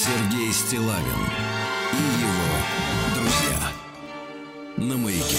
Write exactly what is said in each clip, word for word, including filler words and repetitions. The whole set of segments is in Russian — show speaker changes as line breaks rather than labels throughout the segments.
Сергей Стиллавин и его друзья на Маяке.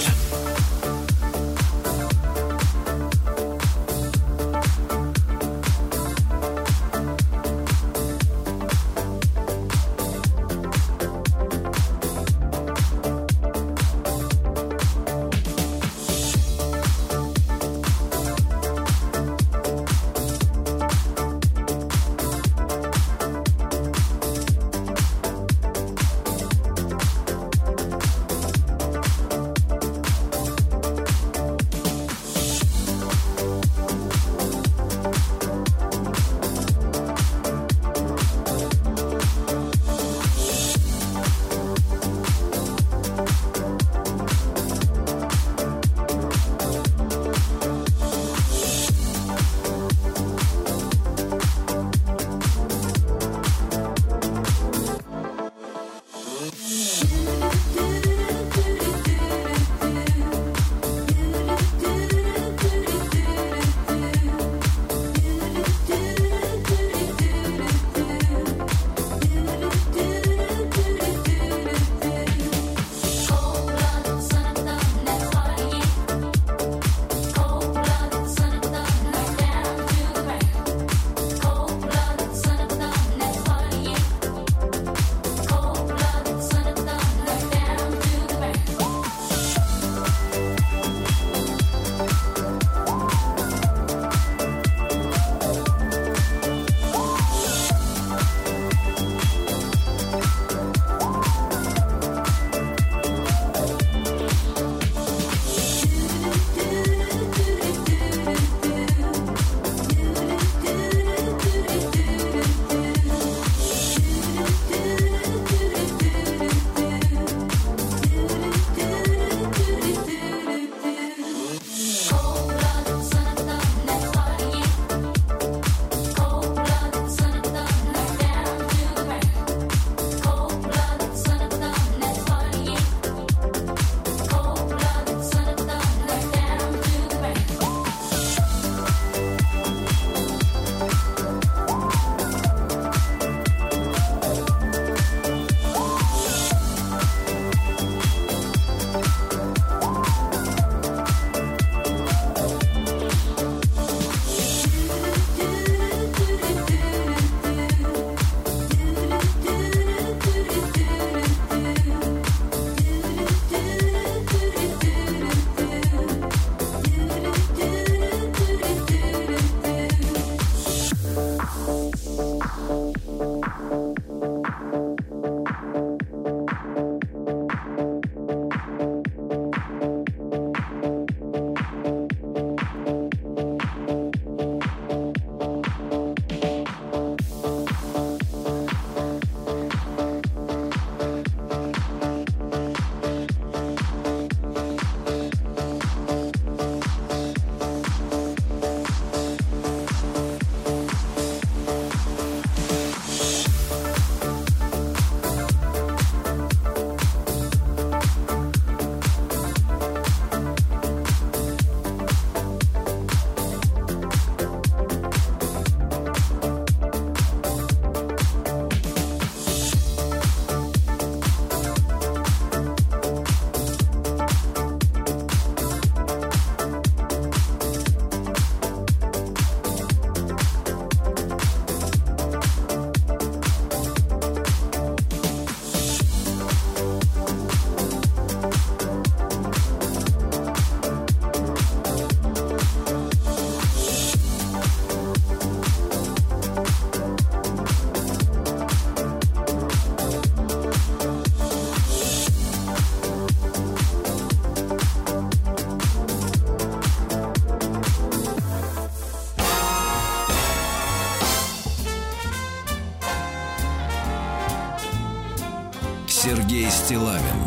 Сергей Стиллавин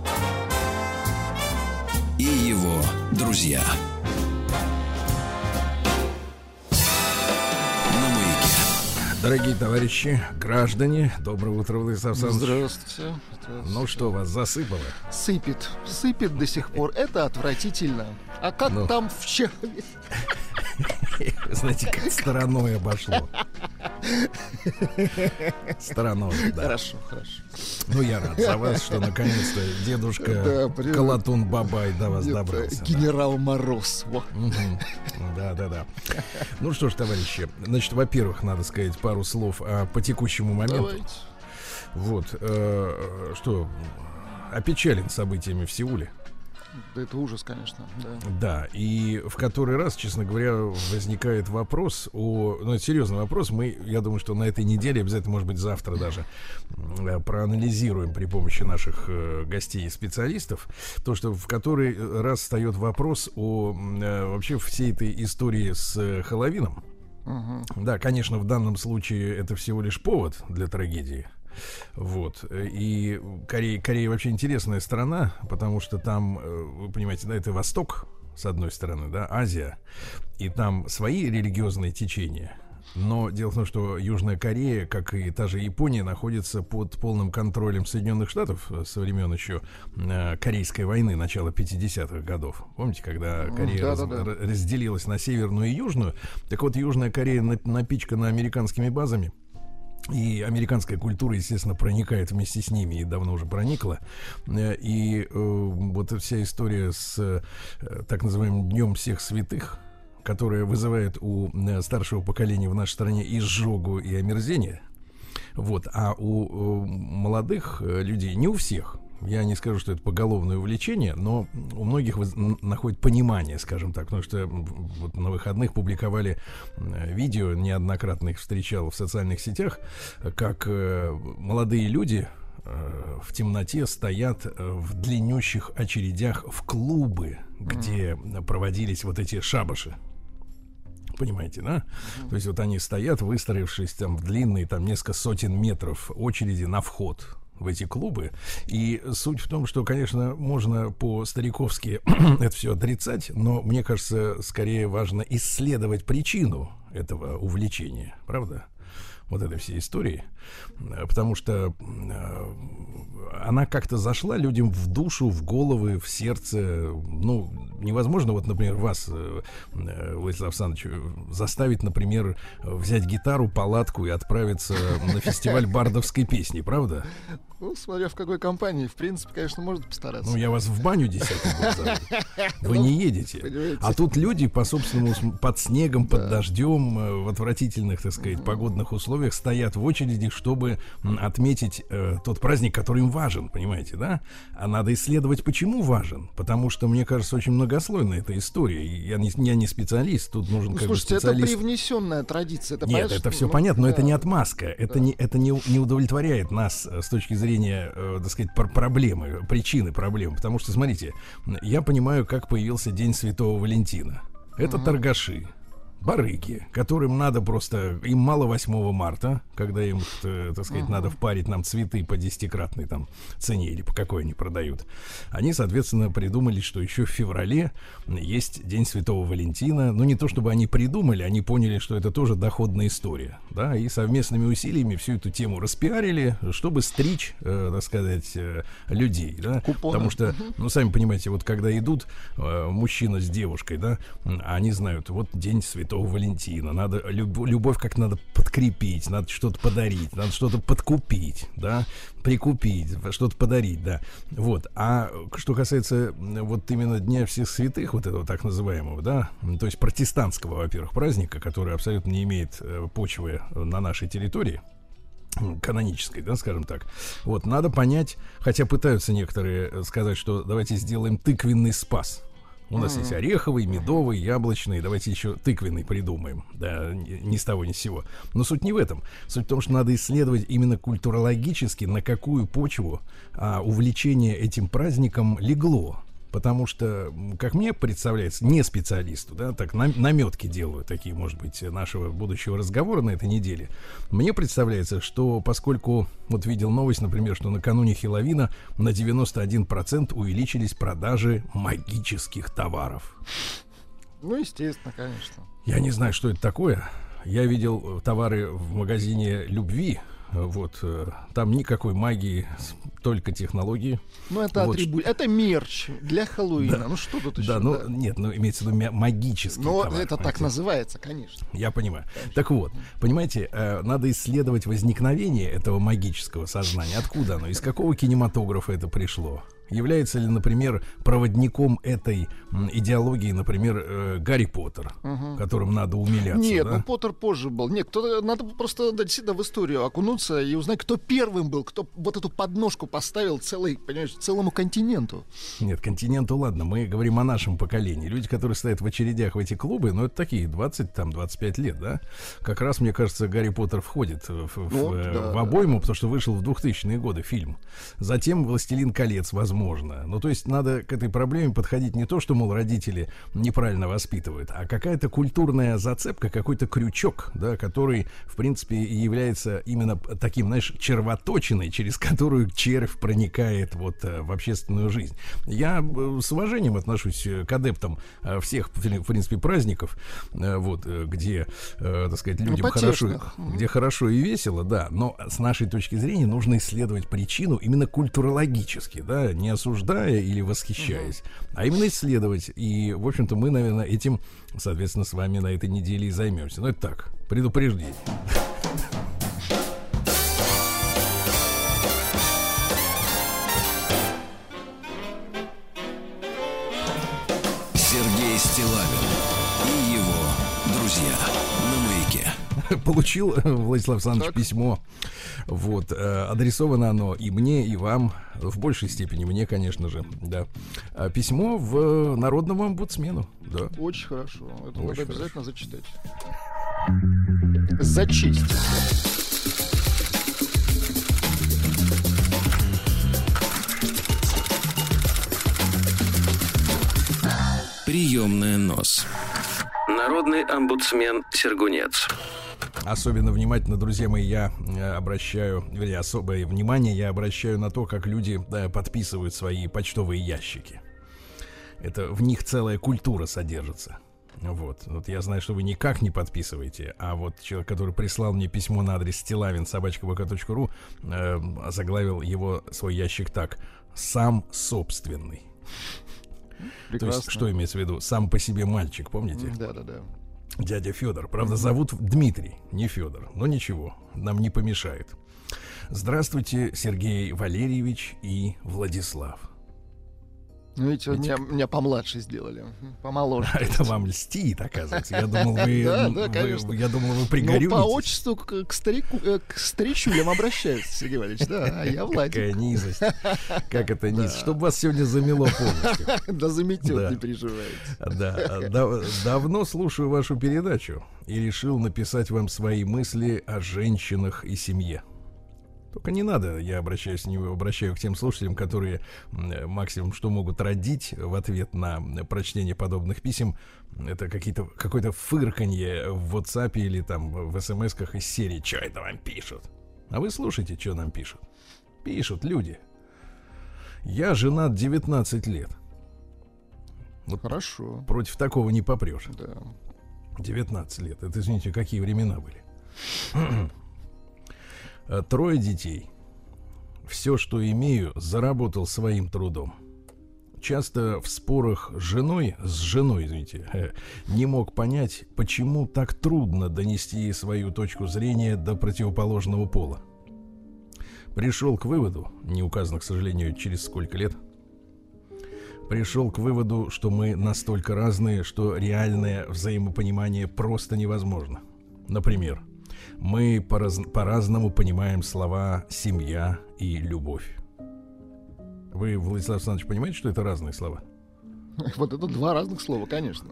и его друзья на Маяке.
Дорогие товарищи, граждане, доброе утро, Владислав Александрович.
Здравствуйте. Здравствуйте.
Ну что, вас засыпало?
Сыпет. Сыпет до сих пор. Это отвратительно. А как
Ну.
там вчера?
Знаете, как стороной обошло. Стороной, да.
Хорошо, хорошо.
Ну, я рад за вас, что наконец-то дедушка
Да, при-
Колотун Бабай до вас
Нет,
добрался. да.
Генерал Мороз. Во.
Мгм. Да, да, да. Ну что ж, товарищи, значит, во-первых, надо сказать пару слов о, по текущему моменту.
Давайте.
Вот, э, что, опечален событиями в Сеуле.
Да это ужас, конечно. Да.
Да, и в который раз, честно говоря, возникает вопрос о... Ну, это серьезный вопрос. Мы, я думаю, что на этой неделе, обязательно, может быть, завтра даже, э, проанализируем при помощи наших э, гостей и специалистов. То, что в который раз встает вопрос о э, вообще всей этой истории с э, Хэллоуином.
Мгм.
Да, конечно, в данном случае это всего лишь повод для трагедии. Вот. И Корея, Корея вообще интересная страна, потому что там, э, вы понимаете, да, это Восток, с одной стороны, да, Азия, и там свои религиозные течения. Но дело в том, что Южная Корея, как и та же Япония, находится под полным контролем Соединенных Штатов со времен еще э, Корейской войны, начала пятидесятых годов. Помните, когда Корея раз-
да-да-да.
р- разделилась на Северную и Южную? Так вот, Южная Корея на- напичкана американскими базами. И американская культура, естественно, проникает вместе с ними и давно уже проникла. Э, И э, вот эта вся история с э, так называемым Днем всех святых, которая вызывает у э, старшего поколения в нашей стране изжогу и омерзение. Вот. А у э, молодых э, людей, не у всех, я не скажу, что это поголовное увлечение, но у многих воз- н- находит понимание, скажем так, потому что м, вот на выходных публиковали э, видео, неоднократно их встречал в социальных сетях, э, как э, молодые люди э, в темноте стоят э, в длиннющих очередях в клубы, где проводились вот эти шабаши. Понимаете, да? То есть вот они стоят, выстроившись там в длинные, там несколько сотен метров очереди на вход в эти клубы. И суть в том, что, конечно, можно по-стариковски это все отрицать, но мне кажется, скорее важно исследовать причину этого увлечения, правда? Вот этой всей истории. Э, Потому что э, она как-то зашла людям в душу, в головы, в сердце. Ну, невозможно, вот, например, вас, э, э, Владислав Александрович, э, заставить, например, э, взять гитару, палатку и отправиться на фестиваль бардовской песни, правда?
Ну, смотря в какой компании, в принципе, конечно, можно постараться.
Ну, я вас в баню десятый год зову. Вы не едете.
Понимаете.
А тут люди по собственному см- под снегом, под дождем, э, в отвратительных, так сказать, погодных условиях стоят в очереди, чтобы м, отметить э, тот праздник, который им важен, понимаете, да? А надо исследовать, почему важен. Потому что, мне кажется, очень многослойная эта история. И Я не, я не специалист, тут нужен
Ну,
как бы
слушайте, это
специалист.
привнесенная традиция. Это,
Нет,
понимаешь,
это все
ну,
понятно, но
да.
это не отмазка. Это, не, это не, не удовлетворяет нас э, с точки зрения, э, так сказать, пр- проблемы, причины проблем. Потому что, смотрите, я понимаю, как появился День Святого Валентина. Это торгаши, барыги, которым надо просто... Им мало восьмого марта, когда им, э, так сказать, надо впарить нам цветы по десятикратной там цене или по какой они продают. Они, соответственно, придумали, что еще в феврале есть День Святого Валентина. Ну, не то чтобы они придумали, они поняли, что это тоже доходная история. Да, и совместными усилиями всю эту тему распиарили, чтобы стричь, э, так сказать, э, людей. Да?
Купоны.
Потому что, ну, сами понимаете, вот когда идут э, мужчина с девушкой, да, м, они знают, вот День Святого Валентина, надо люб- любовь как надо подкрепить, надо что-то подарить, надо что-то подкупить, да, прикупить, что-то подарить, да. Вот. А что касается м, вот именно Дня всех святых, вот этого так называемого, да, м, то есть протестантского, во-первых, праздника, который абсолютно не имеет э, почвы на нашей территории, канонической, да, скажем так. Вот, надо понять, хотя пытаются некоторые э, сказать, что давайте сделаем тыквенный спас. У нас есть ореховый, медовый, яблочный, давайте еще тыквенный придумаем. Да, ни ни с того ни с сего. Но суть не в этом. Суть в том, что надо исследовать именно культурологически, на какую почву а, увлечение этим праздником легло. Потому что, м, как мне представляется, не специалисту, да, так нам- наметки делаю, такие, может быть, нашего будущего разговора на этой неделе. Мне представляется, что поскольку, вот видел новость, например, что накануне Хэллоуина на девяносто один процент увеличились продажи магических товаров.
Ну, естественно, конечно.
Я не знаю, что это такое. Я видел э, товары в магазине любви, Вот, э, там никакой магии, только технологии.
Ну, это
вот.
атрибут, это мерч для Хэллоуина. Да. Ну, что тут еще?
Да, ну,
да?
нет, ну, имеется в виду магический
Но
товар,
это
понимаете?
так называется, конечно.
Я понимаю. Конечно. Так вот, понимаете, э, надо исследовать возникновение этого магического сознания. Откуда оно? Из какого кинематографа это пришло? Является ли, например, проводником этой м, идеологии, например, э, Гарри Поттер,
Угу.
которым надо умиляться?
Нет,
да?
ну Поттер позже был. Нет, кто, надо просто да, действительно в историю окунуться и узнать, кто первым был, кто вот эту подножку поставил целый, понимаешь, целому континенту.
Нет, континенту ладно, мы говорим о нашем поколении. Люди, которые стоят в очередях в эти клубы, ну это такие двадцать, там, двадцать пять лет, да? Как раз, мне кажется, Гарри Поттер входит в, в,
Вот,
в,
да,
в обойму, потому что вышел в двухтысячные годы фильм. Затем «Властелин колец», возможно. Ну, то есть надо к этой проблеме подходить не то, что, мол, родители неправильно воспитывают, а какая-то культурная зацепка, какой-то крючок, да, который, в принципе, и является именно таким, знаешь, червоточиной, через которую червь проникает вот в общественную жизнь. Я с уважением отношусь к адептам всех, в принципе, праздников, вот, где, так сказать, людям
ну,
хорошо, где хорошо и весело, да, но с нашей точки зрения нужно исследовать причину именно культурологически, да, не осуждая или восхищаясь, uh-huh. а именно исследовать. И, в общем-то, мы, наверное, этим, соответственно, с вами на этой неделе и займемся. Ну, это так, предупреждение.
Сергей Стиллавин и его друзья на Маяке.
Получил, Владислав Александрович, так. письмо. Вот, э, адресовано оно и мне, и вам. В большей степени мне, конечно же, да. А письмо в народному омбудсмену. Да.
Очень хорошо. Это
Очень
надо обязательно
хорошо.
зачитать. Зачесть.
Приемная нос. Народный омбудсмен Сергунец.
Особенно внимательно, друзья мои, я обращаю, вернее, особое внимание я обращаю на то, как люди да, подписывают свои почтовые ящики. Это в них целая культура содержится. Вот. Вот я знаю, что вы никак не подписываете, а вот человек, который прислал мне письмо на адрес стиллавин собака вэ ка точка ру, э, заглавил его свой ящик так: «Сам собственный». Прекрасно. То есть, что имеется в виду? Сам по себе мальчик, помните?
Да, да, да.
Дядя Федор. Правда, зовут Дмитрий, не Федор. Но ничего, нам не помешает. Здравствуйте, Сергей Валерьевич и Владислав.
Ну, видите, меня, меня помладше сделали, помоложе.
А это вам льстит, оказывается. Я думал, вы,
да,
вы,
да, конечно.
Я думал, вы пригорюнитесь.
Ну, по отчеству к, к, старику, к старичулям обращаются, Сергей Валерьевич. Да, а я Владик.
Какая низость. Как это низость. Чтобы вас сегодня замело полностью.
Да заметет, не переживайте.
Да. Давно слушаю вашу передачу и решил написать вам свои мысли о женщинах и семье. Только не надо, я обращаюсь, не обращаю к тем слушателям, которые максимум что могут родить в ответ на прочтение подобных писем. Это какие-то, какое-то фырканье в WhatsApp или там в смс-ках из серии «Что это вам пишут?». А вы слушайте, что нам пишут. Пишут люди. Я женат девятнадцать лет. Вот
хорошо.
Против такого не попрешь.
Да.
девятнадцать лет. Это, извините, какие времена были. Трое детей. Все, что имею, заработал своим трудом. Часто в спорах с женой, с женой, извините, не мог понять, почему так трудно донести свою точку зрения до противоположного пола. Пришел к выводу, не указано, к сожалению, через сколько лет, пришел к выводу, что мы настолько разные, что реальное взаимопонимание просто невозможно. Например, мы пораз- по-разному понимаем слова «семья» и «любовь». Вы, Владислав Александрович, понимаете, что это разные слова?
Вот это два разных слова, конечно.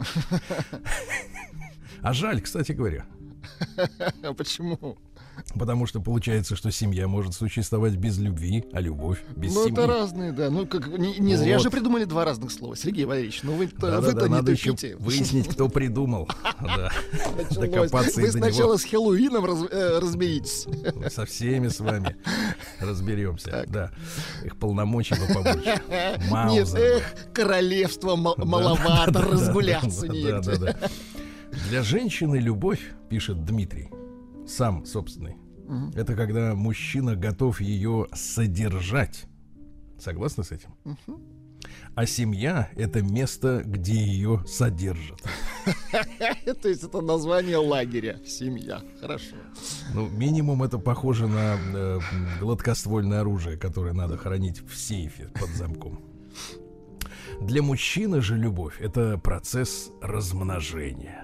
А жаль, кстати говоря.
Почему?
Потому что получается, что семья может существовать без любви, а любовь без
ну,
семьи.
Ну, это разные, да. Ну, как, не, не зря вот. же придумали два разных слова. Сергей Валерьевич, ну вы-то,
да,
вы-то
да, да,
не
надо
тупите.
еще выяснить, кто придумал. Докопаться
Вы сначала с Хэллоуином разберитесь.
Со всеми с вами разберемся. Да. Их полномочий побольше.
Нет, эх, королевство маловато, разгуляться нет.
Для женщины любовь, пишет Дмитрий, сам собственный,
Мгм.
Это когда мужчина готов ее содержать. Согласны с этим?
Мгм.
А семья — это место, где ее содержат.
То есть это название лагеря. Семья. Хорошо.
Ну, минимум это похоже на э, гладкоствольное оружие, которое надо хранить в сейфе под замком. Для мужчины же любовь — это процесс размножения.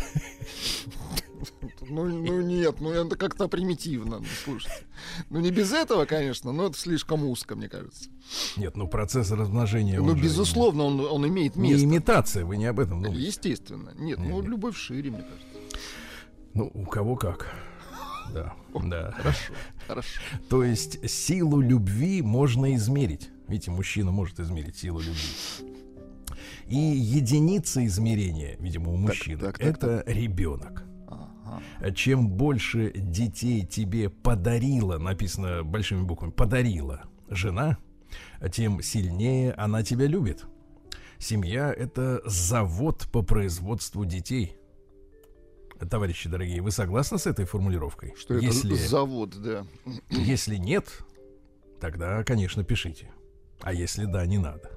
Ну, ну нет, ну это как-то примитивно. Ну, слушайте. Ну не без этого, конечно, но это слишком узко, мне кажется.
Нет, ну процесс размножения...
Ну,
он же
безусловно, он, он имеет
Не
место.
имитация, вы не об этом думаете.
Естественно. Нет,
Не,
ну
не.
любовь шире, мне кажется.
Ну, у кого как. Да, да.
Хорошо, хорошо.
То есть силу любви можно измерить. Видите, мужчина может измерить силу любви. И единица измерения, видимо, у мужчины,
так, так,
это ребенок.
Ага.
Чем больше детей тебе подарила, написано большими буквами, подарила жена, тем сильнее она тебя любит. Семья — это завод по производству детей. Товарищи дорогие, вы согласны с этой формулировкой?
Что это
Если,
завод, да.
если нет, тогда, конечно, пишите. А если да, не надо.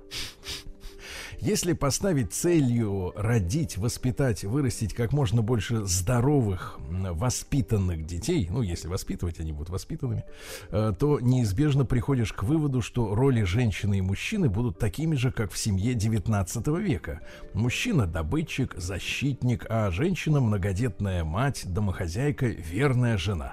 Если поставить целью родить, воспитать, вырастить как можно больше здоровых, м, воспитанных детей, ну, если воспитывать они будут воспитанными, э, то неизбежно приходишь к выводу, что роли женщины и мужчины будут такими же, как в семье девятнадцатого века. Мужчина — добытчик, защитник, а женщина — многодетная мать, домохозяйка, верная жена.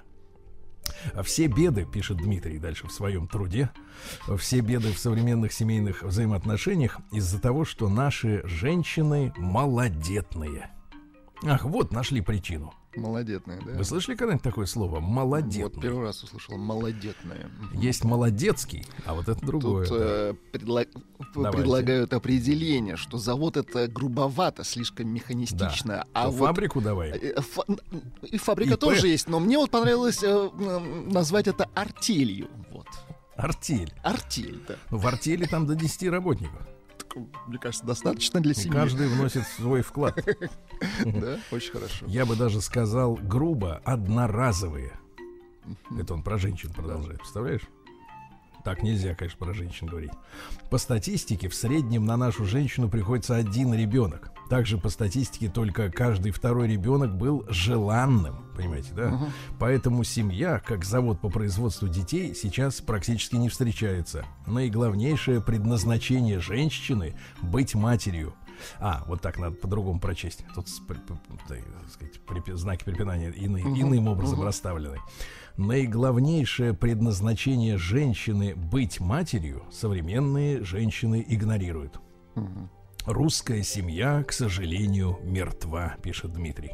А все беды, пишет Дмитрий дальше в своем труде, все беды в современных семейных взаимоотношениях из-за того, что наши женщины малодетные. Ах, вот нашли причину.
Малодетная, да?
Вы слышали когда-нибудь такое слово?
Вот
Малодетный.
первый раз услышал. Малодетная.
Есть молодецкий, а вот это другое.
Тут
да.
э, предла-
Давайте.
предлагают определение, что завод это грубовато, слишком механистично.
Да.
А
То
вот
фабрику давай.
э, фа- и фабрика
ИП.
тоже есть, но мне вот понравилось э, м, назвать это артелью. Вот.
Артель.
Артель, да.
Ну, в артели там до десяти работников.
Так, мне кажется, достаточно для
И
семьи.
каждый вносит свой вклад.
Да, очень хорошо.
Я бы даже сказал грубо, одноразовые. Это он про женщин продолжает, представляешь? Так нельзя, конечно, про женщин говорить. По статистике, в среднем на нашу женщину приходится один ребенок. Также по статистике только каждый второй ребенок был желанным, понимаете, да?
Мгм.
Поэтому семья, как завод по производству детей, сейчас практически не встречается. Наиглавнейшее предназначение женщины — быть матерью. А, вот так надо по-другому прочесть. Тут с- при- при- так сказать, припи- знаки препинания ины-
Мгм.
иным образом
Мгм.
расставлены. Наиглавнейшее предназначение женщины — быть матерью современные женщины игнорируют.
Мгм.
Русская семья, к сожалению, мертва, пишет Дмитрий.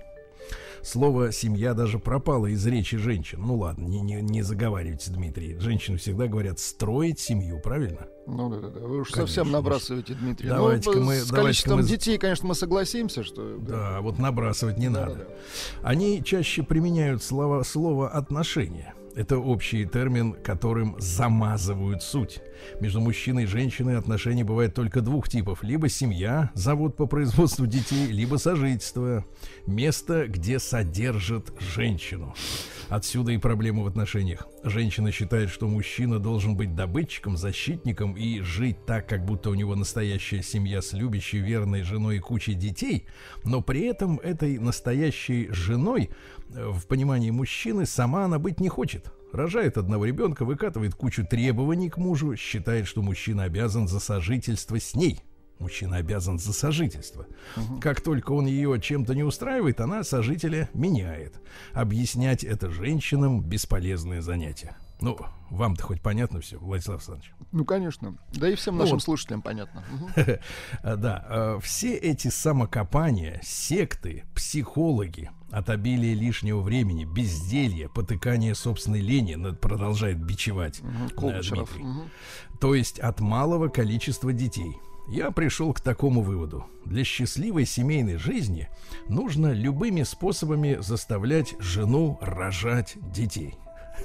Слово «семья» даже пропало из речи женщин. Ну ладно, не, не, не заговаривайте, Дмитрий. Женщины всегда говорят «строить семью», правильно?
Ну да, да, да. Вы уж
Конечно,
совсем
может.
набрасываете, Дмитрий.
Давайте-ка
ну,
мы-
с
давайте-ка
количеством
мы-
детей, конечно, мы согласимся, что...
Да, вот набрасывать не
Да,
надо.
да, да.
Они чаще применяют слова, слово «отношения». Это общий термин, которым замазывают суть. Между мужчиной и женщиной отношения бывают только двух типов. Либо семья, завод по производству детей, либо сожительство. Место, где содержат женщину. Отсюда и проблема в отношениях. Женщина считает, что мужчина должен быть добытчиком, защитником и жить так, как будто у него настоящая семья с любящей, верной женой и кучей детей. Но при этом этой настоящей женой, э, в понимании мужчины, сама она быть не хочет. Рожает одного ребенка, выкатывает кучу требований к мужу, считает, что мужчина обязан за сожительство с ней. Мужчина обязан за сожительство. Как только он ее чем-то не устраивает, она сожителя меняет. Объяснять это женщинам — бесполезное занятие. Ну, вам-то хоть понятно все, Владислав Александрович?
Ну, конечно. Да и всем
Ну
нашим
вот.
слушателям понятно. Мгм.
А, Да, э, все эти самокопания, секты, психологи, от обилия лишнего времени, безделья, потыкания собственной лени, ну, это продолжает бичевать
Мгм.
э,
Колчеров.
Дмитрий.
Мгм.
То есть от малого количества детей. Я пришел к такому выводу. Для счастливой семейной жизни нужно любыми способами заставлять жену рожать детей.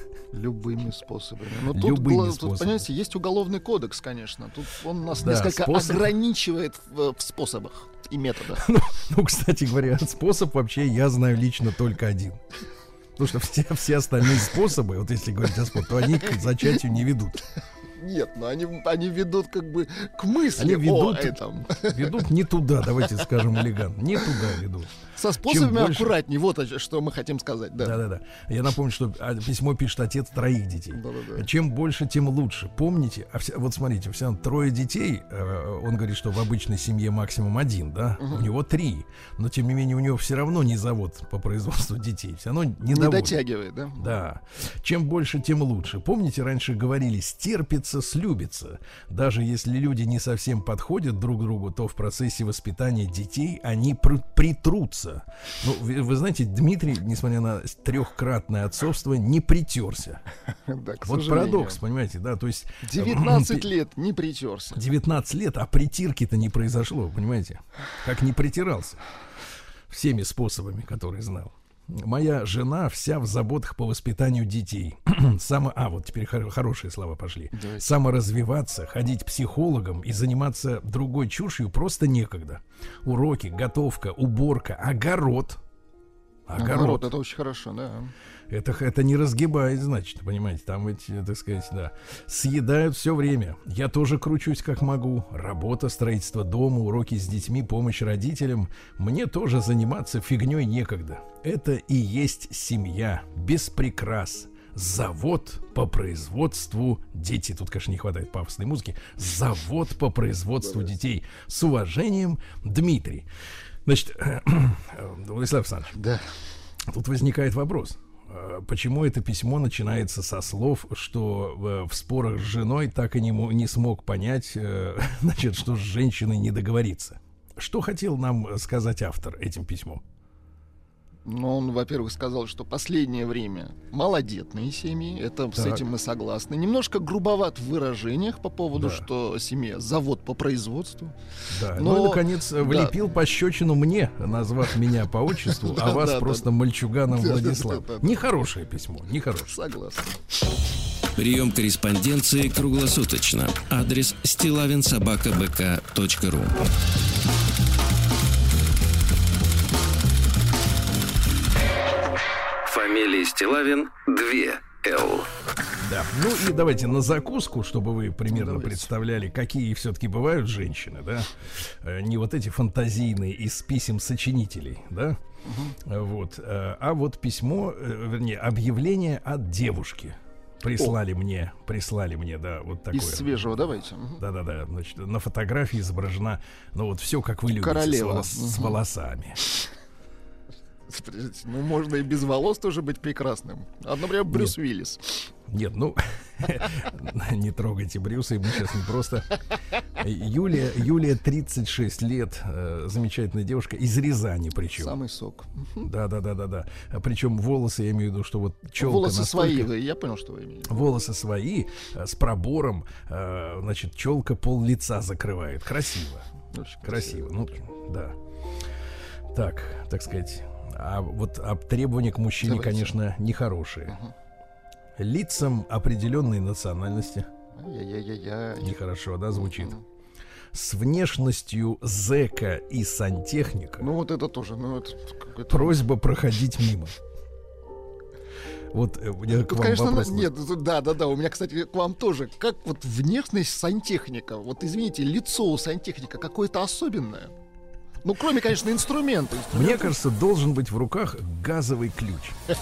Любыми способами. Но тут,
Любыми
гла- тут,
способами.
понимаете, есть уголовный кодекс, конечно. Тут он нас
Да,
несколько
способ-
ограничивает в, в способах и методах.
Ну, ну, кстати говоря, способ вообще я знаю лично только один. Потому что все, все остальные способы, вот если говорить о спорте, то они к зачатию не ведут.
Нет, но они, они ведут как бы к мысли
они ведут,
о этом.
Ведут не туда, давайте скажем элегантно. Не туда ведут.
Со способами
больше...
аккуратнее. Вот что мы хотим сказать. Да,
да, да, да. Я напомню, что письмо пишет отец троих детей.
Да, да, да.
Чем больше, тем лучше. Помните, а вся, вот смотрите, все трое детей. Э, он говорит, что в обычной семье максимум один, да. Угу. У него три. Но тем не менее у него все равно не завод по производству детей. Все равно не,
не
наводит.
дотягивает, да?
Да. Чем больше, тем лучше. Помните, раньше говорили: стерпится, слюбится. Даже если люди не совсем подходят друг к другу, то в процессе воспитания детей они пр- притрутся. Ну, вы, вы знаете, Дмитрий, несмотря на трехкратное отцовство, не притерся.
Да,
вот парадокс, понимаете, да, то есть...
девятнадцать лет не притерся.
девятнадцать лет, а притирки-то не произошло, понимаете? Как не притирался. Всеми способами, которые знал. Моя жена вся в заботах по воспитанию детей. Само... А, вот теперь хор- хорошие слова пошли. Давайте. Саморазвиваться, ходить к психологам и заниматься другой чушью просто некогда. Уроки, готовка, уборка, огород.
Огород, огород это очень хорошо, да.
Это, это не разгибает, значит, понимаете, там ведь, так сказать, да, съедают все время. Я тоже кручусь как могу. Работа, строительство дома, уроки с детьми, помощь родителям. Мне тоже заниматься фигней некогда. Это и есть семья, без прикрас. Завод по производству детей. Тут, конечно, не хватает пафосной музыки. Завод по производству детей. С уважением, Дмитрий. Значит, Владислав Александрович,
да.
Тут возникает вопрос. Почему это письмо начинается со слов, что в, в спорах с женой так и не, не смог понять, значит, что с женщиной не договориться? Что хотел нам сказать автор этим письмом?
Ну, он, во-первых, сказал, что последнее время малодетные семьи, это так. С этим мы согласны. Немножко грубоват в выражениях по поводу, да. Что семья завод по производству.
Да. Но... Ну и, наконец, влепил да. пощечину мне, назвав меня по отчеству, а вас просто мальчуганом Владислав. Нехорошее письмо, нехорошее.
Согласен.
Прием корреспонденции круглосуточно. Адрес стилавин собака бэ ка точка ру. Фамилия Стилавин два эл.
Да. Ну и давайте на закуску, чтобы вы примерно давайте. представляли, какие все-таки бывают женщины, да? Не вот эти фантазийные из писем сочинителей, да? Угу. Вот. А вот письмо, вернее, объявление от девушки. Прислали О. мне, прислали мне, да, вот такое.
Из свежего, давайте.
Да-да-да, значит, на фотографии изображена, ну вот все, как вы любите,
королева.
С, волос, угу. с волосами.
Ну, можно и без волос тоже быть прекрасным. А, например, Брюс Нет. Уиллис.
Нет, ну, не трогайте Брюса, ему сейчас не просто. Юлия, Юлия, тридцать шесть лет, замечательная девушка, из Рязани причем.
Самый сок.
Да-да-да-да-да. Причем волосы, я имею в виду, что вот челка
волосы
настолько...
свои, вы, я понял, что вы имеете.
Волосы свои, с пробором, значит, челка пол лица закрывает. Красиво. Очень красиво. красиво. Ну, да. Так, так сказать... А вот а требования к мужчине, Давайте. конечно, нехорошие. Угу. Лицам определенной национальности.
Ай-яй-яй-яй.
Нехорошо, да, звучит. Угу. С внешностью зэка и сантехника.
Ну вот это тоже. Ну, это
просьба проходить мимо. Вот у меня к
Тут,
вам
конечно,
вопрос.
Нет, да, да, да. У меня, кстати, к вам тоже. Как вот внешность сантехника? Вот извините, лицо у сантехника какое-то особенное. Ну, кроме, конечно, инструмента.
Мне кажется, должен быть в руках газовый ключ.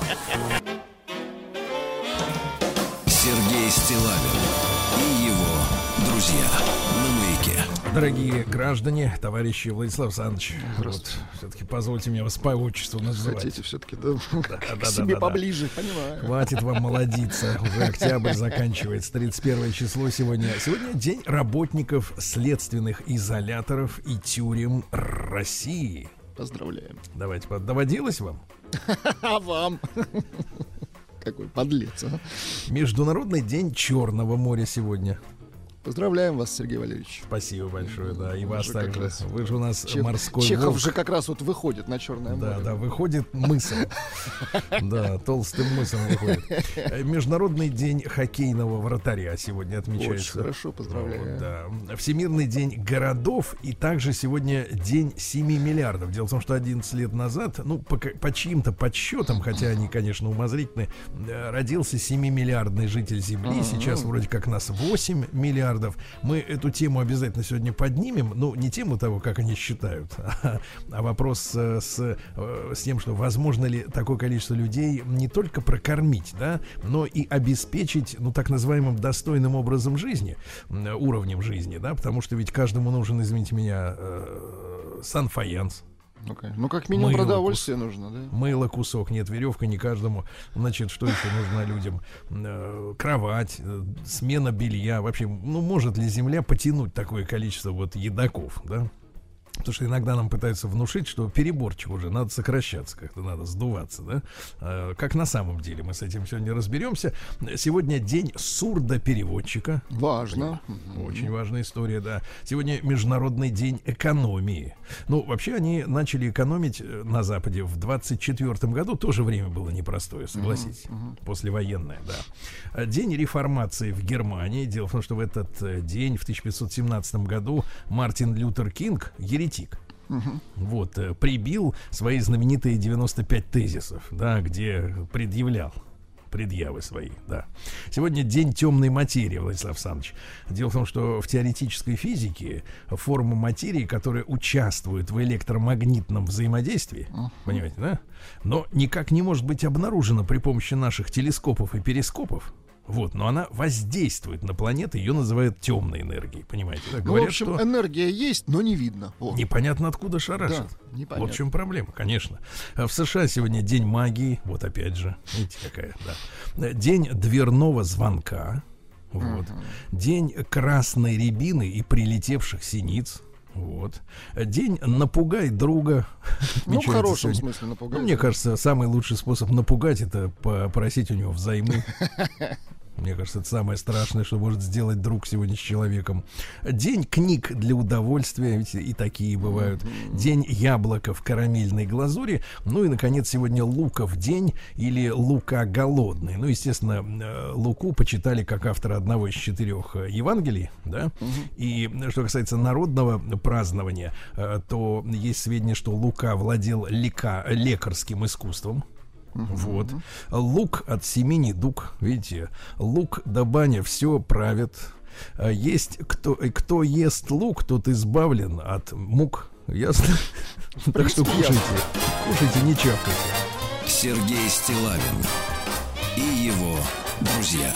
Сергей Стилавин и его друзья на Маяке.
Дорогие граждане, товарищи Владислав Александрович, вот, все-таки позвольте мне вас по отчеству называть.
Хотите все-таки, да,
да,
к
да,
себе
да,
поближе,
да.
понимаю.
Хватит вам молодиться, уже октябрь заканчивается, тридцать первое число сегодня. Сегодня день работников следственных изоляторов и тюрем России.
Поздравляем.
Давайте, доводилось вам?
А вам? Какой подлец, а?
Международный день Черного моря сегодня.
Поздравляем вас, Сергей Валерьевич.
Спасибо большое, да, и вы вас также. Раз... Вы же у нас
Чех...
морской
Чехов
волк.
же как раз вот выходит на Черное море.
Да, да, выходит мысом. Да, толстым мысом выходит. Международный день хоккейного вратаря сегодня отмечается.
Очень хорошо, поздравляю.
Да. Всемирный день городов и также сегодня день семи миллиардов. Дело в том, что одиннадцать лет назад, ну, по, по чьим-то подсчетам, хотя они, конечно, умозрительны, родился семимиллиардный житель Земли. Сейчас вроде как нас восемь миллиардов. Мы эту тему обязательно сегодня поднимем. Ну, не тему того, как они считают, а, а вопрос с, с, с тем, что возможно ли такое количество людей не только прокормить, да, но и обеспечить, ну, так называемым достойным образом жизни, уровнем жизни, да, потому что ведь каждому нужен, извините меня, э, сан-фаянс.
Okay. Ну, как минимум, мыло, продовольствие кус... нужно, да?
Мыло, кусок, нет, веревка не каждому. Значит, что еще нужно людям? Э, кровать, э, смена белья. Вообще, ну, может ли Земля потянуть такое количество вот едоков, да? Потому что иногда нам пытаются внушить, что переборчик уже, надо сокращаться, как-то надо сдуваться, да? А, как на самом деле, мы с этим сегодня разберемся. Сегодня день сурдопереводчика.
Важно.
Очень важная история, да. Сегодня Международный день экономии. Ну, вообще, они начали экономить на Западе в двадцать четвёртом году. Тоже время было непростое, согласитесь. Uh-huh, uh-huh. Послевоенное, да. День реформации в Германии. Дело в том, что в этот день, в тысяча пятьсот семнадцатом году, Мартин Лютер Кинг, еретик, Uh-huh. вот, прибил свои знаменитые девяносто пять тезисов, да, где предъявлял предъявы свои, да. Сегодня день темной материи, Владислав Александрович. Дело в том, что в теоретической физике форма материи, которая участвует в электромагнитном взаимодействии, uh-huh. понимаете, да, но никак не может быть обнаружена при помощи наших телескопов и перископов. Вот, но она воздействует на планеты, ее называют темной энергией, понимаете? Да?
Ну, говорят, в общем, что энергия есть, но не видно. О.
Непонятно, откуда шарашит. Да, непонятно. Вот в чем проблема, конечно. В США сегодня день магии, вот опять же, видите, какая, да. День дверного звонка, вот. Uh-huh. День красной рябины и прилетевших синиц. Вот. День напугай друга.
Ну, в хорошем сегодня. Смысле напугать.
Ну, мне кажется, самый лучший способ напугать — это попросить у него взаймы. Мне кажется, это самое страшное, что может сделать друг сегодня с человеком. День книг для удовольствия, ведь и такие бывают. Mm-hmm. День яблока в карамельной глазури. Ну и, наконец, сегодня Луков день или Лука голодный. Ну, естественно, Луку почитали как автора одного из четырех Евангелий, да. Mm-hmm. И что касается народного празднования, то есть сведения, что Лука владел лека- лекарским искусством. Uh-huh. Вот. Лук от семени дуг. Видите, лук да баня все правят. Есть кто, кто ест лук, тот избавлен от мук. Ясно? Так что кушайте. Кушайте, не чавкайте.
Сергей Стиллавин и его друзья.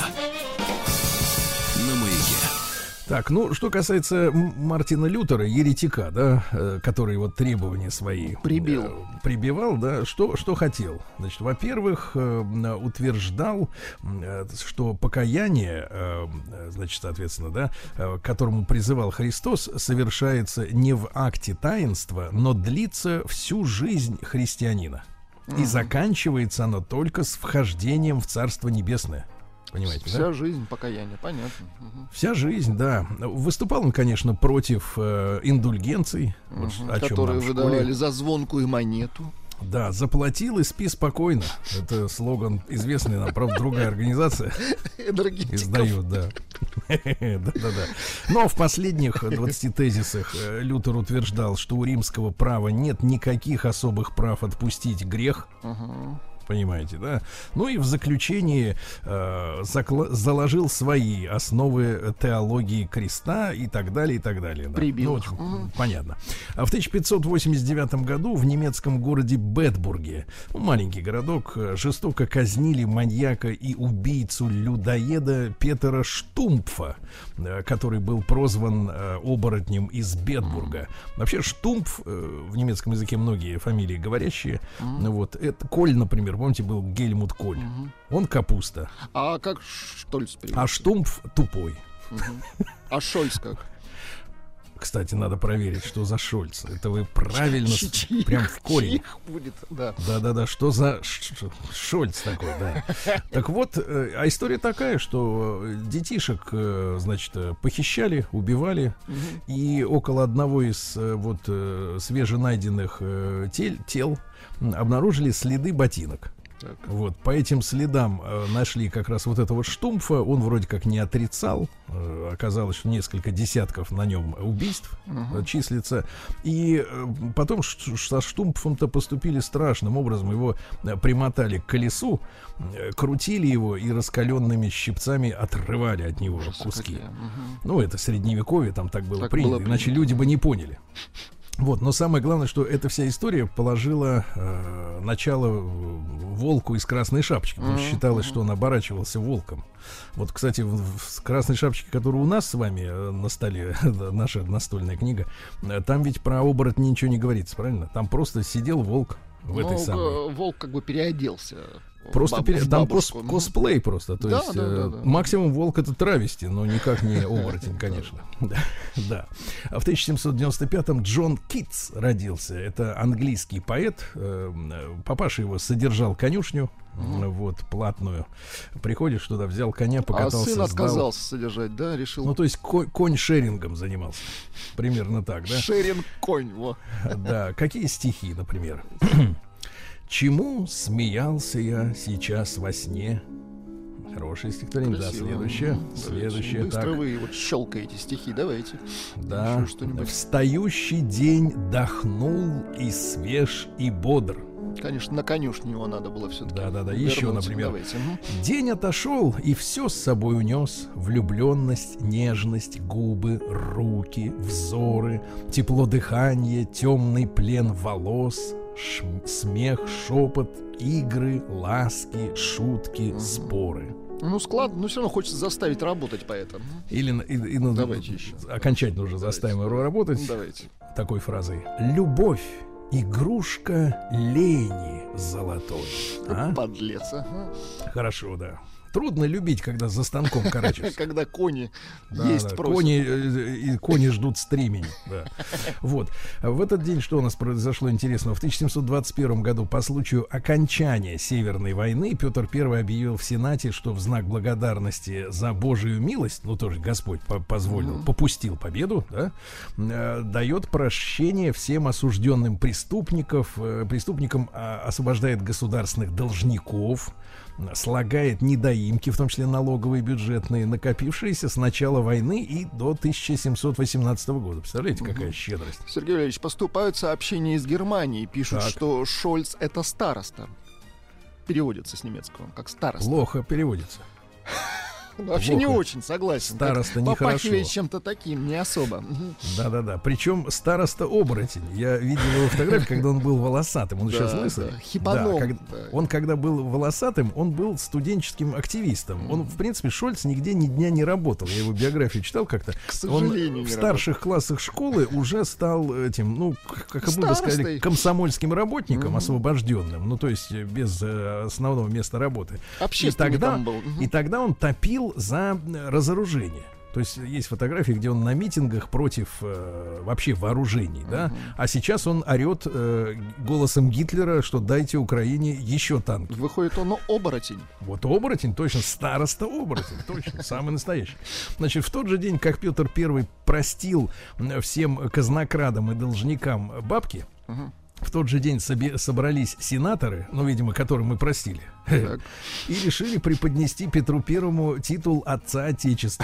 На маяке.
Так, ну, что касается Мартина Лютера, еретика, да, э, который вот требования свои
прибил,
э, прибивал, да, что, что хотел? Значит, во-первых, э, утверждал, э, что покаяние, э, значит, соответственно, да, э, к которому призывал Христос, совершается не в акте таинства, но длится всю жизнь христианина. И заканчивается оно только с вхождением в Царство Небесное. Понимаете,
Вся
да?
жизнь покаяния, понятно. Угу.
Вся жизнь, да. Выступал он, конечно, против э, индульгенций,
угу. вот, о которые выдавали за звонкую монету.
Да, заплатил и спи спокойно. Это слоган известный нам, правда, другая организация издает, да. Да-да-да. Но в последних двадцати тезисах Лютер утверждал, что у римского права нет никаких особых прав отпустить грех. Понимаете, да? Ну и в заключении э, закла- заложил свои основы теологии креста и так далее, и так далее. Да.
Прибил.
Ну, очень, mm-hmm. Понятно. А в тысяча пятьсот восемьдесят девятом году в немецком городе Бетбурге, ну, маленький городок, жестоко казнили маньяка и убийцу-людоеда Петера Штумпфа, э, который был прозван э, оборотнем из Бетбурга. Mm-hmm. Вообще Штумпф, э, в немецком языке многие фамилии говорящие, mm-hmm. вот, это Коль, например, помните, был Гельмут Коль. Угу. Он капуста.
А как Штольц?
А Штумпф тупой.
Угу. А Шольц как?
Кстати, надо проверить, что за Шольц. Это вы правильно, чих, прям в корень.
Будет, да.
Да-да-да, что за Шольц такой, да. Так вот, а история такая, что детишек, значит, похищали, убивали, угу. и около одного из вот свеженайденных тел, тел обнаружили следы ботинок. Так. Вот, по этим следам э, нашли как раз вот этого Штумфа. Он вроде как не отрицал. Э, оказалось, что несколько десятков на нем убийств uh-huh. э, числится. И э, потом ш- со Штумфом-то поступили страшным образом. Его э, примотали к колесу, э, крутили его и раскаленными щипцами отрывали от него Ужас, куски. Uh-huh. Ну, это средневековье, там так было так принято. Было иначе принято. Люди бы не поняли. Вот, но самое главное, что эта вся история положила э, начало волку из красной шапочки, потому что считалось, что он оборачивался волком. Вот, кстати, в, в красной шапочке, которая у нас с вами на столе, наша настольная книга, там ведь про оборотни ничего не говорится, правильно? Там просто сидел волк в ну, этой самой.
Волк как бы переоделся.
Просто баб, пере... там кос... косплей просто. То да, есть да, да, да. максимум волк это травести, но никак не оборотень, конечно. Да. А в тысяча семьсот девяносто пятом Джон Китс родился. Это английский поэт. Папаша его содержал конюшню, вот, платную. Приходишь туда, взял коня, покатался.
А сын отказался содержать, да, решил.
Ну, то есть конь шерингом занимался. Примерно так, да?
Шеринг-конь, во.
Да. Какие стихи, например? Чему смеялся я сейчас во сне? Хорошее стихотворение. Да, следующее. Следующее.
Быстро так. Вы вот щелкаете стихи, давайте.
Да. Встающий день дохнул и свеж, и бодр.
Конечно, на конюшню его надо было все-таки.
Да-да-да, еще, например. Давайте. День отошел и все с собой унес. Влюбленность, нежность, губы, руки, взоры, тепло дыхания, темный плен волос, ш- смех, шепот, игры, ласки, шутки, угу. споры.
Ну, складно, но все равно хочется заставить работать поэта.
Или и, и, ну, давайте еще. Окончательно уже давайте. Заставим его работать.
Давайте.
Такой фразой. Любовь. Игрушка лени золотой. А?
Подлец, ага.
Хорошо, да. Трудно любить, когда за станком карачишься.
Когда кони есть просто.
Кони, кони ждут стремени. Да. Вот. В этот день что у нас произошло интересного? В тысяча семьсот двадцать первом году по случаю окончания Северной войны Петр Первый объявил в Сенате, что в знак благодарности за Божию милость, ну тоже Господь позволил, mm-hmm. попустил победу, да, э, дает прощение всем осужденным преступников, э, преступникам э, освобождает государственных должников, слагает недоимки, в том числе налоговые, бюджетные, накопившиеся с начала войны и до тысяча семьсот восемнадцатого года. Представляете, какая угу. щедрость?
Сергей Валерьевич, поступают сообщения из Германии. Пишут, так. что Шольц — это староста. Переводится с немецкого, как староста.
Плохо переводится.
Вообще Плохо. Не очень, согласен.
Староста нехорошо.
Попахивает чем-то таким, не особо.
Да-да-да. Причем староста-оборотень. Я видел его фотографию, когда он был волосатым. Он да, сейчас лысый.
Да. Хипаном.
Да, когда, да. Он, когда был волосатым, он был студенческим активистом. Mm. Он, в принципе, Шольц нигде ни дня не работал. Я его биографию читал как-то.
К сожалению,
он в старших работал. Классах школы уже стал этим, ну, как бы сказали, комсомольским работником, mm-hmm. освобожденным. Ну, то есть без э, основного места работы. И тогда, был. Mm-hmm. и тогда он топил за разоружение. То есть есть фотографии, где он на митингах против э, вообще вооружений, uh-huh. да, а сейчас он орет э, голосом Гитлера, что дайте Украине еще танки.
Выходит, он оборотень.
Вот оборотень, точно, староста-оборотень, точно, самый настоящий. Значит, в тот же день, как Петр Первый простил всем казнокрадам и должникам бабки, uh-huh. в тот же день соби- собрались сенаторы, ну, видимо, которым мы простили, и решили преподнести Петру Первому титул Отца Отечества.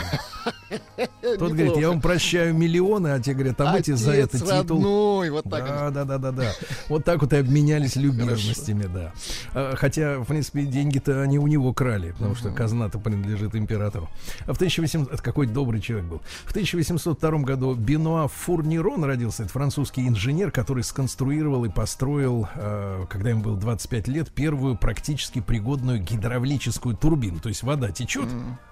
Тот говорит, я вам прощаю миллионы, а те говорят, а мы-те за это титул. Да, да, да, да, да. Вот так вот и обменялись любезностями, да. Хотя, в принципе, деньги-то они у него крали, потому что казна-то принадлежит императору. А в тысяча восемьсот... Какой добрый человек был. В тысяча восемьсот втором году Бенуа Фурнирон родился. Это французский инженер, который сконструировал и построил, когда ему было двадцать пять лет, первую практически пригодную гидравлическую турбину. То есть вода течет, mm.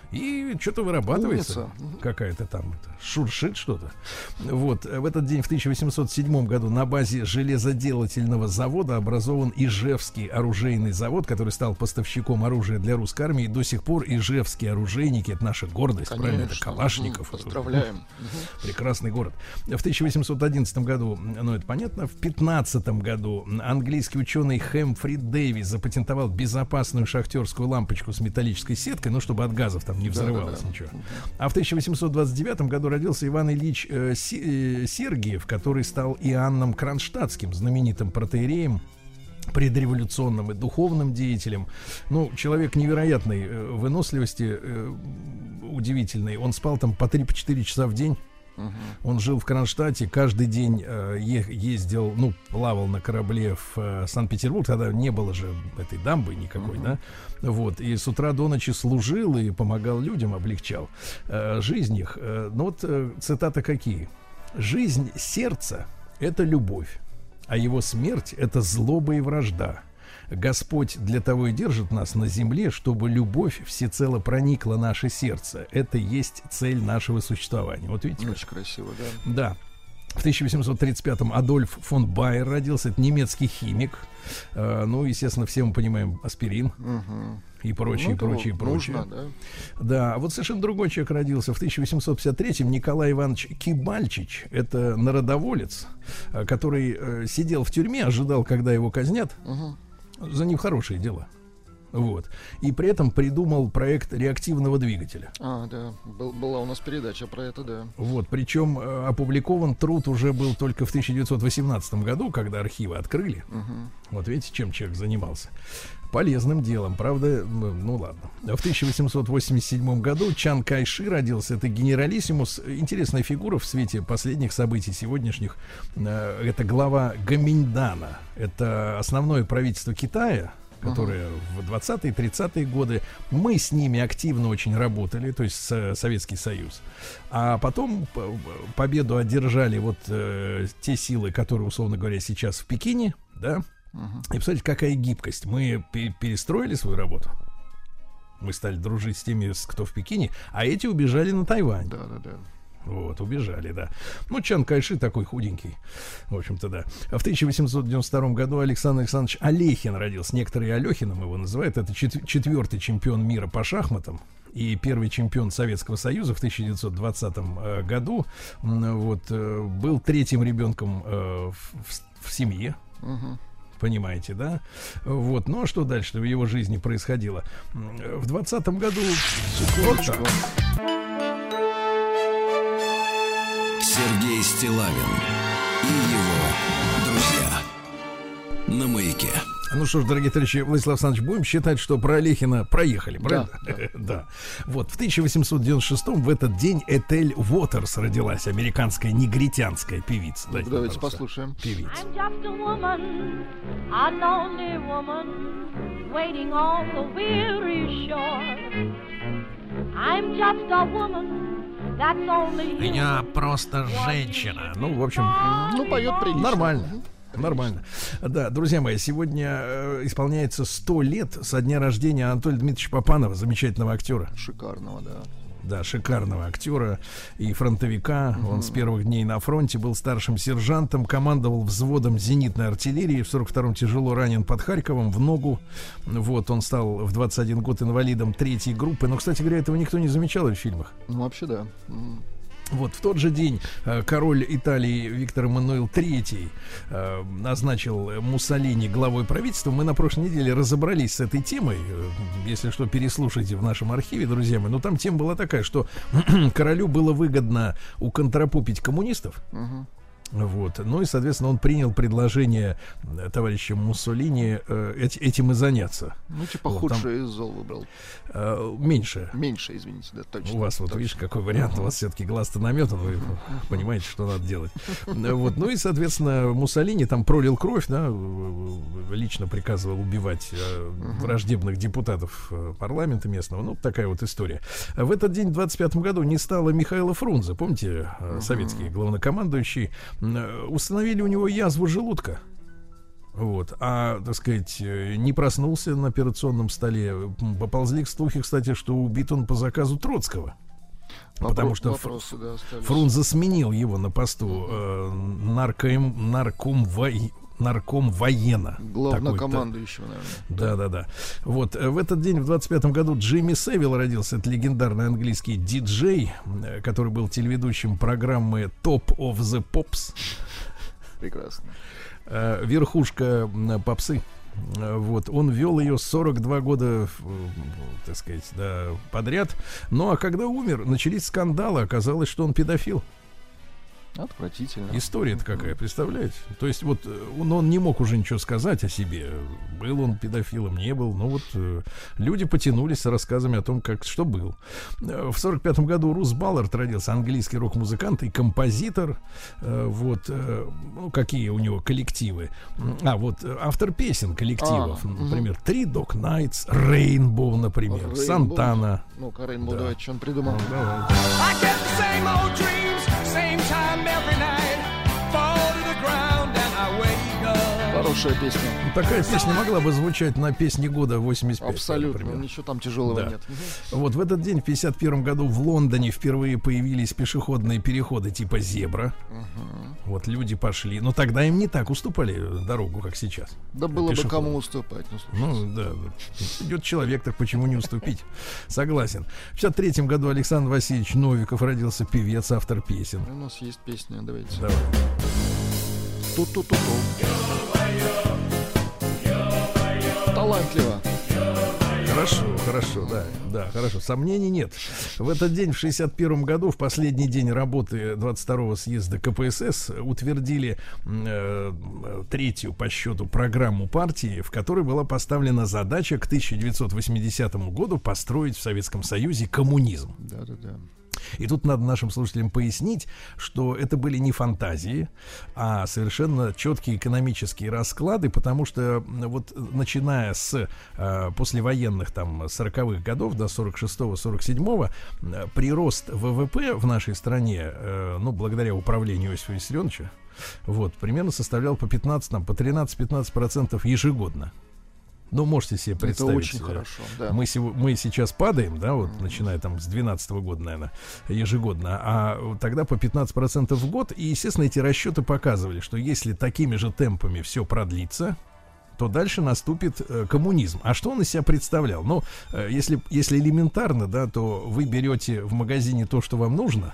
И что-то вырабатывается. Умница. Какая-то там это, шуршит что-то. Вот. В этот день, в тысяча восемьсот седьмом году, на базе железоделательного завода образован Ижевский оружейный завод, который стал поставщиком оружия для русской армии. И до сих пор ижевские оружейники — это наша гордость. Конечно. Правильно? Это Калашников.
Поздравляем.
Прекрасный город. В тысяча восемьсот одиннадцатом году, ну это понятно, в пятнадцатом году английский ученый Хэмфри Дэвис запатентовал безопасную шахтерскую лампочку с металлической сеткой, ну чтобы от газов там не взрывалось, да, да, да. ничего. А в тысяча восемьсот двадцать девятом году родился Иван Ильич э, Си, э, Сергиев, который стал Иоанном Кронштадтским, знаменитым протоиереем, предреволюционным и духовным деятелем. Ну, человек невероятной э, выносливости, э, удивительный. Он спал там по три-четыре часа в день. Uh-huh. Он жил в Кронштадте, каждый день э, ездил, ну, плавал на корабле в э, Санкт-Петербург, тогда не было же этой дамбы никакой, uh-huh. да, вот, и с утра до ночи служил и помогал людям, облегчал э, жизнь их. Э, ну вот э, цитаты какие: «Жизнь сердца — это любовь, а его смерть — это злоба и вражда. Господь для того и держит нас на земле, чтобы любовь всецело проникла в наше сердце. Это есть цель нашего существования». Вот видите?
Очень красиво, да.
Да. В тысяча восемьсот тридцать пятом Адольф фон Байер родился. Это немецкий химик. Uh, ну, естественно, все мы понимаем аспирин uh-huh. и прочее, ну, прочее, прочее. Нужно, да? Да, а вот совершенно другой человек родился в тысяча восемьсот пятьдесят третьем. Николай Иванович Кибальчич. Это народоволец, который uh, сидел в тюрьме, ожидал, когда его казнят. Uh-huh. За ним хорошее дело. Вот. И при этом придумал проект реактивного двигателя. А,
да. Был, была у нас передача про это, да.
Вот. Причем э, опубликован труд уже был только в тысяча девятьсот восемнадцатом году, когда архивы открыли. Угу. Вот видите, чем человек занимался. Полезным делом, правда, ну, ну ладно. В тысяча восемьсот восемьдесят седьмом году Чан Кайши родился. Это генералиссимус. Интересная фигура в свете последних событий сегодняшних. э, Это глава Гоминьдана. Это основное правительство Китая, которые uh-huh. в двадцатые тридцатые годы. Мы с ними активно очень работали, то есть с, Советский Союз. А потом победу одержали вот э, те силы, которые, условно говоря, сейчас в Пекине, да. Uh-huh. И посмотрите, какая гибкость. Мы пе- перестроили свою работу. Мы стали дружить с теми, кто в Пекине, а эти убежали на Тайвань.
Да, да, да.
Вот, убежали, да. Ну, Чан Кайши такой худенький, в общем-то, да. В тысяча восемьсот девяносто втором году Александр Александрович Алехин родился. Некоторые Алехиным его называют. Это чет- четвертый чемпион мира по шахматам и первый чемпион Советского Союза в тысяча девятьсот двадцатом э, году. Вот, э, был третьим ребенком э, в, в семье. Uh-huh. Понимаете, да? Вот. Ну, а что дальше в его жизни происходило? В двадцатом году... Вот так.
Сергей Стиллавин и его друзья на Маяке.
Ну что ж, дорогие товарищи, Владислав Александрович, будем считать, что про Алехина проехали, правильно? Да, да. Да. Вот, в тысяча восемьсот девяносто шестом в этот день Этель Уотерс родилась, американская негритянская певица.
Ну, давайте, давайте послушаем.
Певица. Я просто женщина. Ну, в общем,
ну, поет прилично.
Нормально. Нормально. Да, друзья мои, сегодня э, исполняется сто лет со дня рождения Анатолия Дмитриевича Папанова, замечательного актера.
Шикарного, да.
Да, шикарного актера и фронтовика. Mm-hmm. Он с первых дней на фронте был старшим сержантом, командовал взводом зенитной артиллерии. В сорок втором тяжело ранен под Харьковом в ногу. Вот, он стал в двадцать один год инвалидом третьей группы. Но, кстати говоря, этого никто не замечал в фильмах.
Ну, вообще, да.
Вот в тот же день э, король Италии Виктор Эммануил третий э, назначил Муссолини главой правительства. Мы на прошлой неделе разобрались с этой темой. Если что, переслушайте в нашем архиве, друзья мои. Но там тема была такая, что королю было выгодно уконтрапупить коммунистов. Uh-huh. Вот. Ну и, соответственно, он принял предложение товарища Муссолини э, этим и заняться.
Ну, типа, вот, худшее там, из зол выбрал.
Э, меньше.
Меньше, извините, да, точно.
У вас вот,
точно.
Видишь, какой вариант. Uh-huh. У вас все-таки глаз-то наметан, вы uh-huh. понимаете, что надо делать. Вот. Ну и, соответственно, Муссолини там пролил кровь, да, лично приказывал убивать uh-huh. враждебных депутатов парламента местного. Ну, такая вот история. В этот день, в двадцать пятом году, не стало Михаила Фрунзе. Помните, uh-huh. советский главнокомандующий? Установили у него язву желудка. Вот, а, так сказать, не проснулся на операционном столе. Поползли слухи, кстати, что убит он по заказу Троцкого. Вопрос, потому что вопросы, да, Фрунзе сменил его на посту э, нарком, нарком, вои, нарком военно.
Главнокомандующего, наверное.
Да, да, да. Вот, в этот день, в двадцать пятом году, Джимми Севилл родился. Это легендарный английский диджей, который был телеведущим программы Top of the Pops.
Прекрасно.
Верхушка попсы. Вот, он вел ее сорок два года, так сказать, да, подряд. Ну, а когда умер, начались скандалы. Оказалось, что он педофил.
Отвратительно.
История-то какая, представляете? То есть вот он, он не мог уже ничего сказать о себе. Был он педофилом, не был. Но вот э, люди потянулись с рассказами о том, как, что был. В сорок пятом году Рус Баллард родился, английский рок-музыкант и композитор. Э, вот, э, ну, какие у него коллективы. А, вот, автор песен коллективов. А, например, угу. Three Dog Nights, Rainbow, например, Rainbow. Сантана.
Ну-ка, Rainbow, да. Давайте, что он придумал. Ну, давай. Хорошая песня.
Такая песня могла бы звучать на песне года восемьдесят пятого.
Абсолютно, ничего там тяжелого
да.
нет.
Вот в этот день, в пятьдесят первом году, в Лондоне впервые появились пешеходные переходы типа зебра. Угу. Вот люди пошли. Но тогда им не так уступали дорогу, как сейчас.
Да было бы кому уступать.
Ну, ну да, да. Идет человек, так почему не уступить? Согласен. В пятьдесят третьем году Александр Васильевич Новиков родился, певец, автор песен.
У нас есть песня, давайте.
Давай.
Ту-ту-ту-ту. Талантливо.
Хорошо, хорошо, да, да, хорошо. Сомнений нет. В этот день, в шестьдесят первом году, в последний день работы двадцать второго съезда ка пэ эс эс, утвердили э, третью по счету программу партии, в которой была поставлена задача к тысяча девятьсот восьмидесятому году построить в Советском Союзе коммунизм.
Да, да, да.
И тут надо нашим слушателям пояснить, что это были не фантазии, а совершенно четкие экономические расклады, потому что вот начиная с э, послевоенных там сороковых годов до сорок шестого сорок седьмого э, прирост вэ вэ пэ в нашей стране, э, ну, благодаря управлению Иосифа Виссарионовича, вот, примерно составлял по пятнадцать, там, по тринадцать-пятнадцать процентов ежегодно. Ну, можете себе представить.
Это очень хорошо, да.
Мы, мы сейчас падаем, да, вот, начиная там с двенадцатого года, наверное, ежегодно, а тогда по пятнадцать процентов в год, и, естественно, эти расчеты показывали, что если такими же темпами все продлится, то дальше наступит э, коммунизм. А что он из себя представлял? Ну, э, если, если элементарно, да, то вы берете в магазине то, что вам нужно,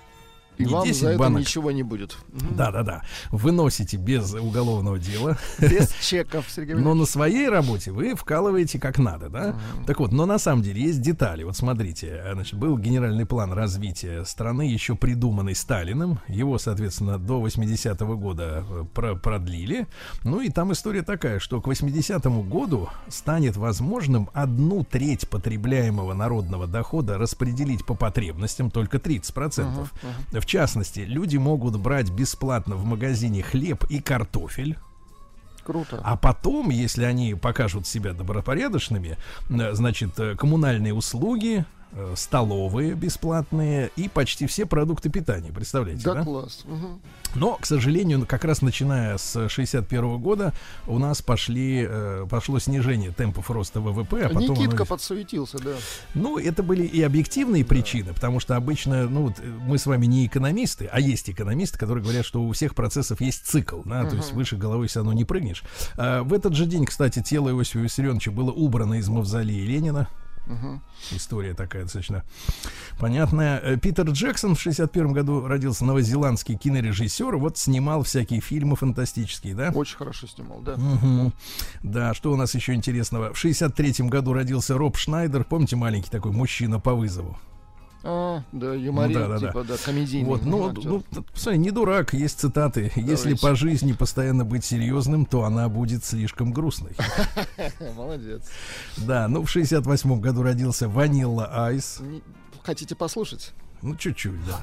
и вам за это банок. Ничего не будет.
Да-да-да. Выносите без уголовного дела.
Без чеков, Сергей Ильич.
Но на своей работе вы вкалываете как надо, да? Uh-huh. Так вот, но на самом деле есть детали. Вот смотрите, значит, был генеральный план развития страны, еще придуманный Сталиным. Его, соответственно, до восьмидесятого года про- продлили. Ну и там история такая, что к восьмидесятому году станет возможным одну треть потребляемого народного дохода распределить по потребностям, только тридцать процентов. Uh-huh. Uh-huh. В частности, люди могут брать бесплатно в магазине хлеб и картофель.
Круто.
А потом, если они покажут себя добропорядочными, значит, коммунальные услуги, столовые бесплатные и почти все продукты питания. Представляете, да?
Да, класс. Угу.
Но, к сожалению, как раз начиная с шестьдесят первого года у нас пошли, э, пошло снижение темпов роста вэ вэ пэ. А потом
Никитка
оно...
подсуетился, да.
Ну, это были и объективные да. причины, потому что обычно, ну, вот, мы с вами не экономисты, а есть экономисты, которые говорят, что у всех процессов есть цикл, да, uh-huh. то есть выше головы все равно не прыгнешь. А в этот же день, кстати, тело Иосифа Виссарионовича было убрано из мавзолея Ленина. Uh-huh. История такая достаточно понятная. Питер Джексон в шестьдесят первом году родился, новозеландский кинорежиссер. Вот снимал всякие фильмы фантастические, да?
Очень хорошо снимал, да.
Uh-huh. Да, что у нас еще интересного? В шестьдесят третьем году родился Роб Шнайдер. Помните, маленький такой мужчина по вызову?
А, да, юморист, ну, да, да, типа, да, да комедийный.
Вот, ну, ну, посмотри, не дурак, есть цитаты. Давайте. Если по жизни постоянно быть серьезным, то она будет слишком грустной.
Молодец.
Да, ну, в шестьдесят восьмом году родился Ванилла Айс.
Хотите послушать?
Ну, чуть-чуть, да.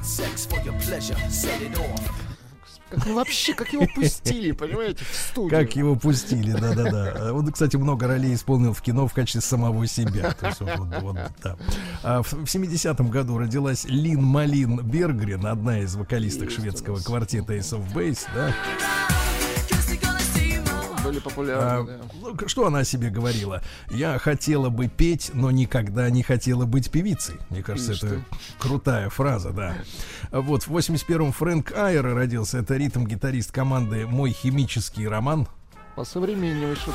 Как ну, вообще, как его пустили, понимаете, в студию.
Как его пустили, да-да-да. Он, кстати, много ролей исполнил в кино в качестве самого себя. То есть, вот, вот, вот, да. А в, в семидесятом году родилась Лин Малин Бергрен, одна из вокалисток шведского квартета Ace of Base, да.
Были популярны,
а,
да.
Ну, что она о себе говорила? Я хотела бы петь, но никогда не хотела быть певицей. Мне кажется,
Ишь
это
ты.
крутая фраза, да. Вот, в восемьдесят первом Фрэнк Айра родился. Это ритм-гитарист команды «Мой химический роман».
По современнему что-то.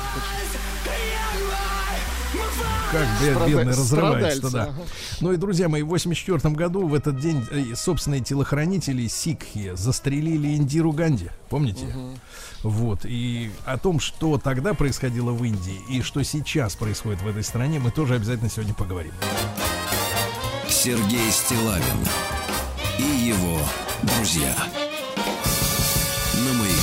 Как бедный
Страда-
разрывается, да.
страдальца, ага.
Ну и, друзья мои, в восемьдесят четвёртом году в этот день э, собственные телохранители сикхи застрелили Индиру Ганди. Помните? Вот. И о том, что тогда происходило в Индии и что сейчас происходит в этой стране, мы тоже обязательно сегодня поговорим.
Сергей Стиллавин и его друзья на Маяке.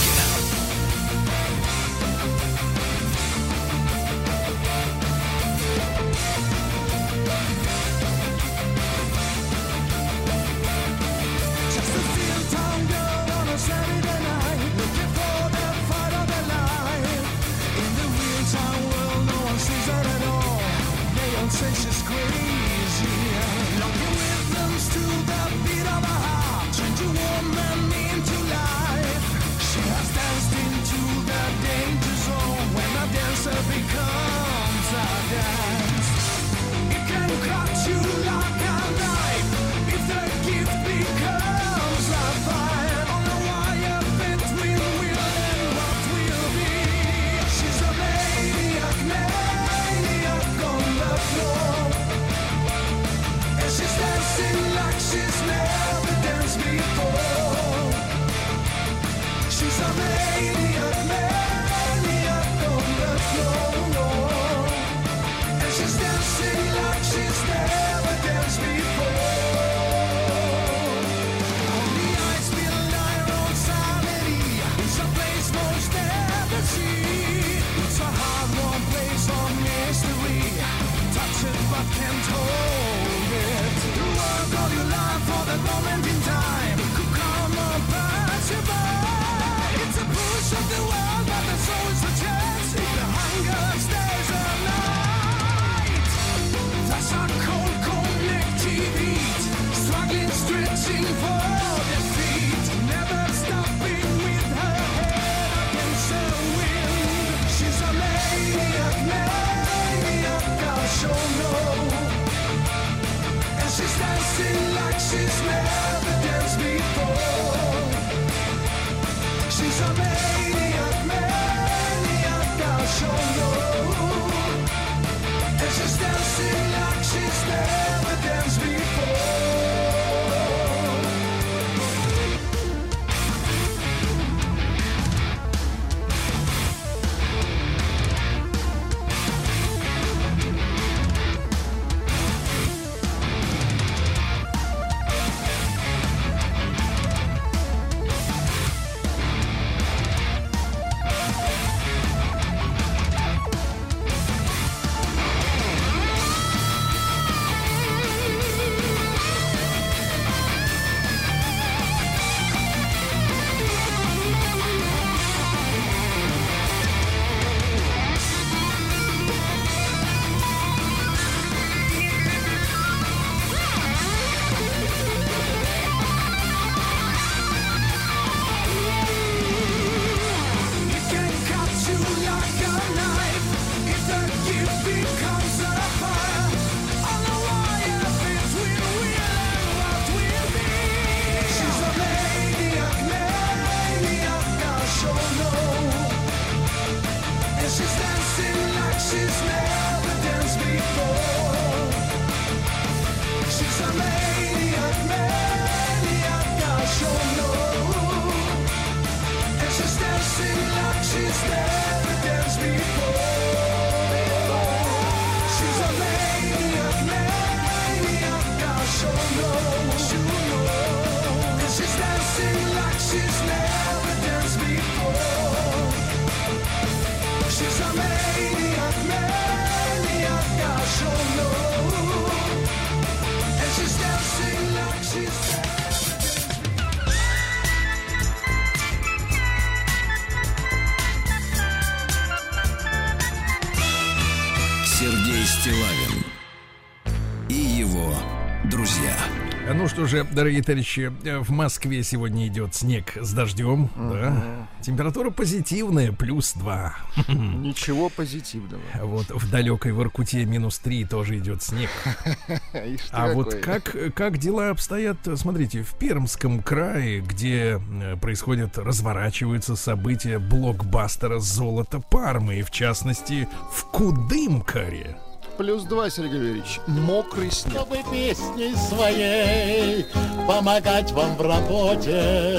Сергей Стиллавин и его друзья.
Ну что же, дорогие товарищи, в Москве сегодня идет снег с дождем, uh-huh. да? Температура позитивная, плюс два.
Ничего позитивного.
Вот в далекой Воркуте минус три тоже идет снег. А вот как, как дела обстоят, смотрите, в Пермском крае, где происходят, разворачиваются события блокбастера «Золото Пармы», и в частности в Кудымкаре.
Плюс два, Сергей Валерьевич. Мокрый снег.
Чтобы песней своей помогать вам в работе,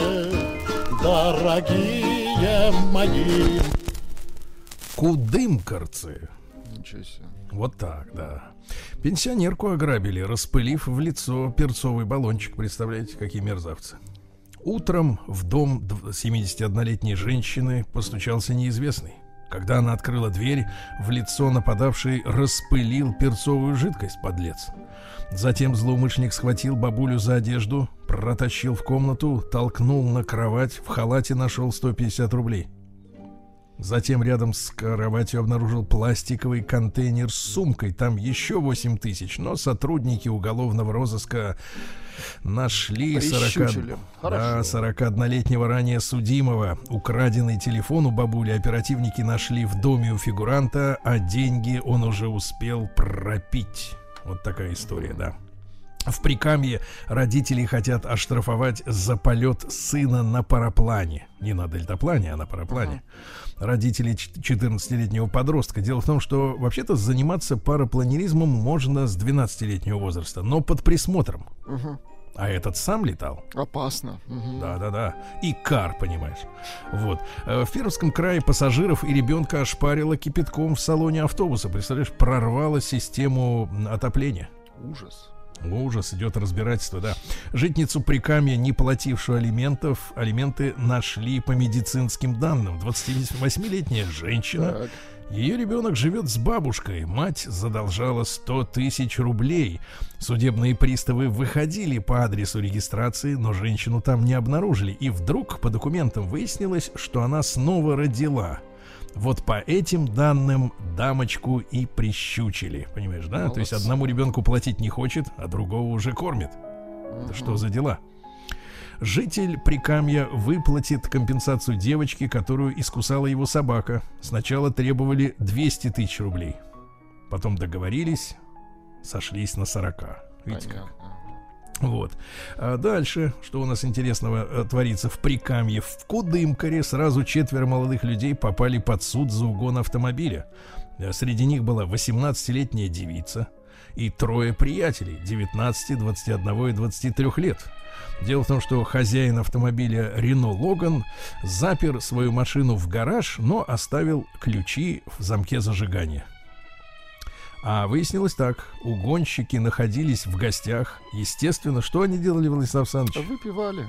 дорогие мои.
Кудымкарцы.
Ничего себе.
Вот так, да. Пенсионерку ограбили, распылив в лицо перцовый баллончик. Представляете, какие мерзавцы. Утром в дом семидесятиоднолетней женщины постучался неизвестный. Когда она открыла дверь, в лицо нападавший распылил перцовую жидкость, подлец. Затем злоумышленник схватил бабулю за одежду, протащил в комнату, толкнул на кровать, в халате нашел сто пятьдесят рублей. Затем рядом с кроватью обнаружил пластиковый контейнер с сумкой, там еще восемь тысяч, но сотрудники уголовного розыска нашли сорокаоднолетнего ранее судимого. Украденный телефон у бабули оперативники нашли в доме у фигуранта, а деньги он уже успел пропить. Вот такая история, да. В Прикамье родители хотят оштрафовать за полет сына на параплане. Не на дельтаплане, а на параплане. Uh-huh. Родители четырнадцатилетнего подростка. Дело в том, что вообще-то заниматься парапланеризмом можно с двенадцатилетнего возраста, но под присмотром. Uh-huh. А этот сам летал.
Опасно. Uh-huh.
Да-да-да. И кар, понимаешь. Вот. В Пермском крае пассажиров и ребенка ошпарило кипятком в салоне автобуса. Представляешь, прорвало систему отопления.
Ужас.
Ужас, идет разбирательство, да. Житницу Прикамья, не платившую алиментов, алименты нашли по медицинским данным. двадцативосьмилетняя женщина. Так. Ее ребенок живет с бабушкой. Мать задолжала сто тысяч рублей. Судебные приставы выходили по адресу регистрации, но женщину там не обнаружили. И вдруг по документам выяснилось, что она снова родила. Вот по этим данным дамочку и прищучили. Понимаешь, да? Молодцы. То есть одному ребенку платить не хочет, а другого уже кормит. Uh-huh. Да что за дела? Житель Прикамья выплатит компенсацию девочке, которую искусала его собака. Сначала требовали двести тысяч рублей. Потом договорились, сошлись на сорока. Видите как? Вот. А дальше, что у нас интересного творится в Прикамье. В Кудымкаре сразу четверо молодых людей попали под суд за угон автомобиля. Среди них была восемнадцатилетняя девица и трое приятелей девятнадцати, двадцати одного и двадцати трёх лет. Дело в том, что хозяин автомобиля Рено Логан запер свою машину в гараж, но оставил ключи в замке зажигания. А выяснилось так: угонщики находились в гостях. Естественно, что они делали, Владислав Александрович?
Выпивали.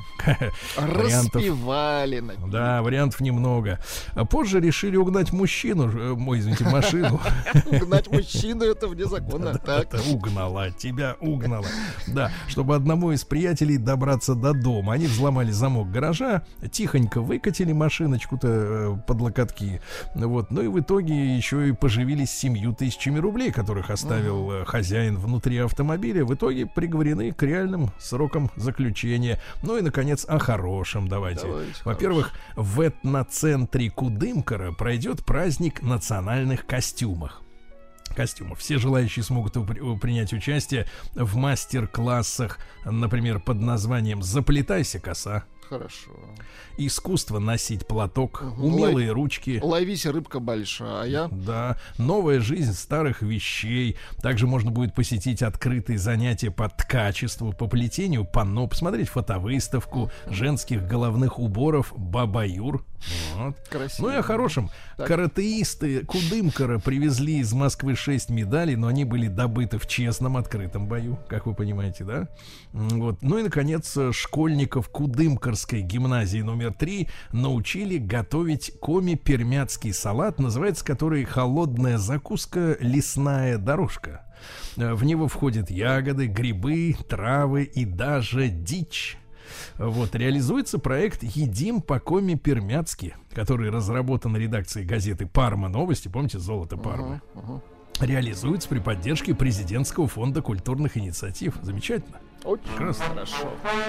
Распивали.
Да, вариантов немного. А позже решили угнать мужчину, мой, извините, машину.
Угнать мужчину — это вне закона.
Это угнала, тебя угнала. Да, чтобы одному из приятелей добраться до дома. Они взломали замок гаража, тихонько выкатили машиночку-то под локотки. Вот. Ну и в итоге еще и поживились семью тысячами рублей, которых оставил uh-huh. хозяин внутри автомобиля. В итоге приговорены к реальным срокам заключения. Ну и, наконец, о хорошем давайте. давайте Во-первых, хорош. в этноцентре Кудымкара пройдет праздник национальных костюмов. Костюмов. Все желающие смогут упри- принять участие в мастер-классах, например, под названием «Заплетайся, коса».
Хорошо.
Искусство носить платок, угу. умелые Лов... ручки.
Ловись, рыбка большая.
Да. Новая жизнь старых вещей. Также можно будет посетить открытые занятия по ткачеству, по плетению панно, посмотреть фотовыставку женских головных уборов «Баба-Юр». Вот.
Красиво.
Ну и о хорошем. Так. Каратеисты Кудымкара привезли из Москвы шесть медалей, но они были добыты в честном открытом бою, как вы понимаете, да? Вот. Ну и, наконец, школьников Кудымкарской гимназии номер три научили готовить коми-пермяцкий салат, называется который «Холодная закуска лесная дорожка». В него входят ягоды, грибы, травы и даже дичь. Вот, реализуется проект «Едим по коми-пермяцки», который разработан редакцией газеты «Парма Новости». Помните, «Золото Пармы»? Uh-huh, uh-huh. Реализуется при поддержке президентского фонда культурных инициатив. Замечательно.
Очень
Прекрасно.
хорошо.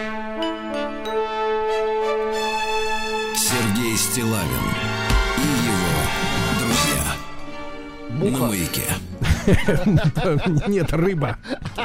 Сергей Стиллавин и его друзья.
Муха.
На маяке.
Нет, рыба.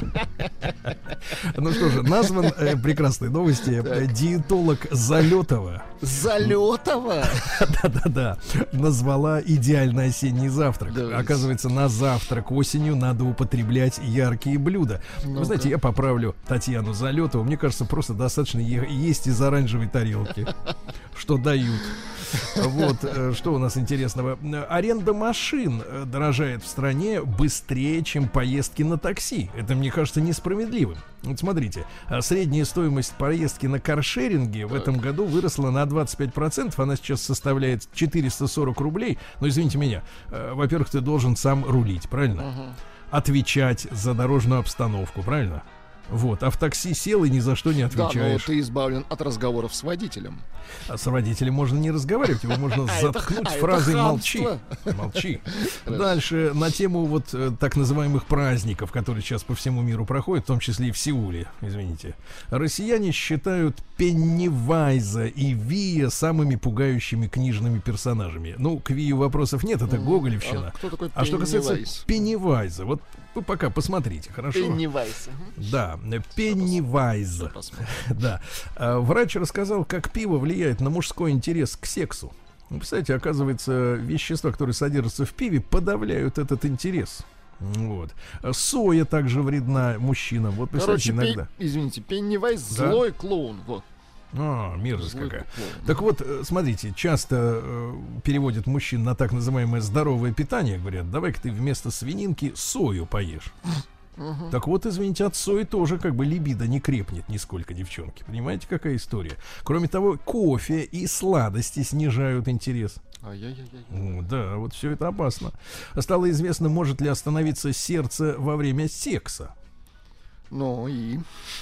Ну что же, назван э, прекрасные новости.
Так.
Диетолог Залетова.
Залетова?
Да-да-да. Назвала идеальный осенний завтрак.
Да.
Оказывается, на завтрак осенью надо употреблять яркие блюда. Вы
Ну-ка.
знаете, я поправлю Татьяну Залетову. Мне кажется, просто достаточно е- есть из оранжевой тарелки, что дают. Вот, э, что у нас интересного. Аренда машин э, дорожает в стране быстрее, чем поездки на такси. Это, мне кажется, несправедливым. Вот смотрите, а средняя стоимость поездки на каршеринге в этом году выросла на двадцать пять процентов. Она сейчас составляет четыреста сорок рублей. Но извините меня, э, во-первых, ты должен сам рулить, правильно?
Мгм.
Отвечать за дорожную обстановку, правильно? Вот, а в такси сел и ни за что не
Да, но
отвечаешь.
ты избавлен от разговоров с водителем.
А с водителем можно не разговаривать, его можно
А это-
заткнуть
а это
фразой «молчи».
хамство.
Молчи. Дальше на тему вот э, так называемых праздников, которые сейчас по всему миру проходят, в том числе и в Сеуле, извините. Россияне считают Пеннивайза и Вия самыми пугающими книжными персонажами. Ну, к Вию вопросов нет, это
М,
гоголевщина.
а кто такой
А что касается
Пеннивайз?
Пеннивайза, вот вы пока посмотрите, хорошо?
Пеннивайз.
Да, Пеннивайз.
Посмотрим.
Да. А, Врач рассказал, как пиво влияет на мужской интерес к сексу. Ну, представляете, оказывается, вещества, которые содержатся в пиве, подавляют этот интерес. Вот. Соя также вредна мужчинам. Вот представьте,
Короче,
иногда.
пен- извините, Пеннивайз
Да.
злой клоун. Вот.
А, мерзость
Злой
какая.
клоун.
Так вот, э, смотрите, часто э, переводят мужчин на так называемое здоровое питание. Говорят, давай-ка ты вместо свининки сою поешь.
Мгм.
Так вот, извините, от сои тоже как бы либидо не крепнет нисколько, девчонки. Понимаете, какая история? Кроме того, кофе и сладости снижают интерес.
Ай-яй-яй-яй.
О, да, вот все это опасно. Стало известно, может ли остановиться сердце во время секса.
Ну и...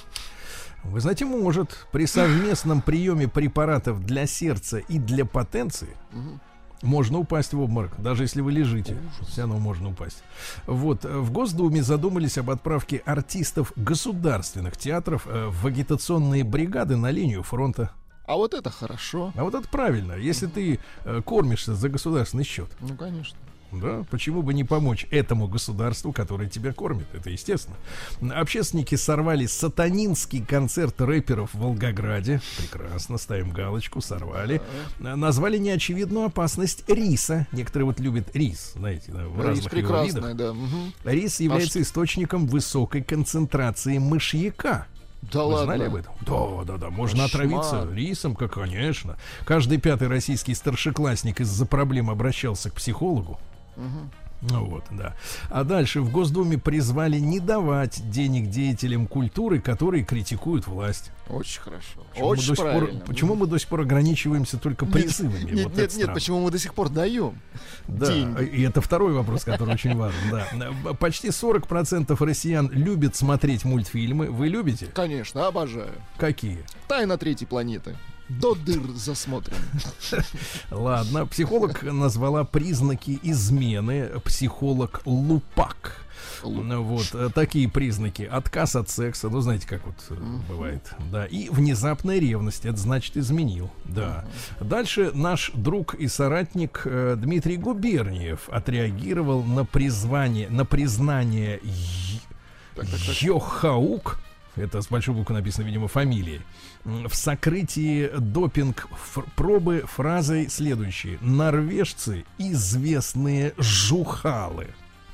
Вы знаете, может. При совместном приеме препаратов для сердца и для потенции
Мгм.
можно упасть в обморок, даже если вы лежите. Все равно можно упасть. Вот, э, в Госдуме задумались об отправке артистов государственных театров э, в агитационные бригады на линию фронта.
А вот это хорошо.
А вот это правильно. Если ты э, кормишься за государственный счет,
Ну, конечно.
да, почему бы не помочь этому государству, которое тебя кормит? Это естественно. Общественники сорвали сатанинский концерт рэперов в Волгограде. Прекрасно, ставим галочку, сорвали. Назвали неочевидную опасность риса. Некоторые вот любят рис, знаете, да, в
Рис
разных его
прекрасный,
видах.
да. Мгм.
Рис является источником высокой концентрации мышьяка.
Да
Вы
ладно.
знали об этом? Да, да, да. Можно
Кошмар.
отравиться рисом, как, конечно. Каждый пятый российский старшеклассник из-за проблем обращался к психологу.
Мгм.
Ну вот, да. А дальше в Госдуме призвали не давать денег деятелям культуры, которые критикуют власть.
Очень хорошо.
Почему, мы
Очень
до, сих пор,
правильно.
почему мы до сих пор ограничиваемся только
Нет,
призывами?
Нет,
Вот
нет,
это
нет,
странно.
почему мы до сих пор даем?
Да,
деньги?
и это второй вопрос, который очень важен. Да. Почти сорок процентов россиян любят смотреть мультфильмы. Вы любите?
Конечно, обожаю.
Какие?
Тайна третьей планеты. До дыр засмотрим.
Ладно, психолог назвала признаки измены. Психолог Лупак. Ну, вот э, такие признаки: отказ от секса, ну знаете, как вот э, бывает, да, и внезапная ревность, это значит изменил, да. Дальше наш друг и соратник э, Дмитрий Губерниев отреагировал на призвание, на признание Й-
Так, так, так.
Йохаук, это с большой буквы написано, видимо, фамилией, м, в сокрытии допинг-пробы фразой следующей: норвежцы известные жухалы.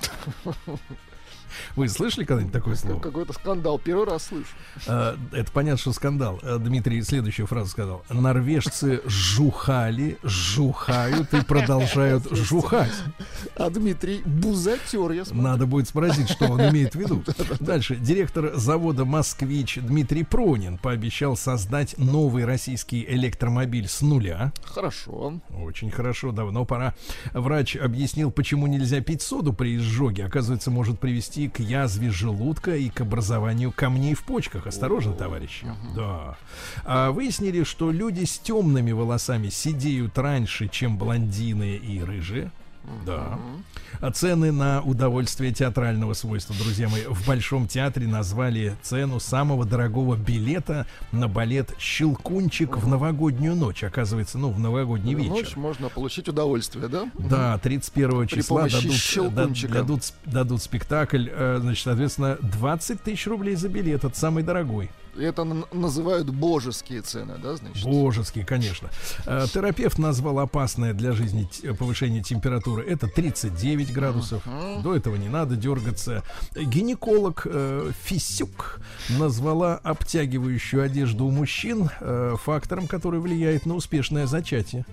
Вы слышали когда-нибудь такое слово?
Какой-то скандал. Первый раз слышу.
А, это понятно, что скандал. А, Дмитрий следующую фразу сказал: норвежцы жухали, жухают и продолжают жухать.
А Дмитрий бузатер, я смотрю.
Надо будет спросить, что он имеет в виду. Дальше. Директор завода «Москвич» Дмитрий Пронин пообещал создать новый российский электромобиль с нуля.
Хорошо.
Очень хорошо, давно пора. Врач объяснил, почему нельзя пить соду при изжоге. Оказывается, может привести к язве желудка и к образованию камней в почках. Осторожно, товарищи. Да. А выяснили, что люди с темными волосами сидеют раньше, чем блондины и рыжие. Да. А цены на удовольствие театрального свойства, друзья мои, в Большом театре назвали цену самого дорогого билета на балет «Щелкунчик» в новогоднюю ночь. Оказывается, ну, в новогодний вечер.
Ночь можно получить удовольствие, да?
Да, тридцать первого числа дадут, дадут, дадут спектакль. Значит, соответственно, двадцать тысяч рублей за билет. Это самый дорогой.
Это называют божеские цены, да, значит?
Божеские, конечно. Терапевт назвал опасное для жизни повышение температуры. Это тридцать девять градусов. Uh-huh. До этого не надо дергаться. Гинеколог э, Фисюк назвала обтягивающую одежду у мужчин э, фактором, который влияет на успешное зачатие.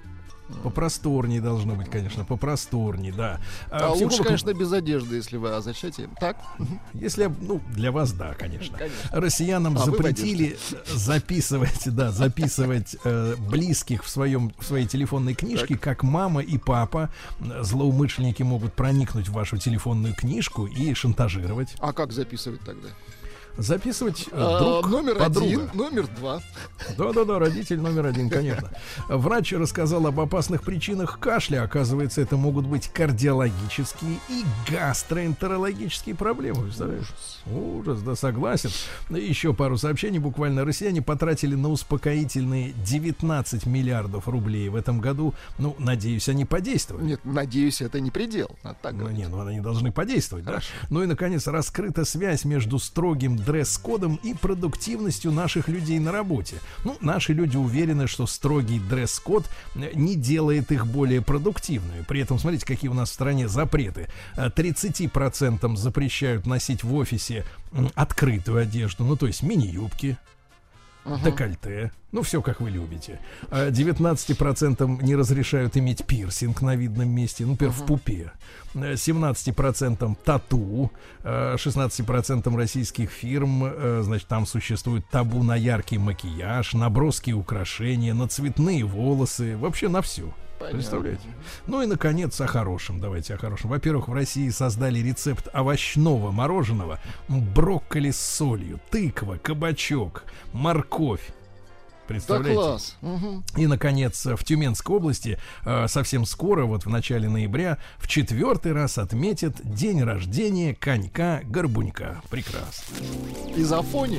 Попросторнее должно быть, конечно, попросторнее, да.
А, а лучше, конечно, без одежды, если вы о зачатии. Так?
Если, ну, для вас, да, конечно.
конечно.
Россиянам а запретили записывать, да, записывать э, близких в своем, в своей телефонной книжке, так. Как мама и папа. Злоумышленники могут проникнуть в вашу телефонную книжку и шантажировать.
А как записывать тогда?
Записывать а, друг,
номер
подруга.
один, номер два.
Да-да-да, родитель номер один, конечно. Врач рассказал об опасных причинах кашля. Оказывается, это могут быть кардиологические и гастроэнтерологические проблемы. Представляешь? Ужас. Ужас, да, согласен. Еще пару сообщений. Буквально россияне потратили на успокоительные девятнадцать миллиардов рублей в этом году. Ну, надеюсь, они подействуют.
Нет, надеюсь, это не предел. А так
ну, нет, ну, они должны подействовать. Хорошо. Да? Ну и, наконец, раскрыта связь между строгим дресс-кодом и продуктивностью наших людей на работе. Ну, наши люди уверены, что строгий дресс-код не делает их более продуктивными. При этом, смотрите, какие у нас в стране запреты. тридцать процентов запрещают носить в офисе открытую одежду, ну, то есть мини-юбки, Uh-huh. декольте, ну все как вы любите. девятнадцать процентов не разрешают иметь пирсинг на видном месте, ну, например, uh-huh. в пупе. семнадцать процентов тату, шестнадцать процентов российских фирм, значит, там существует табу на яркий макияж, на броские украшения, на цветные волосы, вообще на все. Понятно. Представляете? Ну и, наконец, о хорошем. Давайте о хорошем. Во-первых, в России создали рецепт овощного мороженого. Брокколи с солью, тыква, кабачок, морковь. Представляете?
Да, класс. Угу.
И, наконец, в Тюменской области э, совсем скоро, вот в начале ноября, в четвертый раз отметят день рождения конька-горбунька. Прекрасно.
Из Афони?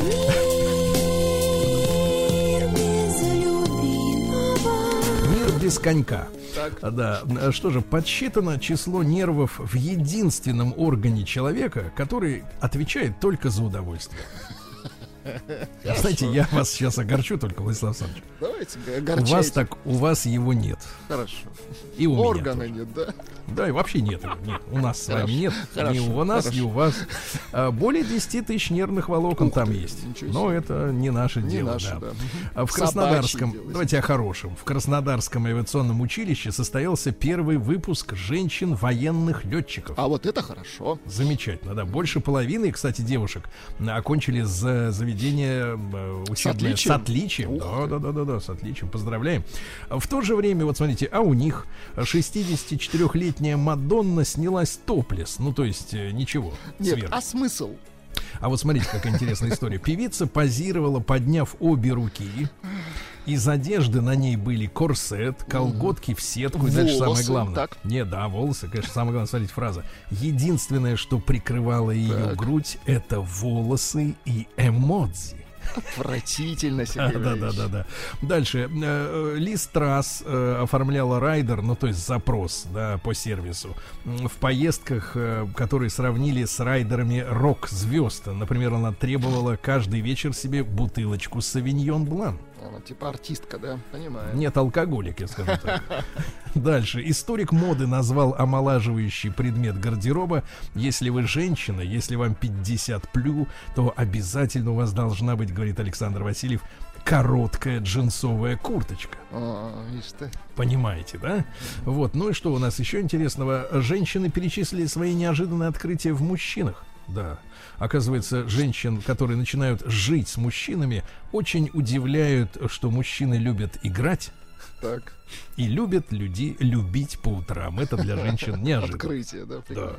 Без конька.
Так.
Да. Что же, подсчитано число нервов в единственном органе человека, который отвечает только за удовольствие. Хорошо. Знаете, я вас сейчас огорчу только, Владислав Александрович.
Давайте, огорчайте.
У вас так, у вас его нет.
Хорошо.
И у
Органа
меня
нет, да?
Да, и вообще нет его. Нет, у нас
Хорошо.
с вами нет.
Хорошо.
Ни у нас,
Хорошо.
ни у вас. А, более десять тысяч нервных волокон
Ух
там
ты,
есть.
ничего себе.
Но это не наше
Не
дело.
наше,
Да.
да.
А в
Собачье
Краснодарском,
дело.
давайте о хорошем. В Краснодарском авиационном училище состоялся первый выпуск женщин-военных летчиков.
А вот это хорошо.
Замечательно, да. Больше половины, кстати, девушек окончили за заведение учебное с отличием. Да, да, да, да, да, с отличием. Поздравляем. В то же время, вот смотрите, а у них шестидесятичетырёхлетняя Мадонна снялась топлес. Ну, то есть, ничего.
Нет,
сверху.
а смысл?
А вот смотрите, какая интересная история. Певица позировала, подняв обе руки. Из одежды на ней были корсет, колготки в сетку. И дальше самое главное.
Так.
Не, да, волосы, конечно, самое главное. Смотрите, фраза. Единственное, что прикрывало ее
Так.
грудь, это волосы и эмодзи.
Отвратительно, Сергей
Да, да, да, да. Дальше. Э, Ли Страс э, оформляла райдер, ну, то есть запрос, да, по сервису, в поездках, э, которые сравнили с райдерами рок-звезд. Например, она требовала каждый вечер себе бутылочку Савиньон Блан.
Она типа артистка, да? Понимаю.
Нет, алкоголик, я скажу так. Дальше. Историк моды назвал омолаживающий предмет гардероба. Если вы женщина, если вам пятьдесят плюс, то обязательно у вас должна быть, говорит Александр Васильев, короткая джинсовая курточка.
О, видишь ты.
Понимаете, да? Вот. Ну и что у нас еще интересного? Женщины перечислили свои неожиданные открытия в мужчинах. Да. Оказывается, женщин, которые начинают жить с мужчинами, очень удивляют, что мужчины любят играть.
Так.
И любят люди любить по утрам. Это для женщин неожиданно.
Открытие, да, прекрасно.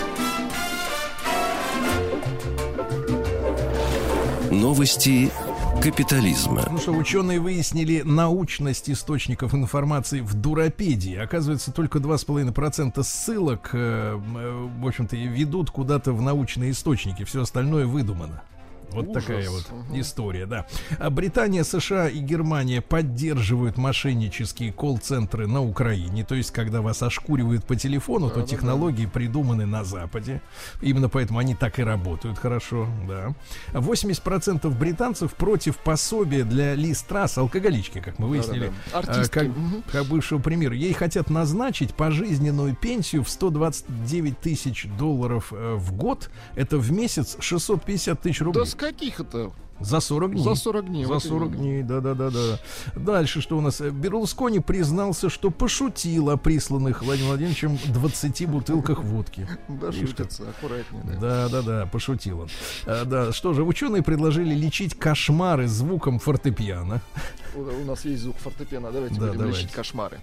Новости капитализма.
Ну что, ученые выяснили научность источников информации в Дуропедии. Оказывается, только два с половиной процента ссылок, э, в общем-то, ведут куда-то в научные источники. Все остальное выдумано. Вот Ужас. Такая вот угу. история, да. А Британия, США и Германия поддерживают мошеннические колл-центры на Украине. То есть, когда вас ошкуривают по телефону, да, то да, технологии да. придуманы на Западе. Именно поэтому они так и работают хорошо, да. восемьдесят процентов британцев против пособия для Лиз Трасс, алкоголички, как мы выяснили.
Да, да, да.
А, как, угу. как бывшего примера. Ей хотят назначить пожизненную пенсию в сто двадцать девять тысяч долларов э, в год. Это в месяц шестьсот пятьдесят тысяч рублей.
Да, каких это?
За сорок дней.
За сорок дней.
За
вот
сорок дней, да-да-да-да. Дальше что у нас? Берлускони признался, что пошутил о присланных Владимиром Владимировичем двадцати бутылках водки.
Да, шутится, аккуратнее.
Да-да-да, пошутил он. А, да, что же, ученые предложили лечить кошмары звуком фортепиано.
У, у нас есть звук фортепиано, давайте да, будем давайте. лечить кошмары.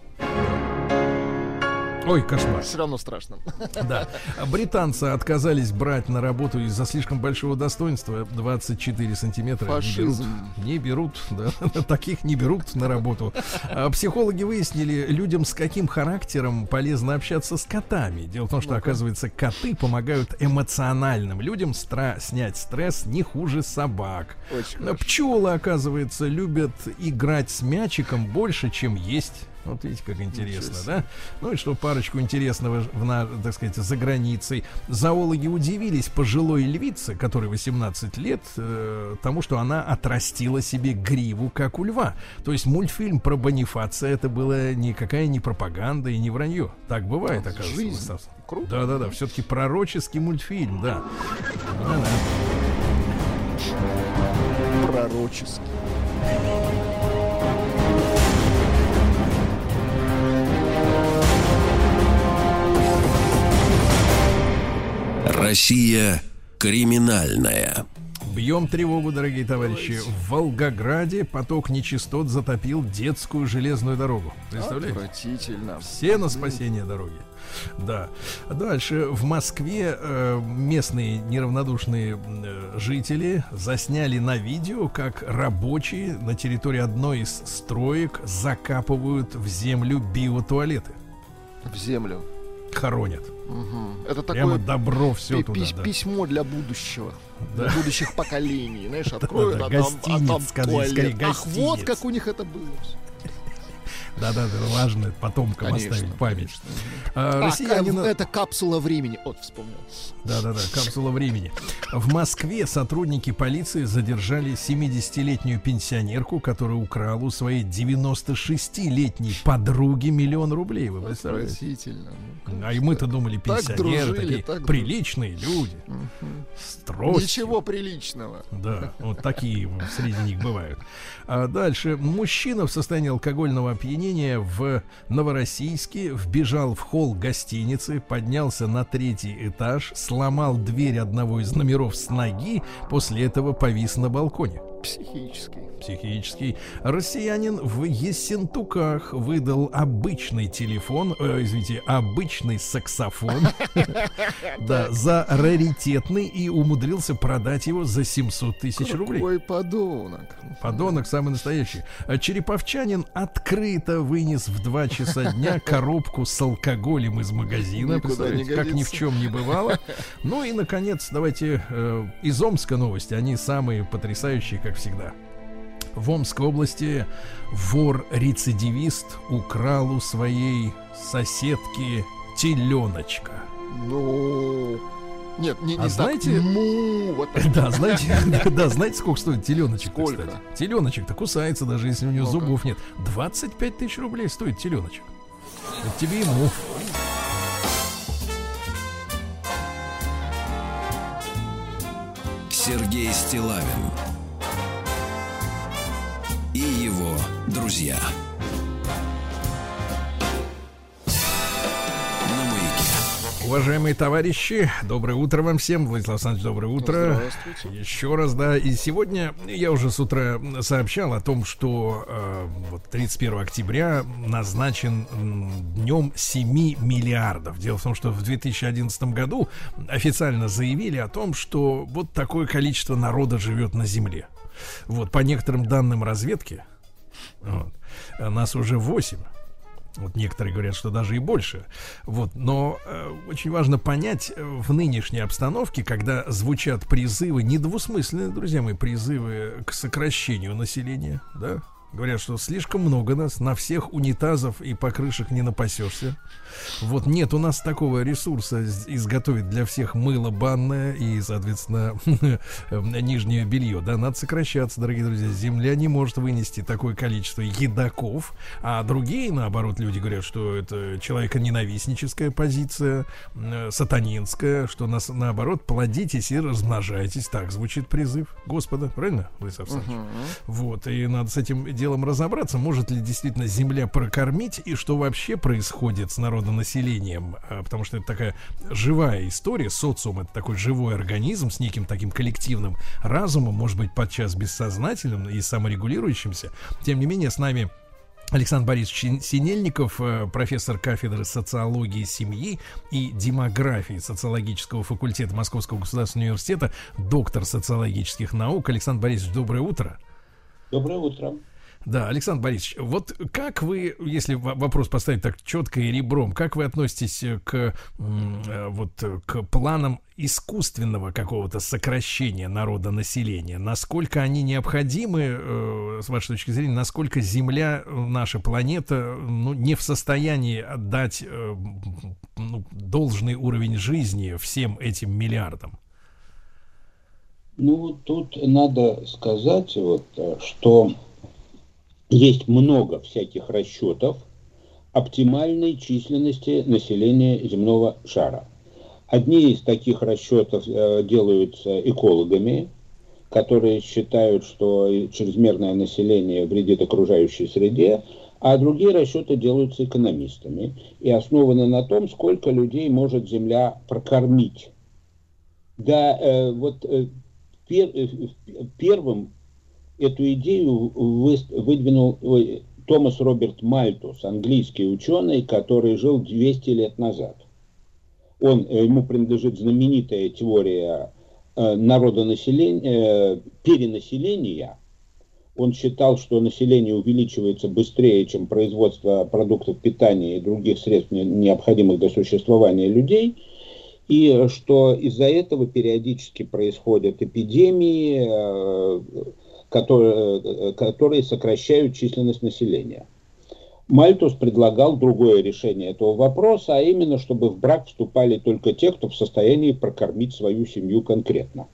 Ой, кошмар.
Все равно страшно.
Да. Британцы отказались брать на работу из-за слишком большого достоинства. двадцать четыре сантиметра.
Фашизм.
Не берут. Не берут, да. Таких не берут на работу. А психологи выяснили, людям с каким характером полезно общаться с котами. Дело в том, что, ну-ка. оказывается, коты помогают эмоциональным людям стра- снять стресс не хуже собак. Очень Пчелы, оказывается, любят играть с мячиком больше, чем есть. Вот видите, как интересно, да? Ну и что, парочку интересного, в, на, так сказать, за границей. Зоологи удивились пожилой львице, которой восемнадцать лет, э, тому, что она отрастила себе гриву, как у льва. То есть мультфильм про Бонифация — это была никакая не пропаганда и не вранье. Так бывает, а, оказывается.
Круто.
Да-да-да, все-таки пророческий мультфильм, да. Да-да.
Пророческий.
Россия криминальная.
Бьем тревогу, дорогие товарищи. В Волгограде поток нечистот затопил детскую железную дорогу. Представляете?
Отвратительно.
Все на спасение дороги. Да. Дальше. В Москве э, местные неравнодушные э, жители засняли на видео, как рабочие на территории одной из строек закапывают в землю биотуалеты.
В землю?
Хоронят.
Угу. Это
прямо
такое
добро все
пи-
туда.
Пись-
да.
Письмо для будущего.
Да.
Для будущих поколений. Знаешь, откроют,
да,
а
да,
там, а там
скорее,
туалет.
скорее,
Ах, вот как у них это было.
Да-да, это важно потомкам конечно, оставить память.
Конечно.
А,
а,
россиянина...
Это капсула времени. Вот, вспомнил.
Да-да-да, капсула времени. В Москве сотрудники полиции задержали семидесятилетнюю пенсионерку, которая украла у своей девяносто шестилетней подруги миллион рублей. Вы представляете?
Отвратительно. Ну,
а и мы-то думали, пенсионеры,
дружили,
такие
так
приличные люди.
Угу.
Строгие.
Ничего приличного.
Да, вот такие среди них бывают. А дальше. Мужчина в состоянии алкогольного опьянения в Новороссийске вбежал в холл гостиницы, поднялся на третий этаж, сломал дверь одного из номеров с ноги, после этого повис на балконе.
Психический.
Психический. Россиянин в Ессентуках выдал обычный телефон, э, извините, обычный саксофон, да, за раритетный и умудрился продать его за семьсот тысяч рублей.
Какой подонок.
Подонок самый настоящий. Череповчанин открыто вынес в два часа дня коробку с алкоголем из магазина. Представляете, как ни в чем не бывало. Ну и, наконец, давайте э, из Омска новости. Они самые потрясающие, как всегда. В Омской области вор-рецидивист украл у своей соседки теленочка.
Ну... Нет, не, не
а знаете,
так. Му, вот
да, знаете, да, знаете, сколько стоит теленочек?
Сколько?
Кстати? Теленочек-то кусается, даже если у него
Ну-ка.
зубов нет. двадцать пять тысяч рублей стоит теленочек. Вот тебе ему.
Сергей Стиллавин и его друзья.
Уважаемые товарищи, доброе утро вам всем. Владислав Александрович, доброе утро.
Здравствуйте.
Еще раз, да. И сегодня я уже с утра сообщал о том, что э, вот тридцать первого октября назначен м, днем семи миллиардов. Дело в том, что в две тысячи одиннадцатом году официально заявили о том, что вот такое количество народа живет на Земле. Вот, по некоторым данным разведки, вот, нас уже восемь. Вот некоторые говорят, что даже и больше. Вот, но э, очень важно понять в нынешней обстановке, когда звучат призывы, недвусмысленные, друзья мои, призывы к сокращению населения, да? Говорят, что слишком много нас, на всех унитазов и покрышек не напасешься. Вот нет у нас такого ресурса изготовить для всех мыло банное и, соответственно, нижнее белье. Да, надо сокращаться, дорогие друзья. Земля не может вынести такое количество едоков. А другие, наоборот, люди говорят, что это человеконенавистническая позиция, сатанинская, что нас, наоборот, плодитесь и размножайтесь. Так звучит призыв Господа. Правильно, Владислав Александрович? Uh-huh. Вот, и надо с этим делом разобраться, может ли действительно земля прокормить и что вообще происходит с народонаселением, потому что это такая живая история, социум — это такой живой организм с неким таким коллективным разумом, может быть, подчас бессознательным и саморегулирующимся. Тем не менее, с нами Александр Борисович Синельников, профессор кафедры социологии семьи и демографии социологического факультета Московского государственного университета, доктор социологических наук. Александр Борисович, доброе утро.
Доброе утро.
Да, Александр Борисович, вот как вы, если вопрос поставить так четко и ребром, как вы относитесь к, вот, к планам искусственного какого-то сокращения народонаселения? Насколько они необходимы, с вашей точки зрения, насколько Земля, наша планета, ну, не в состоянии отдать, ну, должный уровень жизни всем этим миллиардам?
Ну, тут надо сказать, вот, что есть много всяких расчетов оптимальной численности населения земного шара. Одни из таких расчетов э, делаются экологами, которые считают, что чрезмерное население вредит окружающей среде, а другие расчеты делаются экономистами и основаны на том, сколько людей может Земля прокормить. Да, э, вот э, пер, э, первым эту идею выдвинул Томас Роберт Мальтус, английский ученый, который жил двести лет назад. Он, ему принадлежит знаменитая теория народонаселения, перенаселения. Он считал, что население увеличивается быстрее, чем производство продуктов питания и других средств, необходимых для существования людей, и что из-за этого периодически происходят эпидемии, Которые, которые сокращают численность населения. Мальтус предлагал другое решение этого вопроса, а именно, чтобы в брак вступали только те, кто в состоянии прокормить свою семью конкретно.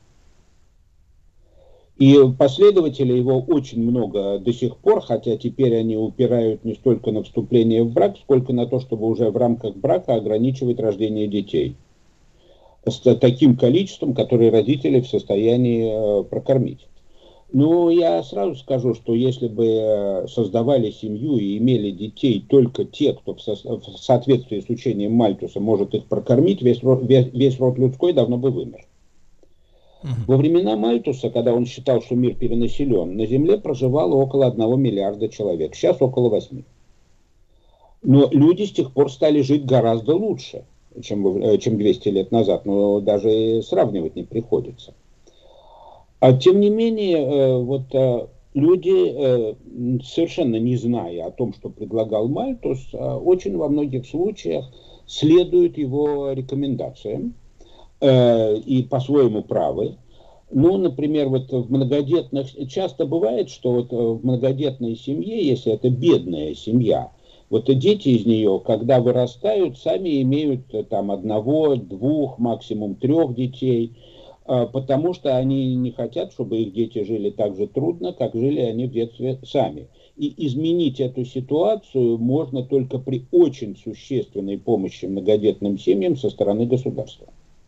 И последователей его очень много до сих пор, хотя теперь они упирают не столько на вступление в брак, сколько на то, чтобы уже в рамках брака ограничивать рождение детей с таким количеством, которое родители в состоянии прокормить. Ну, я сразу скажу, что если бы создавали семью и имели детей только те, кто в, со в соответствии с учением Мальтуса может их прокормить, весь род, весь, весь род людской давно бы вымер. Uh-huh. Во времена Мальтуса, когда он считал, что мир перенаселен, на Земле проживало около одного миллиарда человек, сейчас около восьми. Но люди с тех пор стали жить гораздо лучше, чем, чем двести лет назад, но даже сравнивать не приходится. А тем не менее, вот люди, совершенно не зная о том, что предлагал Мальтус, очень во многих случаях следуют его рекомендациям и по-своему правы. Ну, например, вот в многодетных, часто бывает, что вот в многодетной семье, если это бедная семья, вот дети из нее, когда вырастают, сами имеют там одного, двух, максимум трех детей, потому что они не хотят, чтобы их дети жили так же трудно, как жили они в детстве сами. И изменить эту ситуацию можно только при очень существенной помощи многодетным семьям со стороны государства.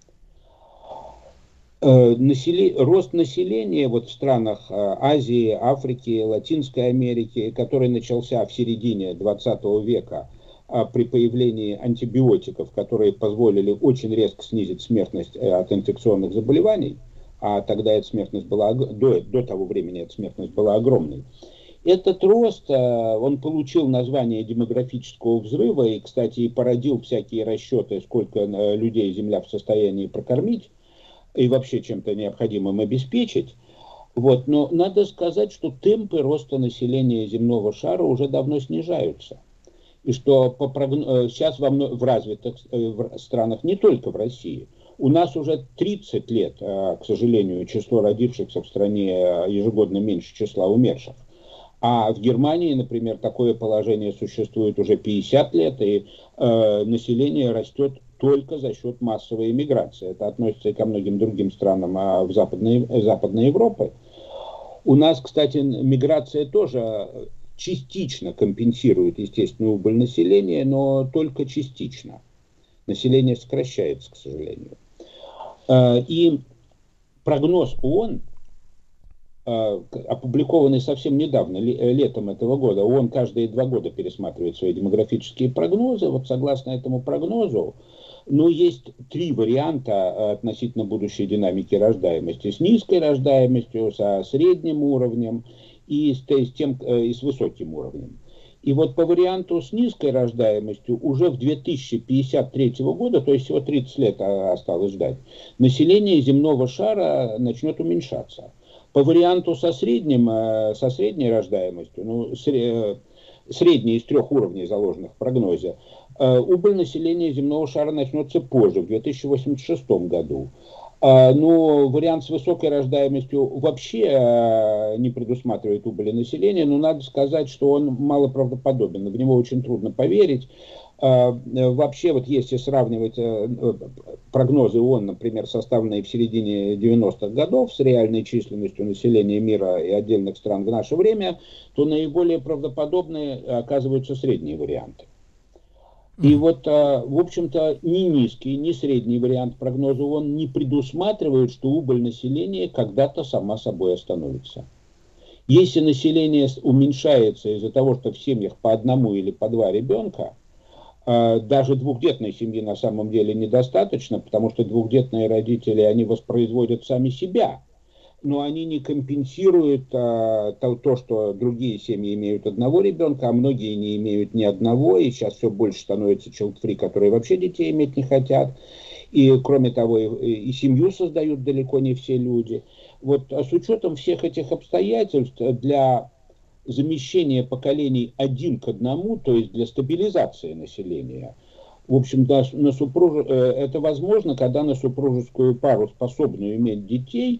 Насели... Рост населения вот в странах Азии, Африки, Латинской Америки, который начался в середине двадцатого века, при появлении антибиотиков, которые позволили очень резко снизить смертность от инфекционных заболеваний, а тогда эта смертность была, до, до того времени эта смертность была огромной. Этот рост, он получил название демографического взрыва и, кстати, и породил всякие расчеты, сколько людей Земля в состоянии прокормить и вообще чем-то необходимым обеспечить. Вот, но надо сказать, что темпы роста населения земного шара уже давно снижаются. И что по прогноз... сейчас во мно... в развитых в странах, не только в России, у нас уже тридцать лет, к сожалению, число родившихся в стране ежегодно меньше числа умерших. А в Германии, например, такое положение существует уже пятьдесят лет, и э, население растет только за счет массовой эмиграции. Это относится и ко многим другим странам а в Западной, Западной Европе. У нас, кстати, миграция тоже частично компенсирует естественную убыль населения, но только частично. Население сокращается, к сожалению. И прогноз ООН, опубликованный совсем недавно, летом этого года, ООН каждые два года пересматривает свои демографические прогнозы. Вот согласно этому прогнозу, ну, есть три варианта относительно будущей динамики рождаемости. С низкой рождаемостью, со средним уровнем и с, с, тем, и с высоким уровнем. И вот по варианту с низкой рождаемостью уже в две тысячи пятьдесят третьего года, то есть всего тридцать лет осталось ждать, население земного шара начнет уменьшаться. По варианту со, средним, со средней рождаемостью, ну, средний из трех уровней, заложенных в прогнозе, убыль населения земного шара начнется позже, в две тысячи восемьдесят шестом году. Но вариант с высокой рождаемостью вообще не предусматривает убыли населения, но надо сказать, что он малоправдоподобен, в него очень трудно поверить. Вообще, вот если сравнивать прогнозы ООН, например, составленные в середине девяностых годов с реальной численностью населения мира и отдельных стран в наше время, то наиболее правдоподобные оказываются средние варианты. И вот, в общем-то, ни низкий, ни средний вариант прогноза ООН не предусматривает, что убыль населения когда-то сама собой остановится. Если население уменьшается из-за того, что в семьях по одному или по два ребенка, даже двухдетной семьи на самом деле недостаточно, потому что двухдетные родители, они воспроизводят сами себя, но они не компенсируют а, то, то, что другие семьи имеют одного ребенка, а многие не имеют ни одного, и сейчас все больше становится child-free, которые вообще детей иметь не хотят. И, кроме того, и, и семью создают далеко не все люди. Вот а с учетом всех этих обстоятельств, для замещения поколений один к одному, то есть для стабилизации населения, в общем, да, на супруж... это возможно, когда на супружескую пару, способную иметь детей,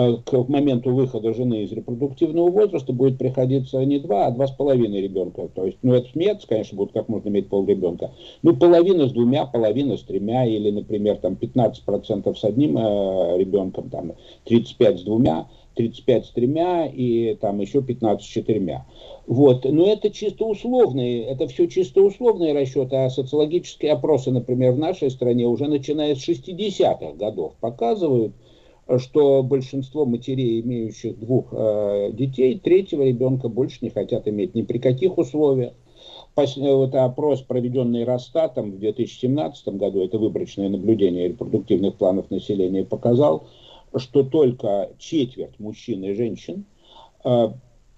к моменту выхода жены из репродуктивного возраста будет приходиться не два, а два с половиной ребенка. То есть, ну, это смеяться, конечно, будет, как можно иметь полребенка. Ну, половина с двумя, половина с тремя, или, например, там пятнадцать процентов с одним э, ребенком, там тридцать пять с двумя, тридцать пять с тремя и там еще пятнадцать с четырьмя. Вот. Но это чисто условные, это все чисто условные расчеты, а социологические опросы, например, в нашей стране уже начиная с шестидесятых годов показывают, что большинство матерей, имеющих двух э, детей, третьего ребенка больше не хотят иметь ни при каких условиях. Пос, вот опрос, проведенный Росстатом в две тысячи семнадцатом году, это выборочное наблюдение репродуктивных планов населения, показал, что только четверть мужчин и женщин э,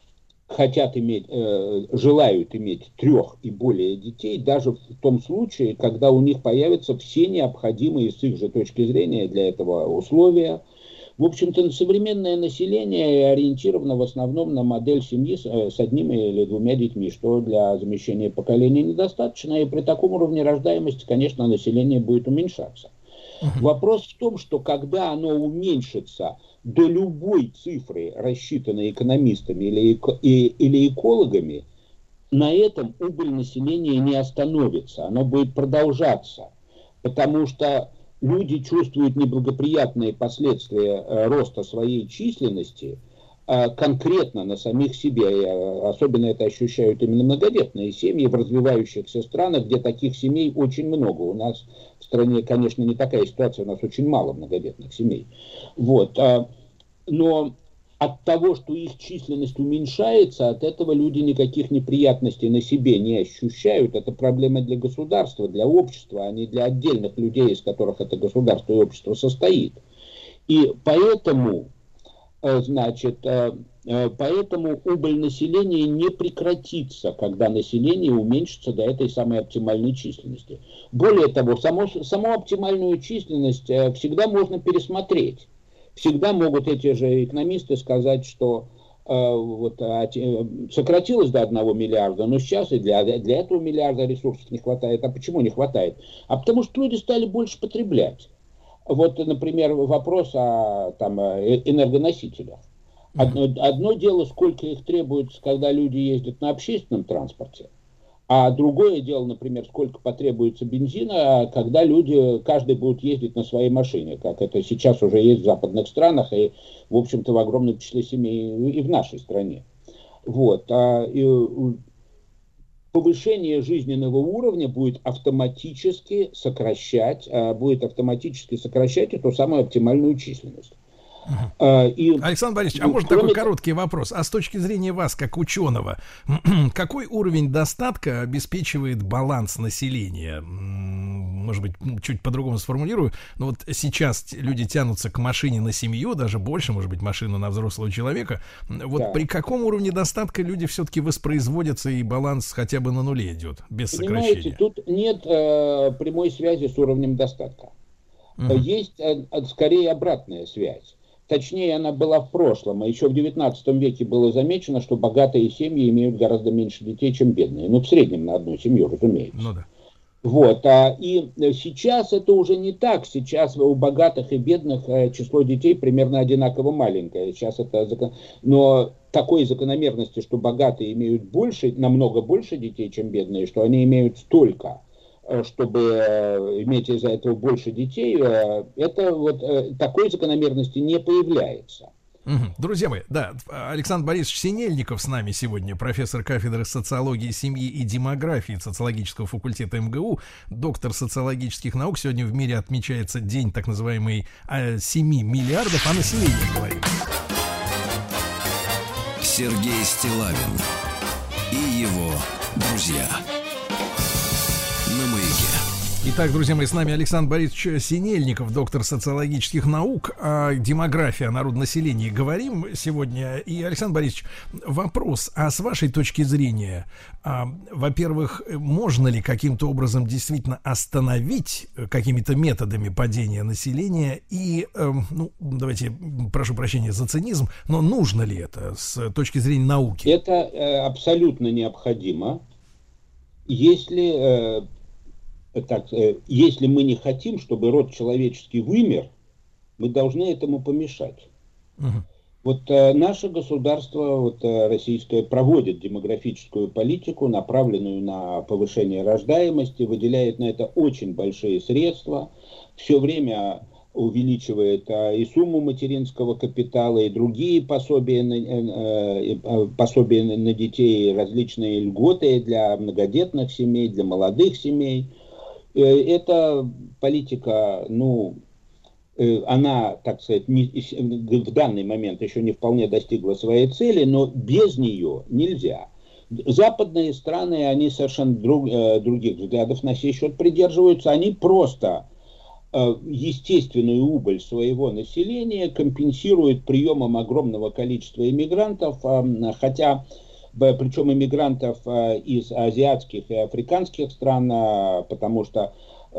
хотят иметь, э, желают иметь трех и более детей, даже в том случае, когда у них появятся все необходимые с их же точки зрения для этого условия. В общем-то, современное население ориентировано в основном на модель семьи с, с одним или двумя детьми, что для замещения поколения недостаточно, и при таком уровне рождаемости, конечно, население будет уменьшаться. Вопрос в том, что когда оно уменьшится до любой цифры, рассчитанной экономистами или, или экологами, на этом убыль населения не остановится, оно будет продолжаться, потому что люди чувствуют неблагоприятные последствия роста своей численности конкретно на самих себе. Особенно это ощущают именно многодетные семьи в развивающихся странах, где таких семей очень много. У нас в стране, конечно, не такая ситуация, у нас очень мало многодетных семей. Вот. Но от того, что их численность уменьшается, от этого люди никаких неприятностей на себе не ощущают. Это проблема для государства, для общества, а не для отдельных людей, из которых это государство и общество состоит. И поэтому, значит, поэтому убыль населения не прекратится, когда население уменьшится до этой самой оптимальной численности. Более того, само, саму оптимальную численность всегда можно пересмотреть. Всегда могут эти же экономисты сказать, что э, вот, а, сократилось до одного миллиарда, но сейчас и для, для этого миллиарда ресурсов не хватает. А почему не хватает? А потому что люди стали больше потреблять. Вот, например, вопрос о там, энергоносителях. Одно, одно дело, сколько их требуется, когда люди ездят на общественном транспорте, а другое дело, например, сколько потребуется бензина, когда люди, каждый будет ездить на своей машине, как это сейчас уже есть в западных странах и, в общем-то, в огромном числе семей и в нашей стране. Вот. А, и, повышение жизненного уровня будет автоматически сокращать, а, будет автоматически сокращать эту самую оптимальную численность.
Uh-huh. И, Александр Борисович, а может такой короткий вопрос? А с точки зрения вас, как ученого, какой уровень достатка обеспечивает баланс населения? Может быть, чуть по-другому сформулирую, но вот сейчас люди тянутся к машине на семью, даже больше, может быть, машину на взрослого человека. Вот да. При каком уровне достатка люди все-таки воспроизводятся и баланс хотя бы на нуле идет, без
Понимаете, сокращения? Тут нет э, прямой связи с уровнем достатка. Uh-huh. Есть э, скорее обратная связь. Точнее, она была в прошлом, а еще в девятнадцатом веке было замечено, что богатые семьи имеют гораздо меньше детей, чем бедные. Ну, в среднем на одну семью, разумеется. Ну, да. Вот, а, и сейчас это уже не так. Сейчас у богатых и бедных число детей примерно одинаково маленькое. Сейчас это, но такой закономерности, что богатые имеют больше, намного больше детей, чем бедные, что они имеют столько, чтобы иметь из-за этого больше детей, это вот такой закономерности не появляется.
Друзья мои, да, Александр Борисович Синельников с нами сегодня, профессор кафедры социологии, семьи и демографии социологического факультета эм гэ у, доктор социологических наук. Сегодня в мире отмечается день так называемый семи миллиардов, а население говорим.
Сергей Стиллавин и его друзья.
Итак, друзья мои, с нами Александр Борисович Синельников, доктор социологических наук. О демографии, о народонаселении говорим сегодня. И, Александр Борисович, вопрос, а с вашей точки зрения, а, во-первых, можно ли каким-то образом действительно остановить какими-то методами падения населения? И, э, ну, давайте, прошу прощения за цинизм, но нужно ли это с точки зрения науки?
Это э, абсолютно необходимо, если... Э, Так, если мы не хотим, чтобы род человеческий вымер, мы должны этому помешать. Uh-huh. Вот э, наше государство, вот, э, российское, проводит демографическую политику, направленную на повышение рождаемости, выделяет на это очень большие средства, все время увеличивает э, и сумму материнского капитала, и другие пособия на, э, э, пособия на детей, различные льготы для многодетных семей, для молодых семей. Эта политика, ну, она, так сказать, не, в данный момент еще не вполне достигла своей цели, но без нее нельзя. Западные страны, они совершенно друг, других взглядов на сей счет придерживаются. Они просто естественную убыль своего населения компенсируют приемом огромного количества иммигрантов, хотя... Причем иммигрантов из азиатских и африканских стран, потому что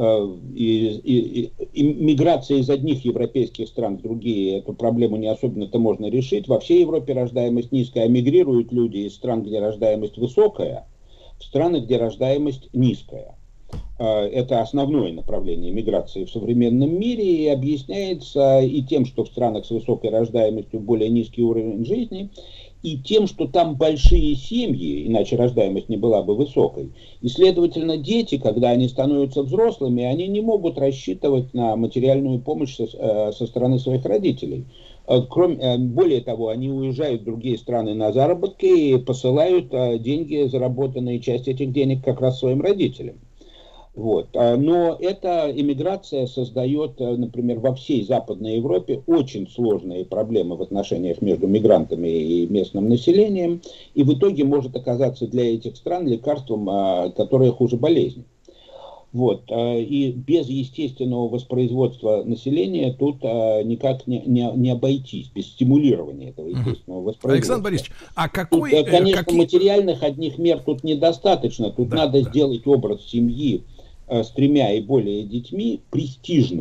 и, и, и миграция из одних европейских стран в другие, эту проблему не особенно-то можно решить. Во всей Европе рождаемость низкая, а мигрируют люди из стран, где рождаемость высокая, в страны, где рождаемость низкая. Это основное направление миграции в современном мире, и объясняется и тем, что в странах с высокой рождаемостью более низкий уровень жизни, и тем, что там большие семьи, иначе рождаемость не была бы высокой. И, следовательно, дети, когда они становятся взрослыми, они не могут рассчитывать на материальную помощь со, со стороны своих родителей. Кроме, более того, они уезжают в другие страны на заработки и посылают деньги, заработанные, часть этих денег как раз своим родителям. Вот. Но эта иммиграция создает, например, во всей Западной Европе очень сложные проблемы в отношениях между мигрантами и местным населением, и в итоге может оказаться для этих стран лекарством, которое хуже болезни. Вот. И без естественного воспроизводства населения тут никак не, не, не обойтись, без стимулирования этого естественного воспроизводства.
Александр Борисович, а какой...
Тут, конечно,
какие...
материальных одних мер тут недостаточно. Тут да, надо да. сделать образ семьи с тремя и более детьми престижным.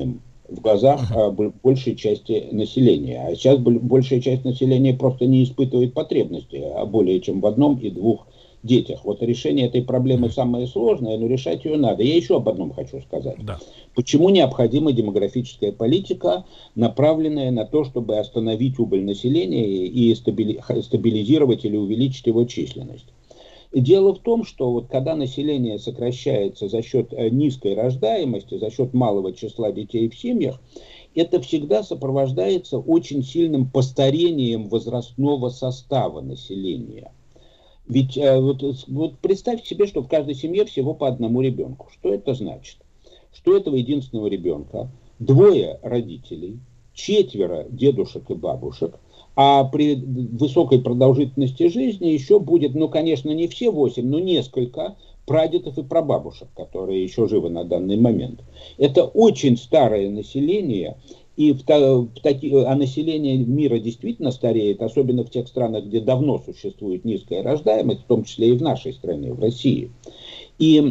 в глазах а, большей части населения. А сейчас большая часть населения просто не испытывает потребности, а более чем в одном и двух детях. Вот решение этой проблемы самое сложное, но решать ее надо. Я еще об одном хочу сказать. Да. Почему необходима демографическая политика, направленная на то, чтобы остановить убыль населения и стабилизировать или увеличить его численность? Дело в том, что вот когда население сокращается за счет низкой рождаемости, за счет малого числа детей в семьях, это всегда сопровождается очень сильным постарением возрастного состава населения. Ведь вот, вот представьте себе, что в каждой семье всего по одному ребенку. Что это значит? Что этого единственного ребенка двое родителей, четверо дедушек и бабушек, а при высокой продолжительности жизни еще будет, ну, конечно, не все восемь, но несколько прадедов и прабабушек, которые еще живы на данный момент. Это очень старое население, и в, в таки, а население мира действительно стареет, особенно в тех странах, где давно существует низкая рождаемость, в том числе и в нашей стране, в России. И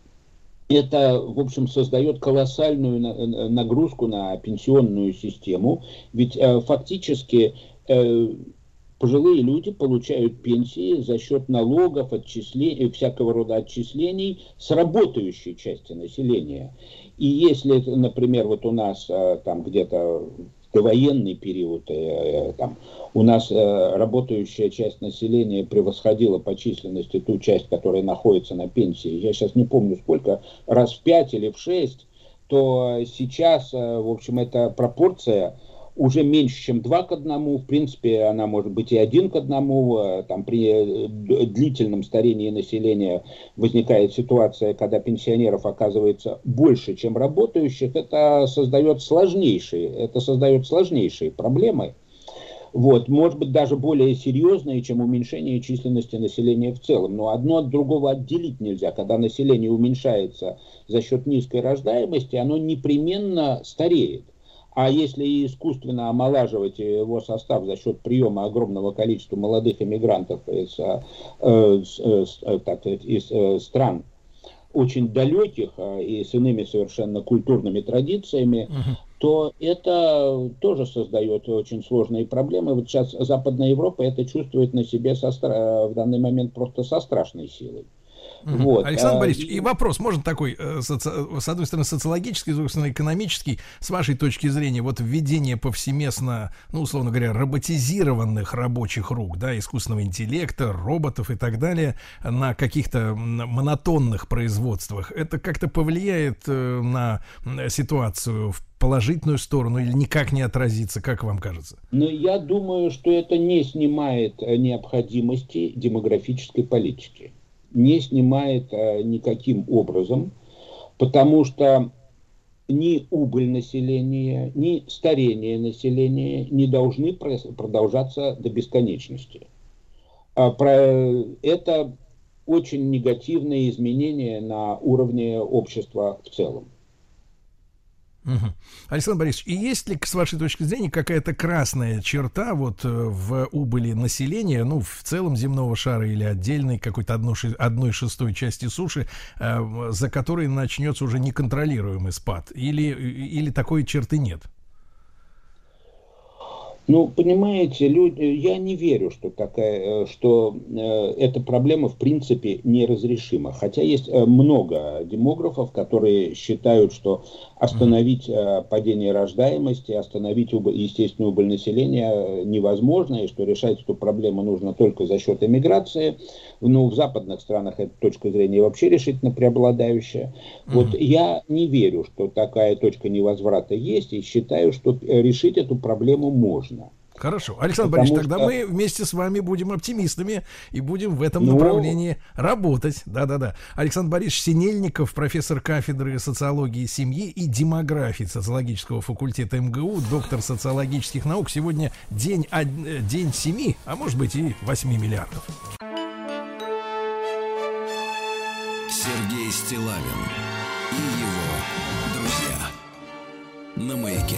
это, в общем, создает колоссальную нагрузку на пенсионную систему, ведь э, фактически э, пожилые люди получают пенсии за счет налогов, отчислений, всякого рода отчислений с работающей части населения. И если, например, вот у нас э, там где-то в довоенный период э, там, у нас э, работающая часть населения превосходила по численности ту часть, которая находится на пенсии, я сейчас не помню сколько, раз в пять или в шесть, то сейчас, э, в общем, эта пропорция уже меньше, чем два к одному, в принципе, она может быть и один к одному, там при длительном старении населения возникает ситуация, когда пенсионеров оказывается больше, чем работающих, это создает сложнейшие, это создает сложнейшие проблемы, вот, может быть, даже более серьезные, чем уменьшение численности населения в целом, но одно от другого отделить нельзя, когда население уменьшается за счет низкой рождаемости, оно непременно стареет. А если искусственно омолаживать его состав за счет приема огромного количества молодых иммигрантов из, э, э, так сказать, из э, стран очень далеких э, и с иными совершенно культурными традициями, uh-huh. то это тоже создает очень сложные проблемы. Вот сейчас Западная Европа это чувствует на себе со, в данный момент просто со страшной силой.
Угу. Вот. Александр Борисович, и вопрос, можно такой, соци... с одной стороны, социологический, с другой стороны, экономический, с вашей точки зрения, вот введение повсеместно, ну, условно говоря, роботизированных рабочих рук, да, искусственного интеллекта, роботов и так далее, на каких-то монотонных производствах, это как-то повлияет на ситуацию в положительную сторону или никак не отразится, как вам кажется?
Ну, я думаю, что это не снимает необходимости демографической политики. Не снимает а, никаким образом, потому что ни убыль населения, ни старение населения не должны продолжаться до бесконечности. А, про, это очень негативные изменения на уровне общества в целом.
Угу. Александр Борисович, и есть ли, с вашей точки зрения, какая-то красная черта вот в убыли населения, ну, в целом земного шара или отдельной какой-то одной, одной шестой части суши, э, за которой начнется уже неконтролируемый спад? Или, или такой черты нет?
Ну, понимаете, люди, я не верю, что такая, что э, эта проблема в принципе неразрешима. Хотя есть э, много демографов, которые считают, что остановить э, падение рождаемости, остановить убыль, естественную убыль населения невозможно, и что решать эту проблему нужно только за счет эмиграции. Ну, в западных странах эта точка зрения вообще решительно преобладающая. Mm-hmm. Вот я не верю, что такая точка невозврата есть, и считаю, что решить эту проблему можно.
Хорошо. Александр Потому Борисович, тогда что... мы вместе с вами будем оптимистами и будем в этом ну... направлении работать. Да-да-да. Александр Борисович Синельников, профессор кафедры социологии семьи и демографии социологического факультета эм гэ у, доктор социологических наук. Сегодня день, день семи, а может быть и восьми миллиардов.
Сергей Стиллавин и его друзья на Маяке.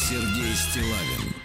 Сергей Стиллавин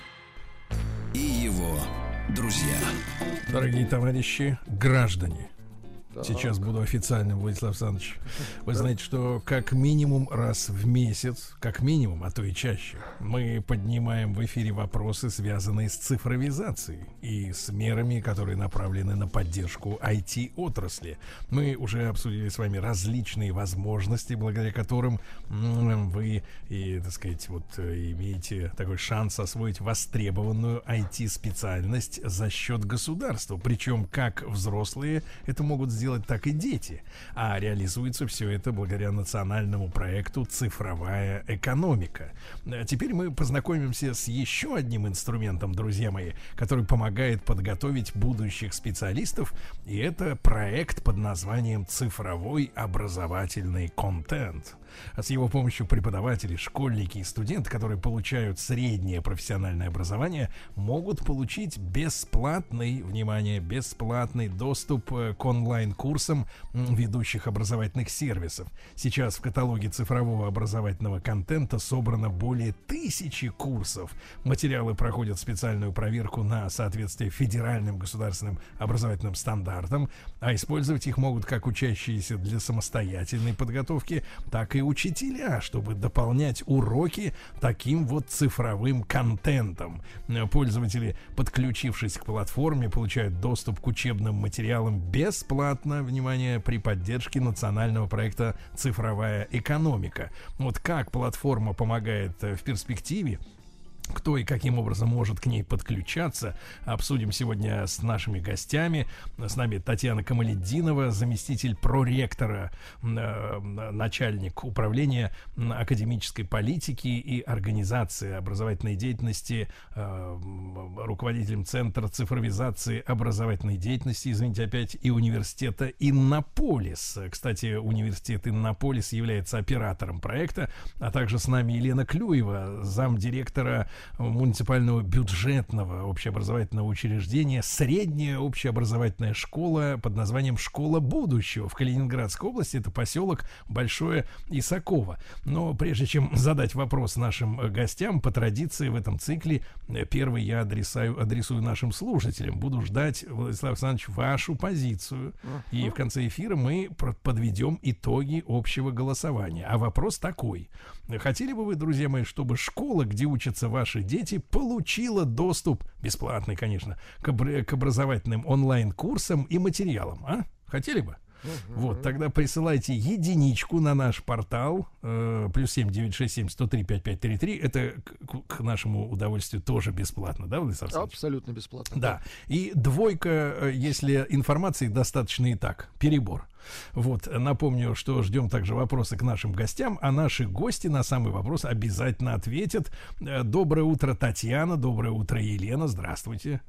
и его друзья.
Дорогие товарищи, граждане,
Так.
сейчас буду официальным, Владислав Александрович. Вы знаете, что как минимум раз в месяц, как минимум, а то и чаще, мы поднимаем в эфире вопросы, связанные с цифровизацией и с мерами, которые направлены на поддержку ай ти-отрасли. Мы уже обсудили с вами различные возможности, благодаря которым м, вы, и, так сказать, вот имеете такой шанс освоить востребованную ай ти-специальность за счет государства. Причем как взрослые это могут сделать, так и дети. А реализуется все это благодаря национальному проекту «Цифровая экономика». Теперь мы познакомимся с еще одним инструментом, друзья мои, который помогает подготовить будущих специалистов. И это проект под названием «Цифровой образовательный контент». А с его помощью преподаватели, школьники и студенты, которые получают среднее профессиональное образование, могут получить бесплатный, внимание, бесплатный доступ к онлайн-курсам ведущих образовательных сервисов. Сейчас в каталоге цифрового образовательного контента собрано более тысячи курсов. Материалы проходят специальную проверку на соответствие федеральным государственным образовательным стандартам, а использовать их могут как учащиеся для самостоятельной подготовки, так и учителя, чтобы дополнять уроки таким вот цифровым контентом. Пользователи, подключившись к платформе, получают доступ к учебным материалам бесплатно, внимание, при поддержке национального проекта «Цифровая экономика». Вот как платформа помогает в перспективе, кто и каким образом может к ней подключаться, обсудим сегодня с нашими гостями. С нами Татьяна Камалетдинова, заместитель проректора, э, начальник управления академической политики и организации образовательной деятельности, э, руководителем Центра цифровизации образовательной деятельности, извините, опять, и университета Иннополис. Кстати, университет Иннополис является оператором проекта, а также с нами Елена Клюева, замдиректора муниципального бюджетного общеобразовательного учреждения «Средняя общеобразовательная школа» под названием «Школа будущего» в Калининградской области. Это поселок Большое Исаково. Но прежде чем задать вопрос нашим гостям, по традиции в этом цикле первый я адресую, адресую нашим слушателям. Буду ждать, Владислав Александрович, вашу позицию. И в конце эфира мы подведем итоги общего голосования. А вопрос такой. Хотели бы вы, друзья мои, чтобы школа, где учатся ваши дети, получила доступ, бесплатный, конечно, к, об- к образовательным онлайн-курсам и материалам, а? Хотели бы? Uh-huh. Вот, тогда присылайте единичку на наш портал, э, плюс семь девять шесть семь сто три пять пять три три. Это к, к нашему удовольствию тоже бесплатно, да, Владислав Александрович?
Абсолютно бесплатно.
Да. И двойка, если информации достаточно и так. Перебор. Вот, напомню, что ждем также вопросы к нашим гостям, а наши гости на самый вопрос обязательно ответят. Доброе утро, Татьяна, доброе утро, Елена, здравствуйте.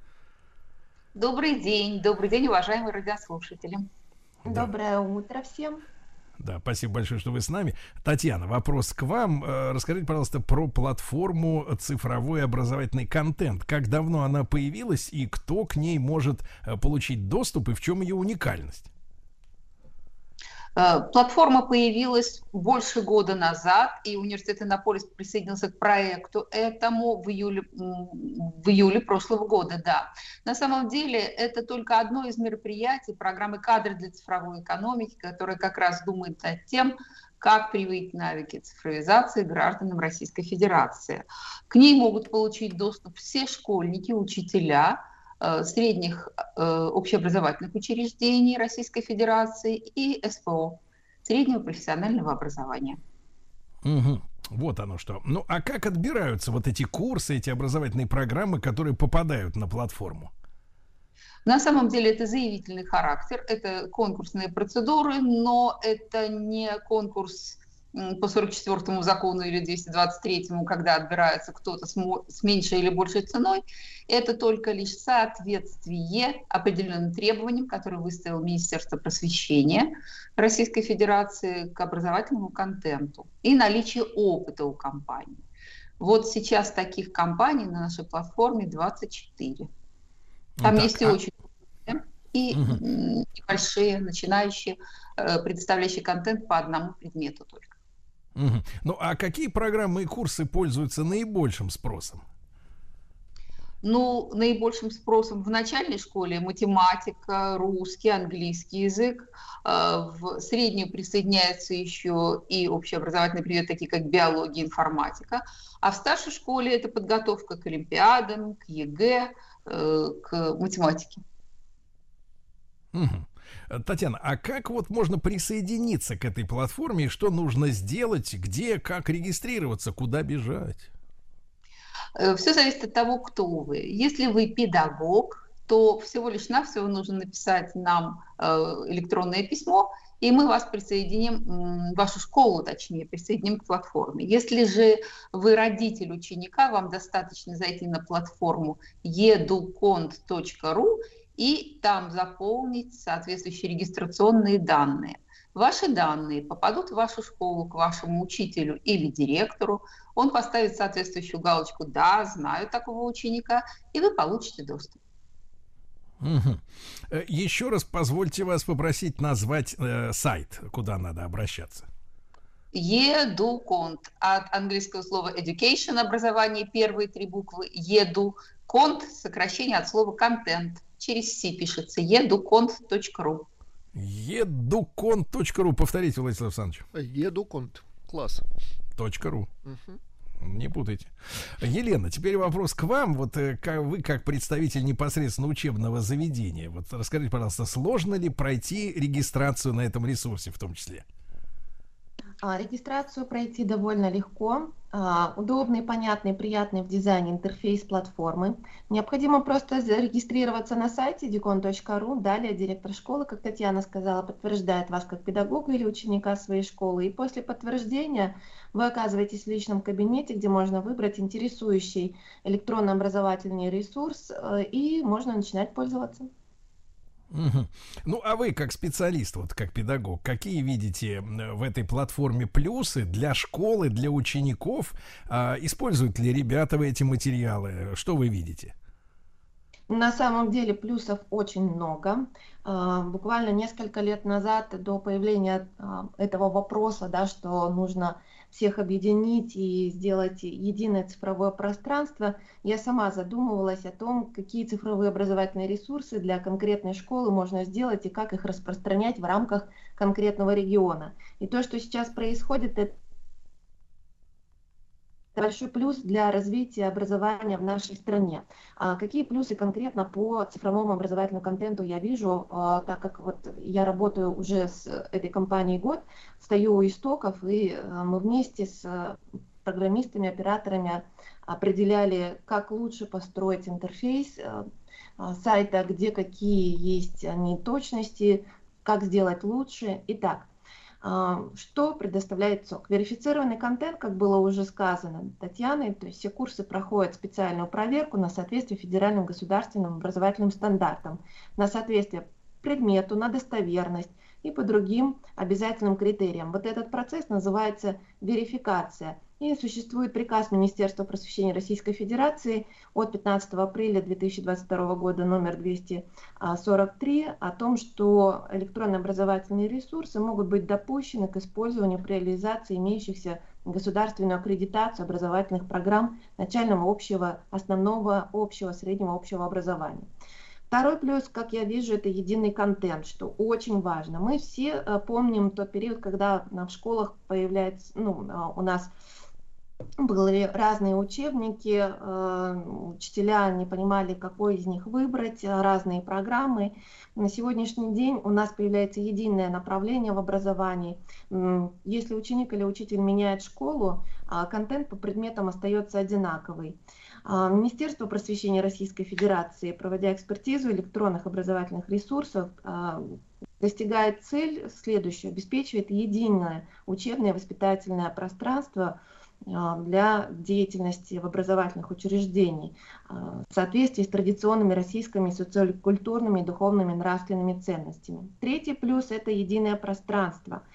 Добрый день, добрый день, уважаемые радиослушатели.
Да.
Доброе утро всем.
Да, спасибо большое, что вы с нами. Татьяна, вопрос к вам. Расскажите, пожалуйста, про платформу «Цифровой образовательный контент». Как давно она появилась и кто к ней может получить доступ и в чем ее уникальность?
Платформа появилась больше года назад, и университет Иннополис присоединился к проекту этому в июле, в июле прошлого года. Да. На самом деле это только одно из мероприятий программы «Кадры для цифровой экономики», которая как раз думает над тем, как привить навыки цифровизации гражданам Российской Федерации. К ней могут получить доступ все школьники, учителя средних э, общеобразовательных учреждений Российской Федерации и эс пэ о, среднего профессионального образования.
Угу. Вот оно что. Ну, а как отбираются вот эти курсы, эти образовательные программы, которые попадают на платформу?
На самом деле это заявительный характер, это конкурсные процедуры, но это не конкурс по сорок четвёртому закону или двести двадцать третьему, когда отбирается кто-то с, с меньшей или большей ценой. Это только лишь соответствие определенным требованиям, которые выставило Министерство просвещения Российской Федерации к образовательному контенту и наличие опыта у компаний. Вот сейчас таких компаний на нашей платформе двадцать четыре. Там так, есть и а... очень и угу. небольшие, начинающие, представляющие контент по одному предмету только.
Угу. Ну а какие программы и курсы пользуются наибольшим спросом?
Ну, наибольшим спросом в начальной школе математика, русский, английский язык. В среднюю присоединяются еще и общеобразовательные предметы, такие как биология, информатика. А в старшей школе это подготовка к олимпиадам, к ЕГЭ, к математике.
Угу. Татьяна, а как вот можно присоединиться к этой платформе? Что нужно сделать? Где, как регистрироваться? Куда бежать?
Все зависит от того, кто вы. Если вы педагог, то всего лишь навсего нужно написать нам электронное письмо, и мы вас присоединим, вашу школу, точнее, присоединим к платформе. Если же вы родитель ученика, вам достаточно зайти на платформу educont точка ру и там заполнить соответствующие регистрационные данные. Ваши данные попадут в вашу школу к вашему учителю или директору. Он поставит соответствующую галочку «Да, знаю такого ученика», и вы получите доступ.
Угу. Еще раз позвольте вас попросить назвать э, сайт, куда надо обращаться.
educont, от английского слова education, образование, первые три буквы, educont, сокращение от слова content, через C пишется, educont точка ру.
educont точка ру, повторите, Владислав Александрович.
Educont, класс.
.ру. Угу. Не путайте. Елена, теперь вопрос к вам. Вот как вы, как представитель непосредственно учебного заведения, вот расскажите, пожалуйста, сложно ли пройти регистрацию на этом ресурсе в том числе?
Регистрацию пройти довольно легко. Удобный, понятный, приятный в дизайне интерфейс платформы. Необходимо просто зарегистрироваться на сайте educont точка ру. Далее директор школы, как Татьяна сказала, подтверждает вас как педагога или ученика своей школы. И после подтверждения вы оказываетесь в личном кабинете, где можно выбрать интересующий электронно-образовательный ресурс, и можно начинать пользоваться.
Угу. Ну, а вы, как специалист, вот как педагог, какие видите в этой платформе плюсы для школы, для учеников? А, используют ли ребята эти материалы? Что вы видите?
На самом деле плюсов очень много. Буквально несколько лет назад, до появления этого вопроса, да, что нужно всех объединить и сделать единое цифровое пространство, я сама задумывалась о том, какие цифровые образовательные ресурсы для конкретной школы можно сделать и как их распространять в рамках конкретного региона. И то, что сейчас происходит, это большой плюс для развития образования в нашей стране. А какие плюсы конкретно по цифровому образовательному контенту я вижу, а, так как вот я работаю уже с этой компанией год, стою у истоков, и а, мы вместе с программистами, операторами определяли, как лучше построить интерфейс а, а, сайта, где какие есть неточности, как сделать лучше. Итак, что предоставляет СОК? Верифицированный контент, как было уже сказано Татьяной, то есть все курсы проходят специальную проверку на соответствие федеральным государственным образовательным стандартам, на соответствие предмету, на достоверность и по другим обязательным критериям. Вот этот процесс называется верификация. И существует приказ Министерства просвещения Российской Федерации от пятнадцатого апреля две тысячи двадцать второго года номер двести сорок три о том, что электронные образовательные ресурсы могут быть допущены к использованию при реализации имеющихся государственную аккредитацию образовательных программ начального, общего, основного, общего, среднего, общего образования. Второй плюс, как я вижу, это единый контент, что очень важно. Мы все помним тот период, когда в школах появляется, ну, у нас были разные учебники, учителя не понимали, какой из них выбрать, разные программы. На сегодняшний день у нас появляется единое направление в образовании. Если ученик или учитель меняет школу, контент по предметам остается одинаковый. Министерство просвещения Российской Федерации, проводя экспертизу электронных образовательных ресурсов, достигает цель следующую: обеспечивает единое учебное воспитательное пространство для деятельности в образовательных учреждениях в соответствии с традиционными российскими социокультурными, духовными, нравственными ценностями. Третий плюс – это единое пространство.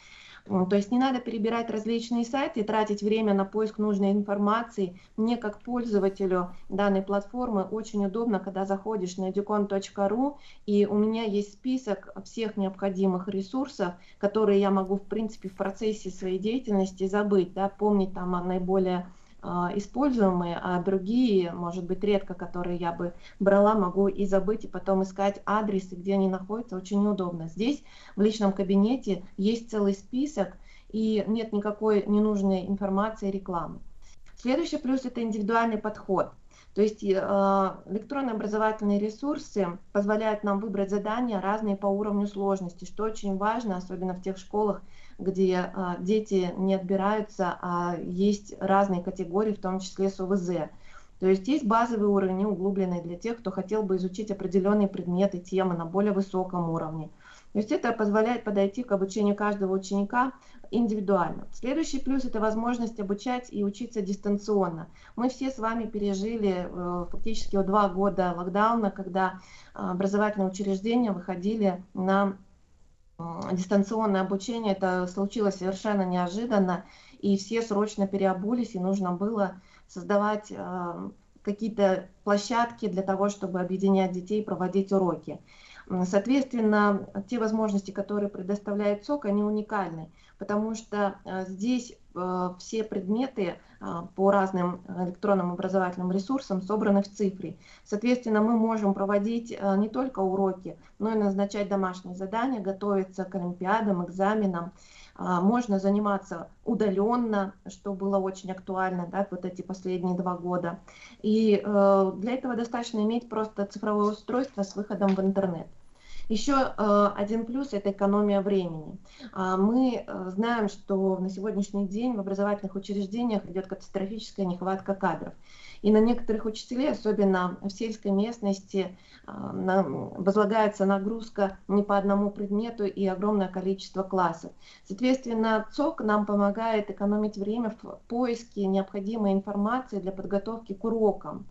То есть не надо перебирать различные сайты и тратить время на поиск нужной информации. Мне как пользователю данной платформы очень удобно, когда заходишь на эдюкон точка ру, и у меня есть список всех необходимых ресурсов, которые я могу, в принципе, в процессе своей деятельности забыть, да, помнить там о наиболее используемые, а другие, может быть, редко, которые я бы брала, могу и забыть, и потом искать адресы, где они находятся, очень неудобно. Здесь в личном кабинете есть целый список, и нет никакой ненужной информации и рекламы. Следующий плюс – это индивидуальный подход. То есть э, электронные образовательные ресурсы позволяют нам выбрать задания разные по уровню сложности, что очень важно, особенно в тех школах, где а, дети не отбираются, а есть разные категории, в том числе с о вэ зэ. То есть есть базовый уровень, углубленный для тех, кто хотел бы изучить определенные предметы, темы на более высоком уровне. То есть это позволяет подойти к обучению каждого ученика индивидуально. Следующий плюс – это возможность обучать и учиться дистанционно. Мы все с вами пережили э, фактически два года локдауна, когда э, образовательные учреждения выходили на дистанционное обучение. Это случилось совершенно неожиданно, и все срочно переобулись, и нужно было создавать э, какие-то площадки для того, чтобы объединять детей, проводить уроки. Соответственно, те возможности, которые предоставляет ЦОК, они уникальны, потому что э, здесь э, все предметы э, по разным электронным образовательным ресурсам собраны в цифре. Соответственно, мы можем проводить э, не только уроки, но и назначать домашние задания, готовиться к олимпиадам, экзаменам. Э, можно заниматься удаленно, что было очень актуально, да, вот эти последние два года. И э, для этого достаточно иметь просто цифровое устройство с выходом в интернет. Еще э, один плюс – это экономия времени. А мы э, знаем, что на сегодняшний день в образовательных учреждениях идет катастрофическая нехватка кадров. И на некоторых учителей, особенно в сельской местности, э, на, возлагается нагрузка не по одному предмету и огромное количество классов. Соответственно, ЦОК нам помогает экономить время в поиске необходимой информации для подготовки к урокам.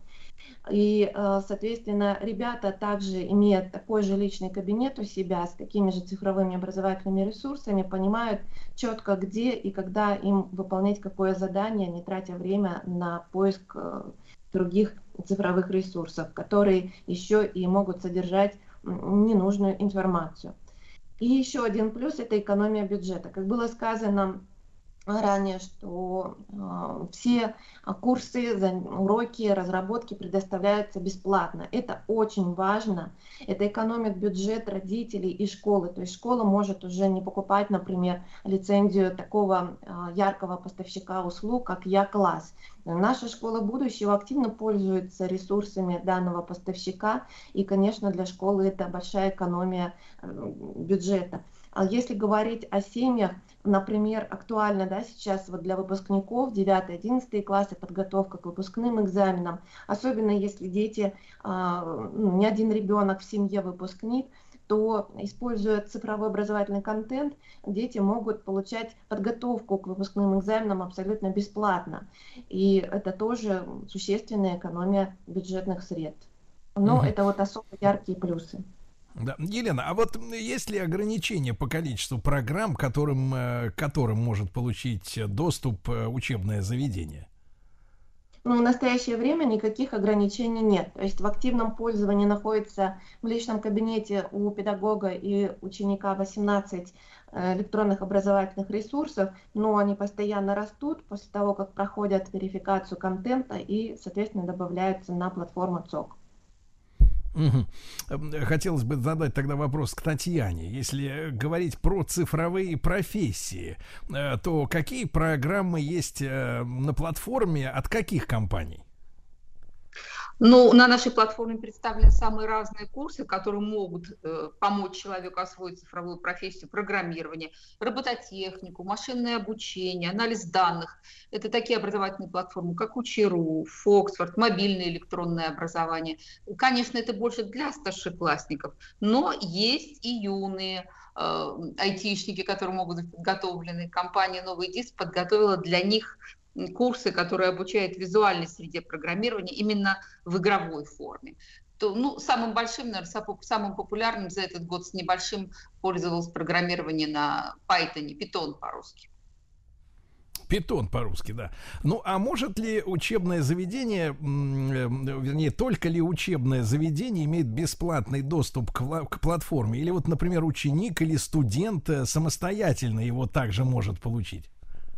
И, соответственно, ребята также, имея такой же личный кабинет у себя с такими же цифровыми образовательными ресурсами, понимают четко, где и когда им выполнять какое задание, не тратя время на поиск других цифровых ресурсов, которые еще и могут содержать ненужную информацию. И еще один плюс – это экономия бюджета. Как было сказано ранее, что э, все курсы, уроки, разработки предоставляются бесплатно. Это очень важно. Это экономит бюджет родителей и школы. То есть школа может уже не покупать, например, лицензию такого э, яркого поставщика услуг, как Я-класс. Наша школа будущего активно пользуется ресурсами данного поставщика. И, конечно, для школы это большая экономия э, бюджета. А если говорить о семьях, например, актуально, да, сейчас вот для выпускников девятый-одиннадцатый классы подготовка к выпускным экзаменам, особенно если дети, а, ну, не один ребенок в семье выпускник, то, используя цифровой образовательный контент, дети могут получать подготовку к выпускным экзаменам абсолютно бесплатно. И это тоже существенная экономия бюджетных средств. Но mm-hmm. это вот особо яркие плюсы.
Да. Елена, а вот есть ли ограничения по количеству программ, которым, которым может получить доступ учебное заведение?
Ну, в настоящее время никаких ограничений нет. То есть в активном пользовании находится в личном кабинете у педагога и ученика восемнадцать электронных образовательных ресурсов, но они постоянно растут после того, как проходят верификацию контента и, соответственно, добавляются на платформу ЦОК.
Угу. Хотелось бы задать тогда вопрос к Татьяне. Если говорить про цифровые профессии, то какие программы есть на платформе, от каких компаний?
Ну, на нашей платформе представлены самые разные курсы, которые могут э, помочь человеку освоить цифровую профессию: программирование, робототехнику, машинное обучение, анализ данных. Это такие образовательные платформы, как Учи.ру, Фоксфорд, мобильное электронное образование. Конечно, это больше для старшеклассников, но есть и юные э, айтишники, которые могут быть подготовлены. Компания «Новый диск» подготовила для них курсы, которые обучают визуальной среде программирования именно в игровой форме. то, ну, самым большим, наверное, самым популярным за этот год с небольшим пользовалось программирование на Python, Python по-русски.
Питон по-русски, да. Ну, а может ли учебное заведение, вернее, только ли учебное заведение имеет бесплатный доступ к, к платформе? Или вот, например, ученик или студент самостоятельно его также может получить?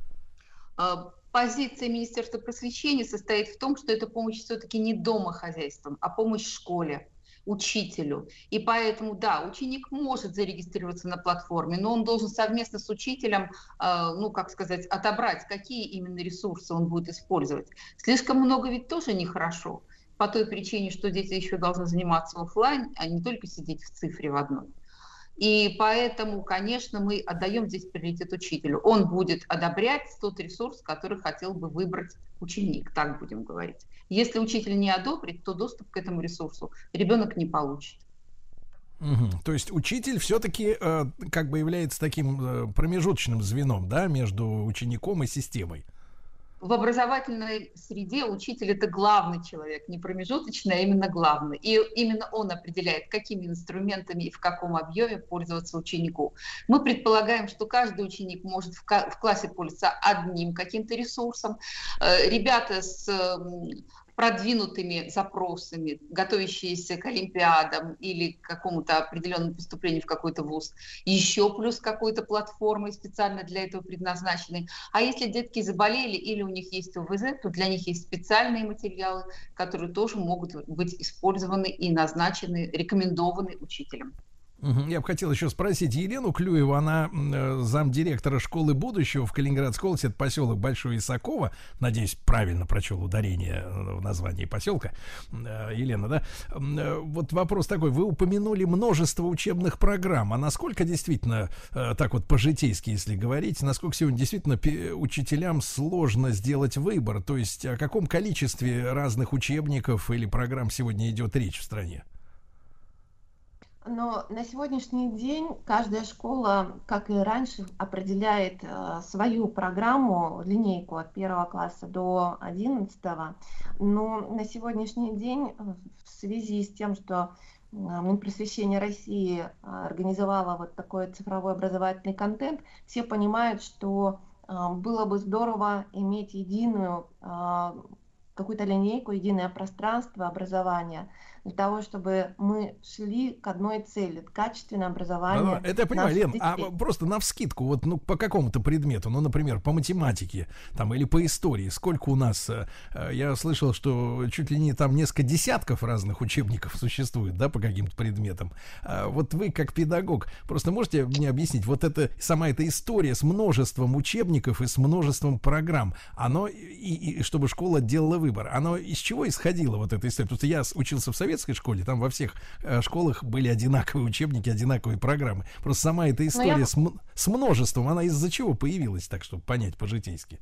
Позиция Министерства просвещения состоит в том, что эта помощь все-таки не домохозяйством, а помощь школе, учителю. И поэтому, да, ученик может зарегистрироваться на платформе, но он должен совместно с учителем, э, ну, как сказать, отобрать, какие именно ресурсы он будет использовать. Слишком много ведь тоже нехорошо, по той причине, что дети еще должны заниматься офлайн, а не только сидеть в цифре в одной. И поэтому, конечно, мы отдаем здесь приоритет учителю. Он будет одобрять тот ресурс, который хотел бы выбрать ученик, так будем говорить. Если учитель не одобрит, то доступ к этому ресурсу ребенок не получит.
Угу. То есть учитель все-таки э, как бы является таким э, промежуточным звеном, да, между учеником и системой.
В образовательной среде учитель – это главный человек, не промежуточный, а именно главный. И именно он определяет, какими инструментами и в каком объеме пользоваться ученику. Мы предполагаем, что каждый ученик может в классе пользоваться одним каким-то ресурсом. Ребята с продвинутыми запросами, готовящиеся к олимпиадам или к какому-то определенному поступлению в какой-то вуз, еще плюс какой-то платформой специально для этого предназначенной. А если детки заболели или у них есть ОВЗ, то для них есть специальные материалы, которые тоже могут быть использованы и назначены, рекомендованы учителем.
Я бы хотел еще спросить Елену Клюеву, она э, замдиректора школы будущего в Калининградской области, это поселок Большое Исаково, надеюсь, правильно прочел ударение в названии поселка, э, Елена, да? Э, вот вопрос такой, вы упомянули множество учебных программ, а насколько действительно, э, так вот по-житейски, если говорить, насколько сегодня действительно учителям сложно сделать выбор, то есть о каком количестве разных учебников или программ сегодня идет речь в стране?
Но на сегодняшний день каждая школа, как и раньше, определяет э, свою программу, линейку от первого класса до одиннадцатого. Но на сегодняшний день в связи с тем, что э, Минпросвещение России организовало вот такой цифровой образовательный контент, все понимают, что э, было бы здорово иметь единую э, какую-то линейку, единое пространство образования, для того, чтобы мы шли к одной цели, качественное образование.
Да, это я понимаю, Лен, а просто навскидку, вот, ну, по какому-то предмету, ну, например, по математике, там, или по истории, сколько у нас, я слышал, что чуть ли не там несколько десятков разных учебников существует, да, по каким-то предметам. А вот вы, как педагог, просто можете мне объяснить, вот это, сама эта история с множеством учебников и с множеством программ, оно, и, и чтобы школа делала выбор, оно из чего исходило, вот эта история? Потому что я учился в советском школе, там во всех э, школах были одинаковые учебники, одинаковые программы. Просто сама эта история я... с, с множеством, она из-за чего появилась, так, чтобы понять по-житейски?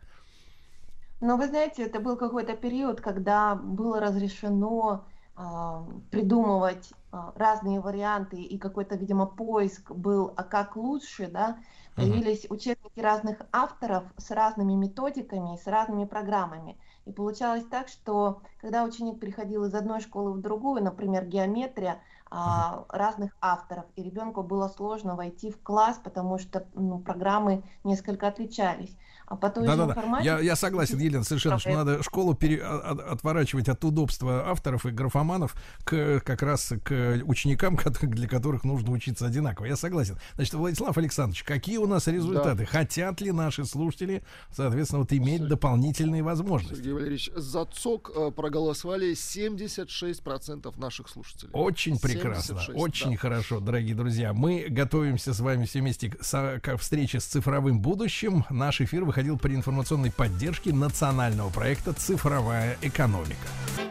Ну, вы знаете, это был какой-то период, когда было разрешено э, придумывать э, разные варианты, и какой-то, видимо, поиск был, а как лучше, да, появились uh-huh. учебники разных авторов с разными методиками, с разными программами. И получалось так, что когда ученик переходил из одной школы в другую, например, геометрия, а, разных авторов, и ребенку было сложно войти в класс, потому что ну, программы несколько отличались. А по той
да,
же
да,
информатике...
Я, я согласен, Елена, совершенно, что надо школу пере, от, отворачивать от удобства авторов и графоманов к, как раз к ученикам, для которых нужно учиться одинаково. Я согласен. Значит, Владислав Александрович, какие у нас результаты? Да. Хотят ли наши слушатели, соответственно, вот иметь Сергей, дополнительные возможности?
Сергей Валерьевич, за ЦОК проголосовали семьдесят шесть процентов наших слушателей.
Очень прекрасно, очень да. хорошо, дорогие друзья. Мы готовимся с вами все вместе к, к встрече с цифровым будущим. Наш эфир выходил при информационной поддержке национального проекта «Цифровая экономика».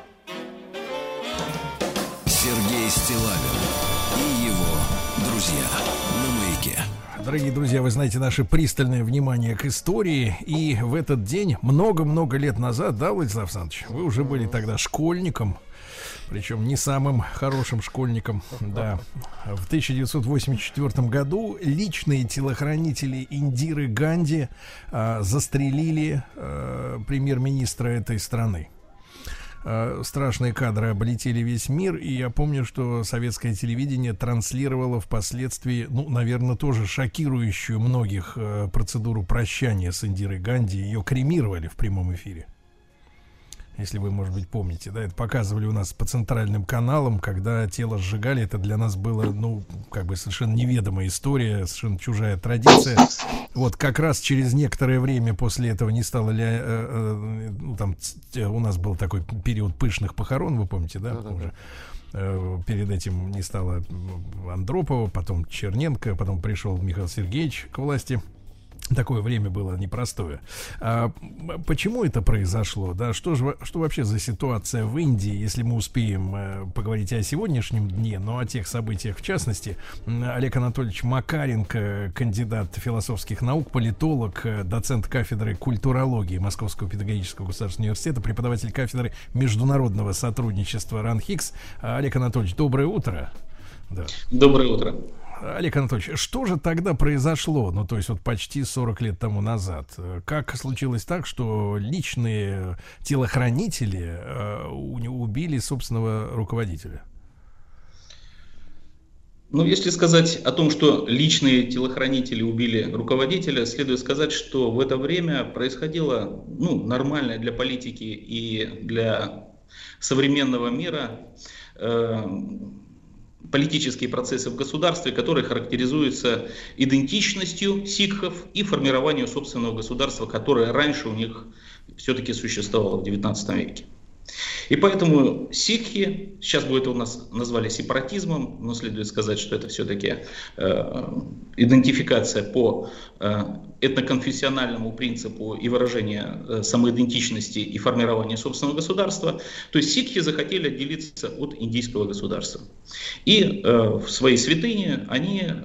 Сергей Стиллавин и его друзья на Маяке.
Дорогие друзья, вы знаете наше пристальное внимание к истории. И в этот день, много-много лет назад, да, Владислав Александрович, вы уже были тогда школьником. Причем не самым хорошим школьником, да. В тысяча девятьсот восемьдесят четвёртом году личные телохранители Индиры Ганди а, застрелили а, премьер-министра этой страны. э, страшные кадры облетели весь мир, и я помню, что советское телевидение транслировало впоследствии, ну, наверное, тоже шокирующую многих э, процедуру прощания с Индирой Ганди. Ее кремировали в прямом эфире. Если вы, может быть, помните, да, это показывали у нас по центральным каналам, когда тело сжигали, это для нас было, ну, как бы совершенно неведомая история, совершенно чужая традиция. Вот как раз через некоторое время после этого не стало ли, э, э, ну, там у нас был такой период пышных похорон, вы помните, да, уже. Перед этим не стало Андропова, потом Черненко, потом пришел Михаил Сергеевич к власти. Такое время было непростое. А почему это произошло? Да, что же, что вообще за ситуация в Индии, если мы успеем э, поговорить о сегодняшнем дне, но о тех событиях в частности? Олег Анатольевич Макаренко, кандидат философских наук, политолог, доцент кафедры культурологии Московского педагогического государственного университета, преподаватель кафедры международного сотрудничества РАНХИКС. Олег Анатольевич, доброе утро.
Да. Доброе утро.
Олег Анатольевич, что же тогда произошло, ну, то есть вот почти сорок лет тому назад? Как случилось так, что личные телохранители э, убили собственного руководителя?
Ну, если сказать о том, что личные телохранители убили руководителя, следует сказать, что в это время происходило, ну, нормальное для политики и для современного мира э, политические процессы в государстве, которые характеризуются идентичностью сикхов и формированием собственного государства, которое раньше у них все-таки существовало в девятнадцатом веке. И поэтому сикхи, сейчас бы это у нас назвали сепаратизмом, но следует сказать, что это все-таки э, идентификация по э, этноконфессиональному принципу и выражение э, самоидентичности и формирования собственного государства. То есть сикхи захотели отделиться от индийского государства. И э, в своей святыне они э,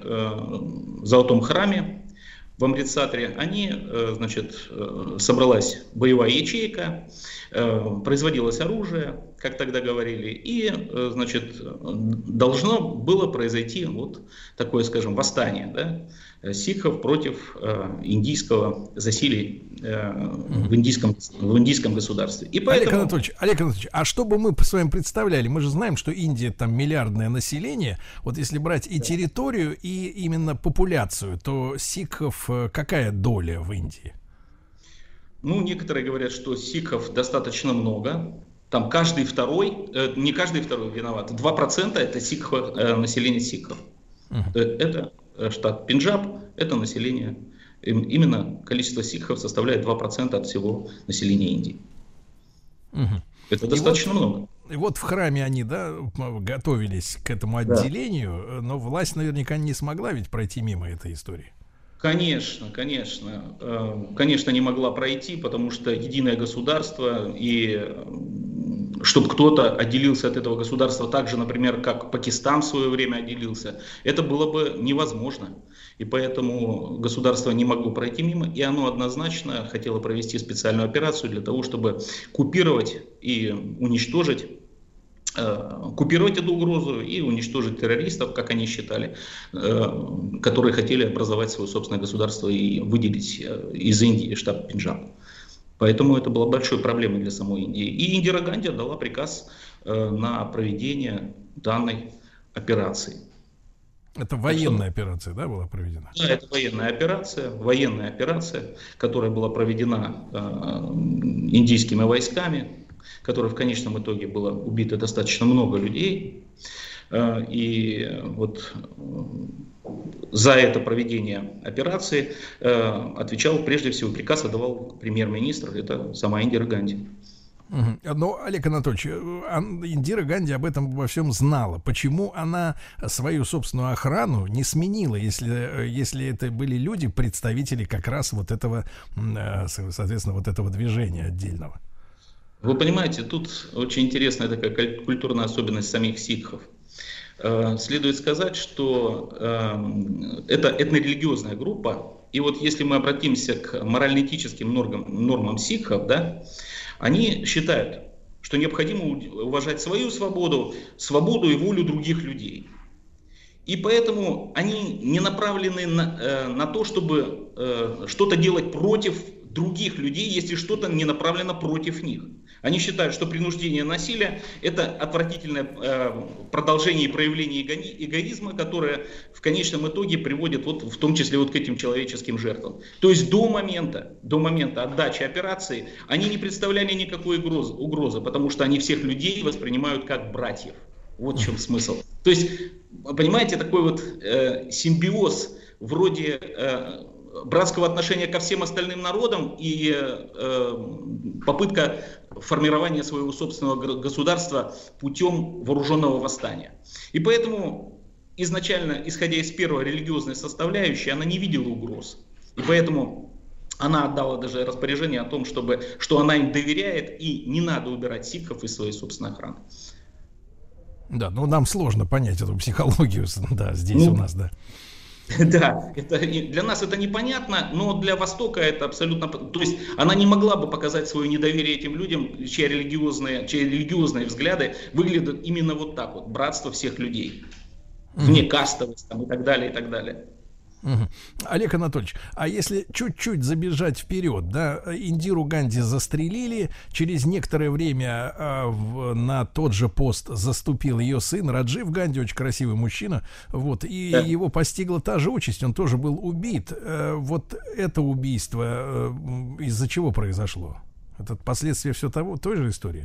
в Золотом храме в Амритсаре, они, значит, собралась боевая ячейка, производилось оружие, как тогда говорили, и, значит, должно было произойти вот такое, скажем, восстание, да, сикхов против индийского засилия в индийском, в индийском государстве. И поэтому...
Олег Анатольевич, Олег Анатольевич, а что бы мы с вами представляли? Мы же знаем, что Индия там миллиардное население. Вот если брать и территорию, и именно популяцию, то сикхов какая доля в Индии?
Ну, некоторые говорят, что сикхов достаточно много. Там каждый второй, э, не каждый второй виноват. два процента это сикхов, э, население сикхов. Uh-huh. Это штат Пенджаб, это население. Именно количество сикхов составляет два процента от всего населения Индии. Uh-huh. Это и достаточно вот, много.
И вот в храме они, да, готовились к этому отделению, да. Но власть наверняка не смогла ведь пройти мимо этой истории.
Конечно, конечно, конечно не могла пройти, потому что единое государство, и чтобы кто-то отделился от этого государства так же, например, как Пакистан в свое время отделился, это было бы невозможно. И поэтому государство не могло пройти мимо, и оно однозначно хотело провести специальную операцию для того, чтобы купировать и уничтожить купировать эту угрозу и уничтожить террористов, как они считали, которые хотели образовать свое собственное государство и выделить из Индии штат Пенджаб. Поэтому это была большой проблемой для самой Индии. И Индира Ганди дала приказ на проведение данной операции.
Это военная что, операция, да, была проведена?
Да, это военная операция, военная операция, которая была проведена э, индийскими войсками, которой в конечном итоге было убито достаточно много людей. Э, и вот э, за это проведение операции э, отвечал, прежде всего, приказ отдавал премьер-министр, это сама Индира Ганди.
Угу. Но, Олег Анатольевич, Индира Ганди об этом во всем знала. Почему она свою собственную охрану не сменила, если, если это были люди, представители как раз вот этого, соответственно, вот этого движения отдельного?
Вы понимаете, тут очень интересная такая культурная особенность самих сикхов. Следует сказать, что это этнорелигиозная группа, и вот если мы обратимся к морально-этическим нормам, нормам сикхов, да, они считают, что необходимо уважать свою свободу, свободу и волю других людей. И поэтому они не направлены на, на то, чтобы что-то делать против других людей, если что-то не направлено против них. Они считают, что принуждение насилия – это отвратительное э, продолжение и проявление эго- эгоизма, которое в конечном итоге приводит вот, в том числе вот к этим человеческим жертвам. То есть до момента, до момента отдачи операции они не представляли никакой угрозы, угрозы, потому что они всех людей воспринимают как братьев. Вот в чем смысл. То есть, понимаете, такой вот э, симбиоз вроде э, братского отношения ко всем остальным народам и э, попытка формирования своего собственного государства путем вооруженного восстания. И поэтому изначально, исходя из первой религиозной составляющей, она не видела угроз. И поэтому она отдала даже распоряжение о том, чтобы, что она им доверяет и не надо убирать сикхов из своей собственной охраны.
Да, ну нам сложно понять эту психологию, да, здесь ну, у нас, да.
Да, это, для нас это непонятно, но для Востока это абсолютно... То есть она не могла бы показать свое недоверие этим людям, чьи религиозные, чьи религиозные взгляды выглядят именно вот так вот. Братство всех людей. Вне кастовость там, и так далее, и так далее.
Угу. Олег Анатольевич, а если чуть-чуть забежать вперед, да, Индиру Ганди застрелили, через некоторое время э, в, на тот же пост заступил ее сын Раджив Ганди, очень красивый мужчина, вот, и да. его постигла та же участь, он тоже был убит. Э, вот это убийство э, из-за чего произошло? Это последствия все того, той же истории?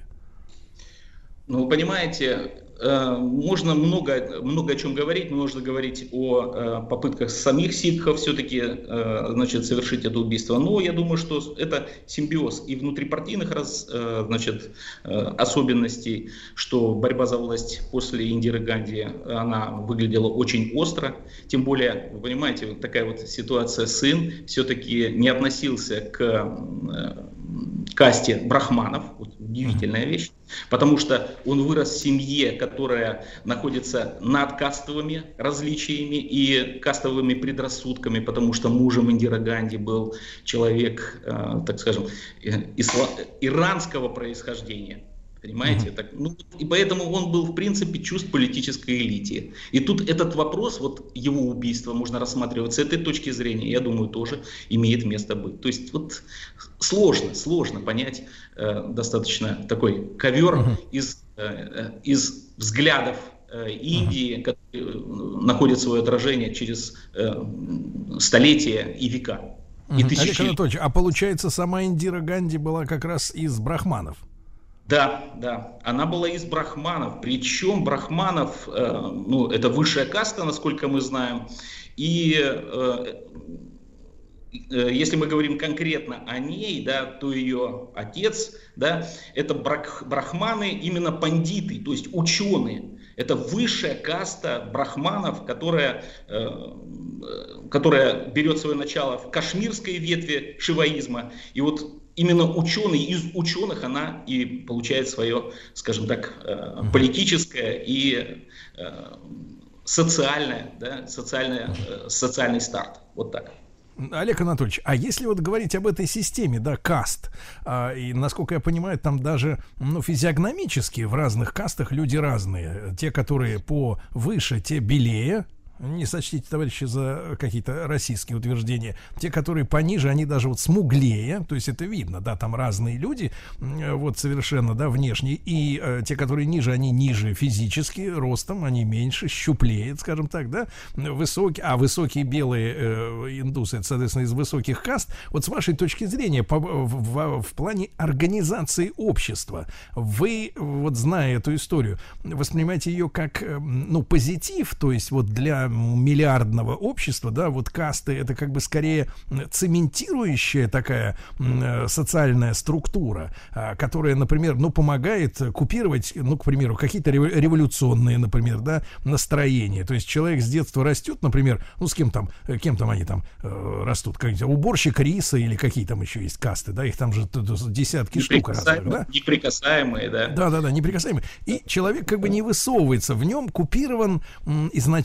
Ну, понимаете, можно много, много о чем говорить, можно говорить о попытках самих сикхов все-таки, значит, совершить это убийство, но я думаю, что это симбиоз и внутрипартийных раз, значит, особенностей, что борьба за власть после Индиры Ганди, она выглядела очень остро, тем более, вы понимаете, вот такая вот ситуация, сын все-таки не относился к касте брахманов, вот удивительная вещь, потому что он вырос в семье, которая находится над кастовыми различиями и кастовыми предрассудками, потому что мужем Индиры Ганди был человек, э, так скажем, исла... иранского происхождения. Понимаете? Так, ну, и поэтому он был, в принципе, чувств политической элите. И тут этот вопрос, вот его убийство можно рассматривать с этой точки зрения, я думаю, тоже имеет место быть. То есть вот сложно, сложно понять э, достаточно такой ковер uh-huh. из, э, из взглядов э, Индии, uh-huh. которые находят свое отражение через э, столетия и века.
Uh-huh. И Олег Анатольевич, а получается, сама Индира Ганди была как раз из брахманов?
Да, да, она была из брахманов, причем брахманов, э, ну, это высшая каста, насколько мы знаем, и э, э, если мы говорим конкретно о ней, да, то ее отец, да, это брах, брахманы, именно пандиты, то есть ученые. Это высшая каста брахманов, которая, э, которая берет свое начало в кашмирской ветви шиваизма, и вот именно ученый из ученых она и получает свое, скажем так, э, политическое и э, социальное, да, социальное, э, социальный старт. Вот так.
Олег Анатольевич, а если вот говорить об этой системе, да, каст, а, и, насколько я понимаю, там даже, ну, физиогномически в разных кастах люди разные. Те, которые повыше, те белее. Не сочтите, товарищи, за какие-то российские утверждения. Те, которые пониже, они даже вот смуглее. То есть это видно, да, там разные люди, вот совершенно, да, внешне. И э, те, которые ниже, они ниже физически, ростом, они меньше, щуплее, скажем так, да, высокие. А высокие белые э, индусы, это, соответственно, из высоких каст. Вот с вашей точки зрения, по, в, в, в плане организации общества, вы, вот зная эту историю, воспринимаете ее как, ну, позитив, то есть вот для миллиардного общества, да, вот касты — это как бы скорее цементирующая такая э, социальная структура, э, которая, например, ну, помогает купировать, ну, к примеру, какие-то революционные, например, да, настроения. То есть человек с детства растет, например, ну, с кем там, кем там они там э, растут, как уборщик риса или какие там еще есть касты, да, их там же десятки штук разных, да?
Неприкасаемые, да.
Да, да, да, неприкасаемые. И человек как бы не высовывается, в нем купирован м, изначально вот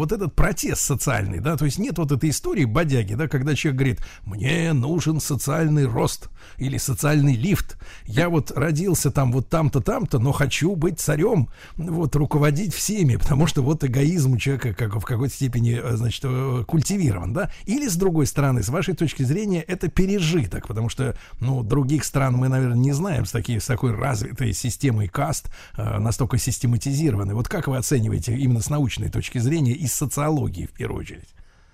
вот этот протест социальный, да, то есть нет вот этой истории бодяги, да, когда человек говорит, мне нужен социальный рост или социальный лифт, я вот родился там вот там-то, там-то, но хочу быть царем, вот, руководить всеми, потому что вот эгоизм у человека как в какой-то степени, значит, культивирован, да, или с другой стороны, с вашей точки зрения, это пережиток, потому что, ну, других стран мы, наверное, не знаем с, такие, с такой развитой системой каст, э, настолько систематизированной. Вот как вы оцениваете именно с научной точки зрения и с социологии в первую очередь?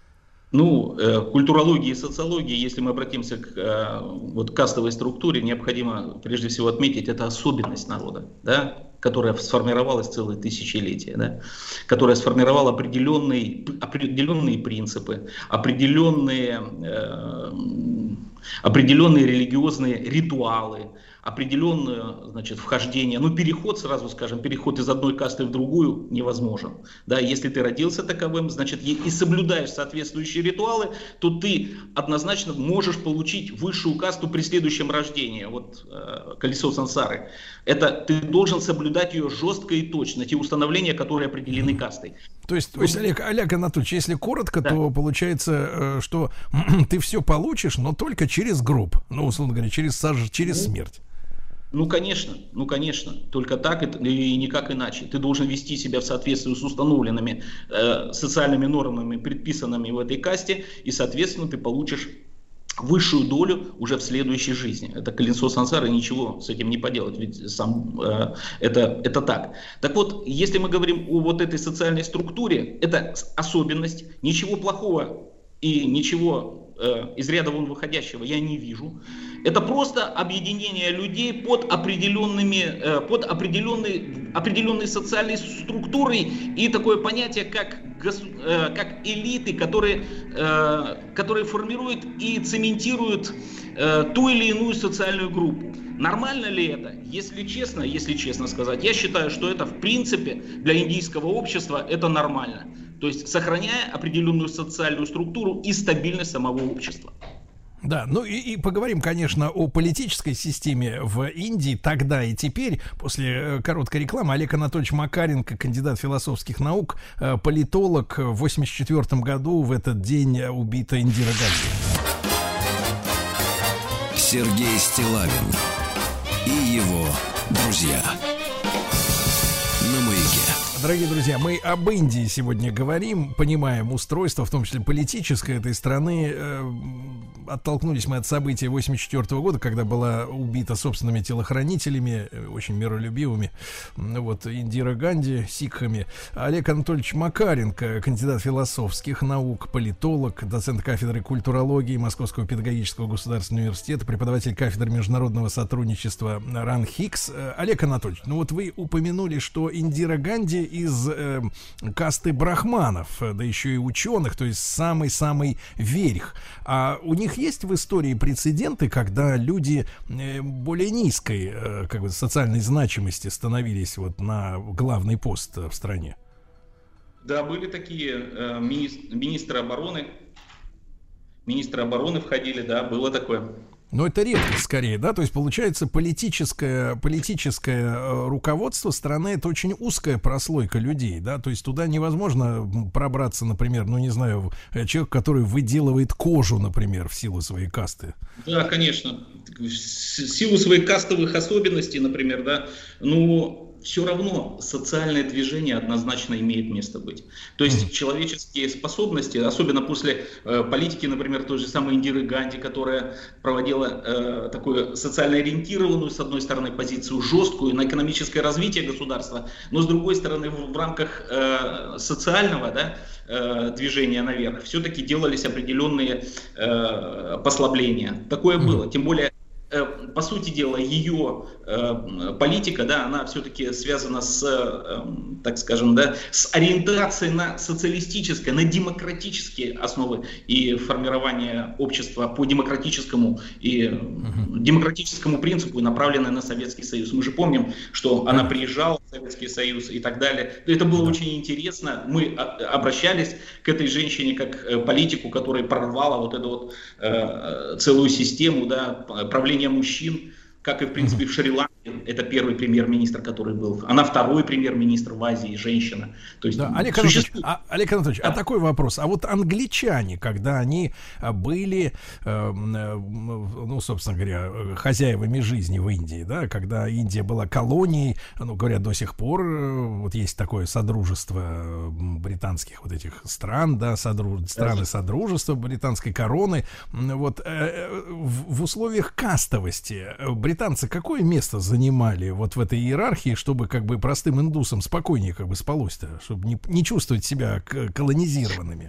Ну, э, культурологии и социологии, если мы обратимся к э, вот, кастовой структуре, необходимо прежде всего отметить, это особенность народа, да, которая сформировалась целые тысячелетия, да, которая сформировала определенные, определенные принципы, определенные, э, определенные религиозные ритуалы, определенное, значит, вхождение, ну, переход, сразу скажем, переход из одной касты в другую невозможен. Да, если ты родился таковым, значит, и соблюдаешь соответствующие ритуалы, то ты однозначно можешь получить высшую касту при следующем рождении. Вот э, колесо сансары. Это ты должен соблюдать ее жестко и точно, те установления, которые определены кастой.
То есть, то есть Олег, Олег Анатольевич, если коротко, да. то получается, что ты все получишь, но только через гроб, ну, условно говоря, через, через смерть.
Ну, конечно, ну, конечно, только так и никак иначе. Ты должен вести себя в соответствии с установленными э, социальными нормами, предписанными в этой касте, и, соответственно, ты получишь высшую долю уже в следующей жизни. Это колесо сансары, ничего с этим не поделать, ведь сам э, это, это так. Так вот, если мы говорим о вот этой социальной структуре, это особенность, ничего плохого и ничего э, из ряда вон выходящего я не вижу. Это просто объединение людей под определенными, э, под определенной, определенной социальной структурой и такое понятие, как, госу, э, как элиты, которые, э, которые формируют и цементируют э, ту или иную социальную группу. Нормально ли это? Если честно, если честно сказать, я считаю, что это в принципе для индийского общества это нормально. То есть сохраняя определенную социальную структуру и стабильность самого общества.
Да, ну и, и поговорим, конечно, о политической системе в Индии тогда и теперь. После короткой рекламы Олег Анатольевич Макаренко, кандидат философских наук, политолог, в восемьдесят четвёртом году в этот день убита Индира Ганди.
Сергей Стиллавин и его друзья. На Маяке.
Дорогие друзья, мы об Индии сегодня говорим, понимаем устройство, в том числе политическое этой страны. Э, оттолкнулись мы от событий восемьдесят четвёртого года, когда была убита собственными телохранителями, очень миролюбивыми, вот, Индира Ганди, сикхами. Олег Анатольевич Макаренко, кандидат философских наук, политолог, доцент кафедры культурологии Московского педагогического государственного университета, преподаватель кафедры международного сотрудничества РАН Хикс. Олег Анатольевич, ну вот вы упомянули, что Индира Ганди из э, касты брахманов, да еще и ученых, то есть самый-самый верх. А у них есть в истории прецеденты, когда люди э, более низкой э, как бы социальной значимости становились вот на главный пост в стране?
Да, были такие э, министр, министры обороны. Министры обороны входили, да, было такое.
Но это редкость скорее, да, то есть получается политическое, политическое э, руководство страны — это очень узкая прослойка людей, да, то есть туда невозможно пробраться, например, ну не знаю, человек, который выделывает кожу, например, в силу своей касты.
Да, конечно, в силу своих кастовых особенностей, например, да, ну... все равно социальное движение однозначно имеет место быть. То есть человеческие способности, особенно после э, политики, например, той же самой Индиры Ганди, которая проводила э, такую социально ориентированную, с одной стороны, позицию жесткую на экономическое развитие государства, но с другой стороны, в, в рамках э, социального, да, э, движения наверх все-таки делались определенные э, послабления. Такое было. Тем более, по сути дела, ее э, политика, да, она все-таки связана с, э, так скажем, да, с ориентацией на социалистическое, на демократические основы и формирование общества по демократическому и uh-huh. демократическому принципу, направленное на Советский Союз. Мы же помним, что она приезжала в Советский Союз и так далее. Это было uh-huh. очень интересно. Мы обращались к этой женщине как политику, которая прорвала вот эту вот э, целую систему, да, правления мужчин, как и в принципе в Шри-Ланке, это первый премьер-министр, который был. Она второй премьер-министр в Азии, женщина. То есть,
да, Олег Анатольевич, а, Олег Анатольевич, да. а такой вопрос. А вот англичане, когда они были, э, ну, собственно говоря, хозяевами жизни в Индии, да, когда Индия была колонией, ну, говорят, до сих пор вот есть такое содружество британских вот этих стран, да, содруж... страны содружества британской короны. Вот э, в, в условиях кастовости британцы какое место занимали вот в этой иерархии, чтобы как бы простым индусам спокойнее как бы спалось-то, чтобы не, не чувствовать себя колонизированными?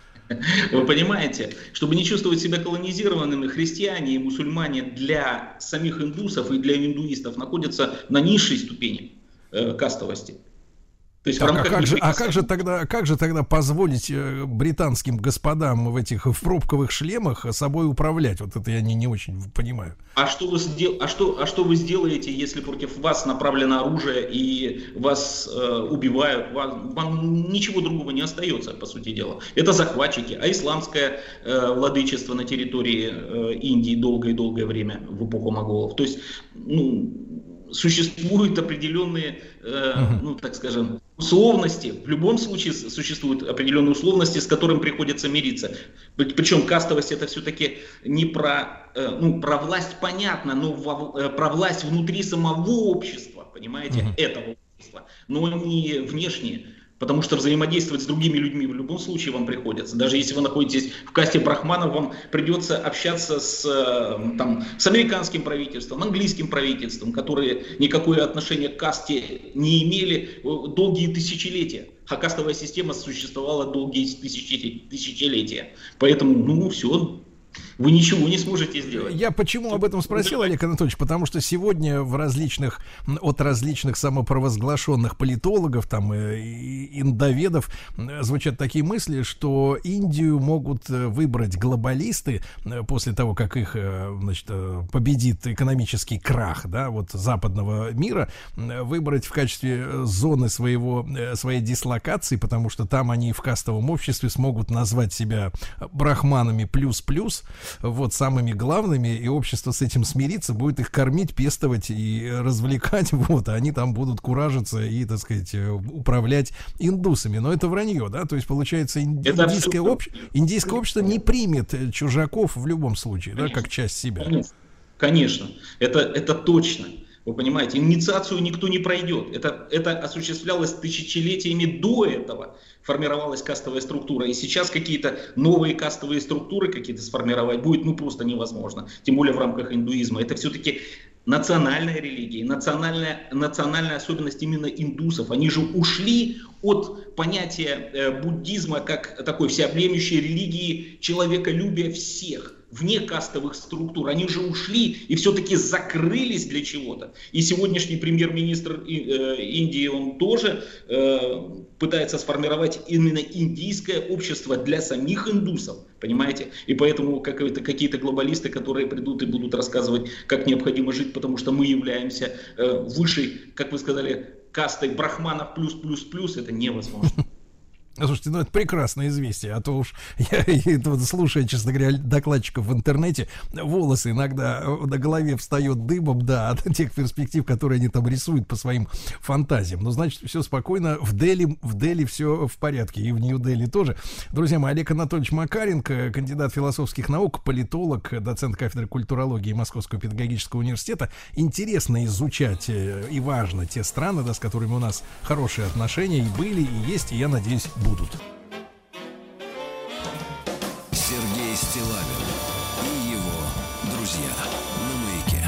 Вы понимаете, чтобы не чувствовать себя колонизированными, христиане и мусульмане для самих индусов и для индуистов находятся на низшей ступени э, кастовости. То есть
так, а, как же, а как же тогда, как же тогда позволить э, британским господам в этих в пробковых шлемах собой управлять? Вот это я не, не очень понимаю.
А что вы сдел... а что, а что вы сделаете, если против вас направлено оружие и вас э, убивают? Вам, вам ничего другого не остается, по сути дела. Это захватчики, а исламское э, владычество на территории э, Индии долгое и долгое время в эпоху моголов. То есть, ну, существуют определенные, э, uh-huh. ну, так скажем, условности. В любом случае существуют определенные условности, с которыми приходится мириться. Причем кастовость это все-таки не про, э, ну, про власть понятно, но во, э, про власть внутри самого общества, понимаете, uh-huh. этого общества, но не внешние. Потому что взаимодействовать с другими людьми в любом случае вам приходится. Даже если вы находитесь в касте брахманов, вам придется общаться с, там, с американским правительством, английским правительством, которые никакое отношение к касте не имели долгие тысячелетия. А кастовая система существовала долгие тысячелетия. Поэтому, ну, все. Вы ничего не сможете сделать.
Я почему об этом спросил, Олег Анатольевич? Потому что сегодня в различных, от различных самопровозглашенных политологов, там, и индоведов звучат такие мысли, что Индию могут выбрать глобалисты после того, как их, значит, победит экономический крах, да, вот западного мира, выбрать в качестве зоны своего, своей дислокации, потому что там они в кастовом обществе смогут назвать себя брахманами плюс-плюс, вот, самыми главными, и общество с этим смирится, будет их кормить, пестовать и развлекать, вот, а они там будут куражиться и, так сказать, управлять индусами. Но это вранье, да, то есть, получается, индийское, обще... индийское общество не примет чужаков в любом случае, конечно, да, как часть себя.
Конечно, конечно. Это, это точно. Вы понимаете, инициацию никто не пройдет. Это, это осуществлялось тысячелетиями до этого. Формировалась кастовая структура. И сейчас какие-то новые кастовые структуры какие-то сформировать будет ну просто невозможно. Тем более в рамках индуизма. Это все-таки национальная религия, национальная, национальная особенность именно индусов. Они же ушли от понятия э, буддизма как такой всеобъемлющей религии человеколюбия всех, вне кастовых структур. Они же ушли и все-таки закрылись для чего-то. И сегодняшний премьер-министр э, Индии, он тоже э, пытается сформировать именно индийское общество для самих индусов. Понимаете? И поэтому какие-то глобалисты, которые придут и будут рассказывать, как необходимо жить, потому что мы являемся э, высшей, как вы сказали, кастой брахманов плюс-плюс-плюс, это невозможно.
Слушайте, ну это прекрасное известие, а то уж я, я вот, слушая, честно говоря, докладчиков в интернете, волосы иногда на голове встает дыбом, да, от тех перспектив, которые они там рисуют по своим фантазиям. Ну, значит, все спокойно, в Дели, в Дели все в порядке, и в Нью-Дели тоже. Друзья мои, Олег Анатольевич Макаренко, кандидат философских наук, политолог, доцент кафедры культурологии Московского педагогического университета. Интересно изучать и важно те страны, да, с которыми у нас хорошие отношения и были, и есть, и, я надеюсь, будут.
Сергей Стиллавин и его друзья на Маяке.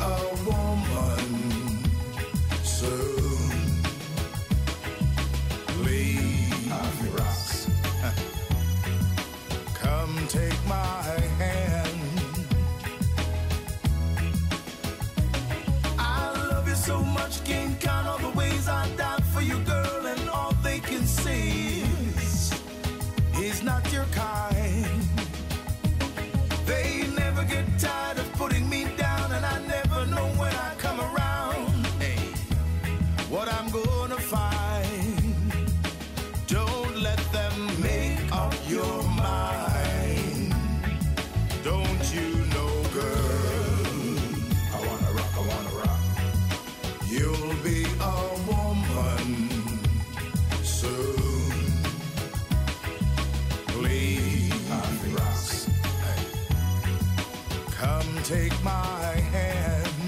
a woman soon. Please, come take my hand. I love you so much, can't count all the ways I died for you, girl, and all they can say is he's not your kind. They never get tired of putting me down, and I never know when I come around, hey, what I'm gonna find. Don't let them make up your mind. Don't you know, girl, I wanna rock, I wanna rock. You'll be a woman soon. Please, rock. Hey. Come take my hand.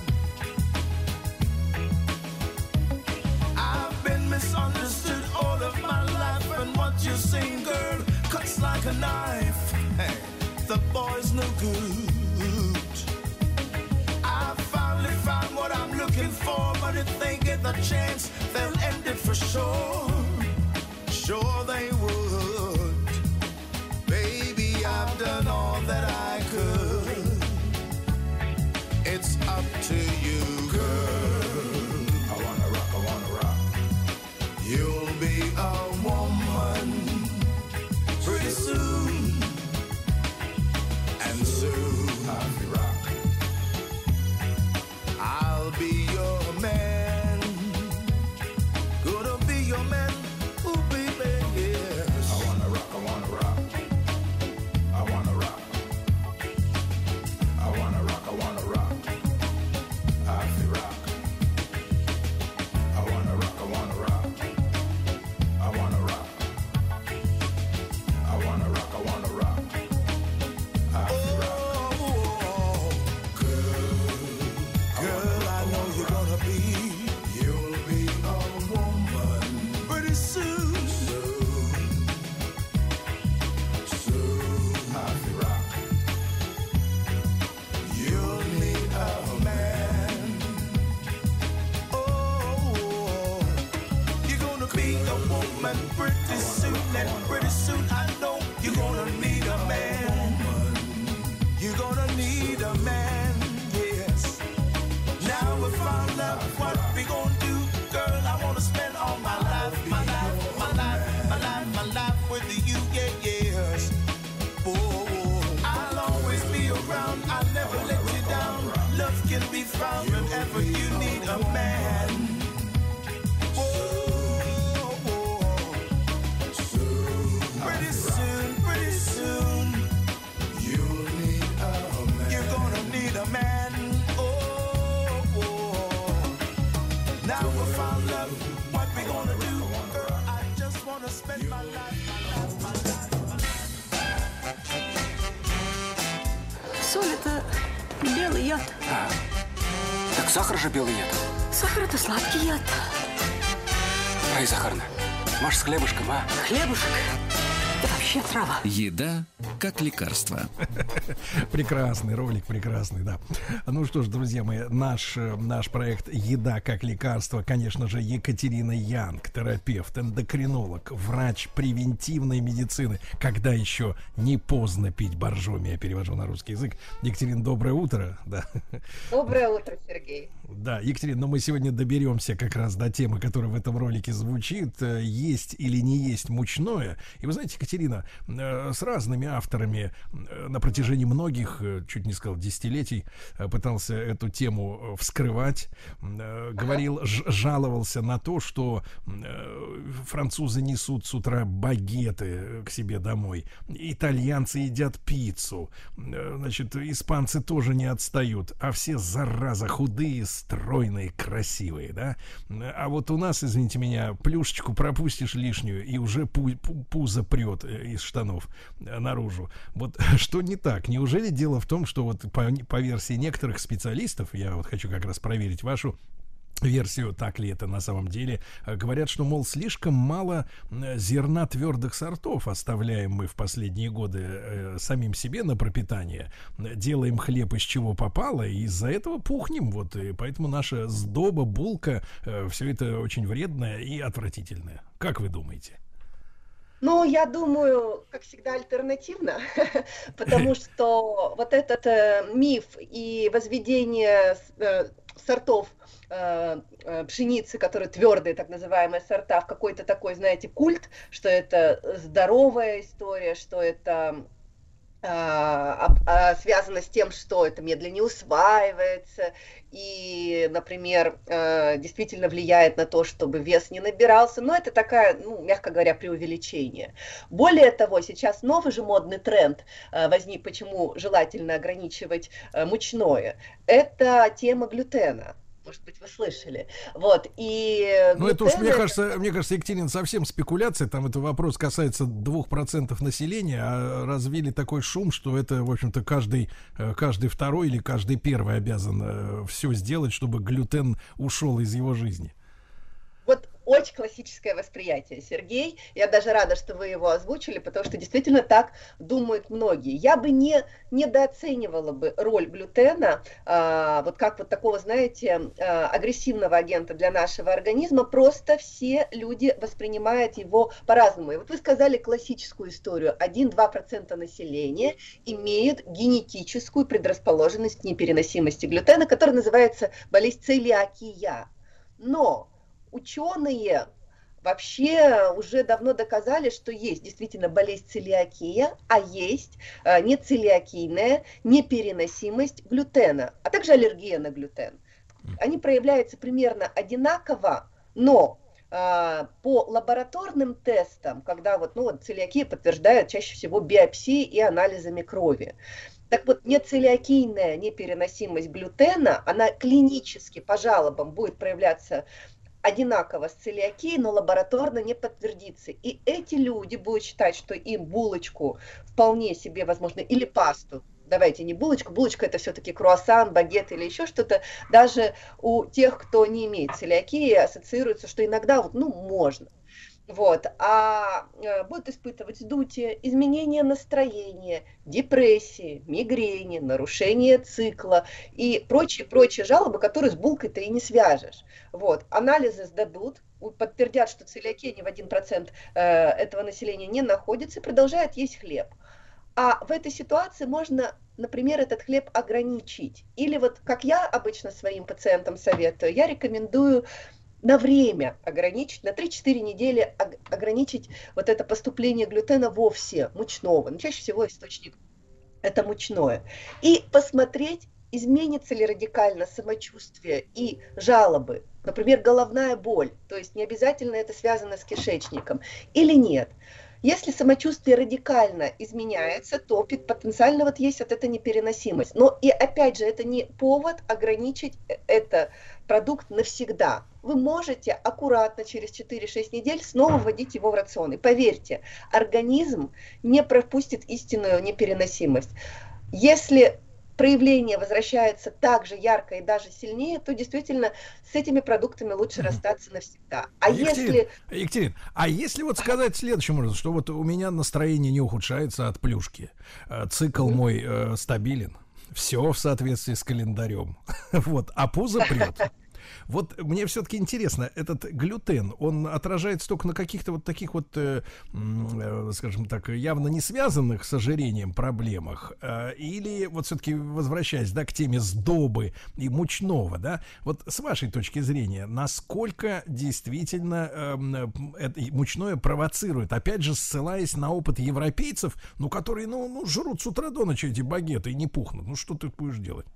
I've been misunderstood all of my life, and what you're saying, girl, cuts like a knife. Hey, the boy's no good. I finally found what I'm looking for, but if they get the chance, they'll end it for sure. Sure they would. Baby, I've done all that I could. It's up to you, girl. I wanna rock, I wanna rock. You'll be a woman pretty soon. And soon I'll be rock. I'll be your man. Gonna be your man. Ooh, baby, yes. I wanna rock, I wanna rock. I wanna rock. I wanna rock, I wanna rock. I feel rock. I wanna rock, I wanna rock. I wanna rock. I wanna rock, I wanna rock. I feel rock. Oh, girl, girl, I know you're gonna be. You'll be a woman pretty soon. Soon, soon. I feel rock. You'll need a man. Oh, you're gonna be a woman pretty soon, and pretty soon I know you're gonna need a man. You're gonna need a man, yes. Now we found out what we gonna do, girl. I wanna spend all my life, my life, my life, my life, my life with you, yeah, yes. Oh, I'll always be around, I'll never let you down. Love can be found whenever you need a man. Oh, pretty soon, pretty soon, you'll need a man. You're gonna need a man. Oh, now we found love. What we gonna do, girl? I just wanna spend my life, my life, my life, my life.
Соль — это белый яд.
А, так сахар же белый яд.
Сахар — это сладкий яд.
Ай, Захарна, может, с хлебушком, а?
Хлебушек — это вообще трава.
Еда как лекарство.
Прекрасный ролик, прекрасный, да. Ну что ж, друзья мои, наш, наш проект «Еда как лекарство», конечно же, Екатерина Янг, терапевт, эндокринолог, врач превентивной медицины. Когда еще не поздно пить боржоми, я перевожу на русский язык. Екатерина, доброе утро. Да.
Доброе утро, Сергей.
Да, Екатерина, но мы сегодня доберемся как раз до темы, которая в этом ролике звучит. Есть или не есть мучное. И вы знаете, Екатерина, с разными авторами на протяжении многих, чуть не сказал, десятилетий пытался эту тему вскрывать. Говорил, жаловался на то, что французы несут с утра багеты к себе домой. Итальянцы едят пиццу. Значит, испанцы тоже не отстают. А все, зараза, худые, стройные, красивые, да? А вот у нас, извините меня, плюшечку пропустишь лишнюю, и уже пу- пу- пузо прет из штанов наружу. Вот что не так? Неужели дело в том, что вот по, по версии некоторых специалистов, я вот хочу как раз проверить вашу версию, так ли это на самом деле. Говорят, что, мол, слишком мало зерна твердых сортов оставляем мы в последние годы э, самим себе на пропитание. Делаем хлеб из чего попало, и из-за этого пухнем. Вот, и поэтому наша сдоба, булка, э, все это очень вредное и отвратительное. Как вы думаете?
Ну, я думаю, как всегда, альтернативно, потому что вот этот э, миф и возведение э, сортов э, э, пшеницы, которые твердые, так называемые сорта, в какой-то такой, знаете, культ, что это здоровая история, что это а, а, связано с тем, что это медленнее усваивается и, например, а, действительно влияет на то, чтобы вес не набирался. Но это такая, ну, мягко говоря, преувеличение. Более того, сейчас новый же модный тренд а, возник, почему желательно ограничивать а, мучное. Это тема глютена. Может быть, вы слышали. Вот, и...
Ну, это уж, мне кажется, мне кажется, Екатерина, совсем спекуляция. Там это вопрос касается двух процентов населения, а развили такой шум, что это, в общем-то, каждый, каждый второй или каждый первый обязан все сделать, чтобы глютен ушел из его жизни.
Вот очень классическое восприятие, Сергей. Я даже рада, что вы его озвучили, потому что действительно так думают многие. Я бы не недооценивала бы роль глютена, а, вот как вот такого, знаете, а, агрессивного агента для нашего организма. Просто все люди воспринимают его по-разному. И вот вы сказали классическую историю. один-два процента населения имеют генетическую предрасположенность к непереносимости глютена, которая называется болезнь целиакия. Но ученые вообще уже давно доказали, что есть действительно болезнь целиакия, а есть э, не целиакийная непереносимость глютена, а также аллергия на глютен. Они проявляются примерно одинаково, но э, по лабораторным тестам, когда вот, ну, вот целиакия подтверждают чаще всего биопсией и анализами крови. Так вот, нецелиакийная непереносимость глютена, она клинически по жалобам будет проявляться одинаково с целиакией, но лабораторно не подтвердится. И эти люди будут считать, что им булочку вполне себе возможно, или пасту, давайте не булочку, булочка это все-таки круассан, багет или еще что-то, даже у тех, кто не имеет целиакии, ассоциируется, что иногда вот, ну, можно. Вот, а будут испытывать вздутие, изменение настроения, депрессии, мигрени, нарушение цикла и прочие-прочие жалобы, которые с булкой-то и не свяжешь. Вот, анализы сдадут, подтвердят, что целиакия ни в один процент этого населения не находится и продолжает есть хлеб. А в этой ситуации можно, например, этот хлеб ограничить. Или вот, как я обычно своим пациентам советую, я рекомендую на время ограничить, на три-четыре недели ограничить вот это поступление глютена вовсе, мучного. Но чаще всего источник это мучное. И посмотреть, изменится ли радикально самочувствие и жалобы. Например, головная боль, то есть не обязательно это связано с кишечником, или нет. Если самочувствие радикально изменяется, то потенциально вот есть вот эта непереносимость. Но и опять же, это не повод ограничить этот продукт навсегда. Вы можете аккуратно через четыре-шесть недель снова вводить его в рацион. И поверьте, организм не пропустит истинную непереносимость. Если проявление возвращается так же ярко и даже сильнее, то действительно с этими продуктами лучше расстаться навсегда. А
Екатерин,
если...
Екатерин, а если вот сказать следующим образом, что вот у меня настроение не ухудшается от плюшки, цикл mm-hmm. мой э, стабилен, все в соответствии с календарем, вот, а пузо прет. Вот мне все-таки интересно, этот глютен, он отражается только на каких-то вот таких вот, э, э, скажем так, явно не связанных с ожирением проблемах, э, или вот все-таки возвращаясь, да, к теме сдобы и мучного, да, вот с вашей точки зрения, насколько действительно э, это мучное провоцирует, опять же, ссылаясь на опыт европейцев, ну, которые, ну, ну жрут с утра до ночи эти багеты и не пухнут, ну, что ты будешь делать?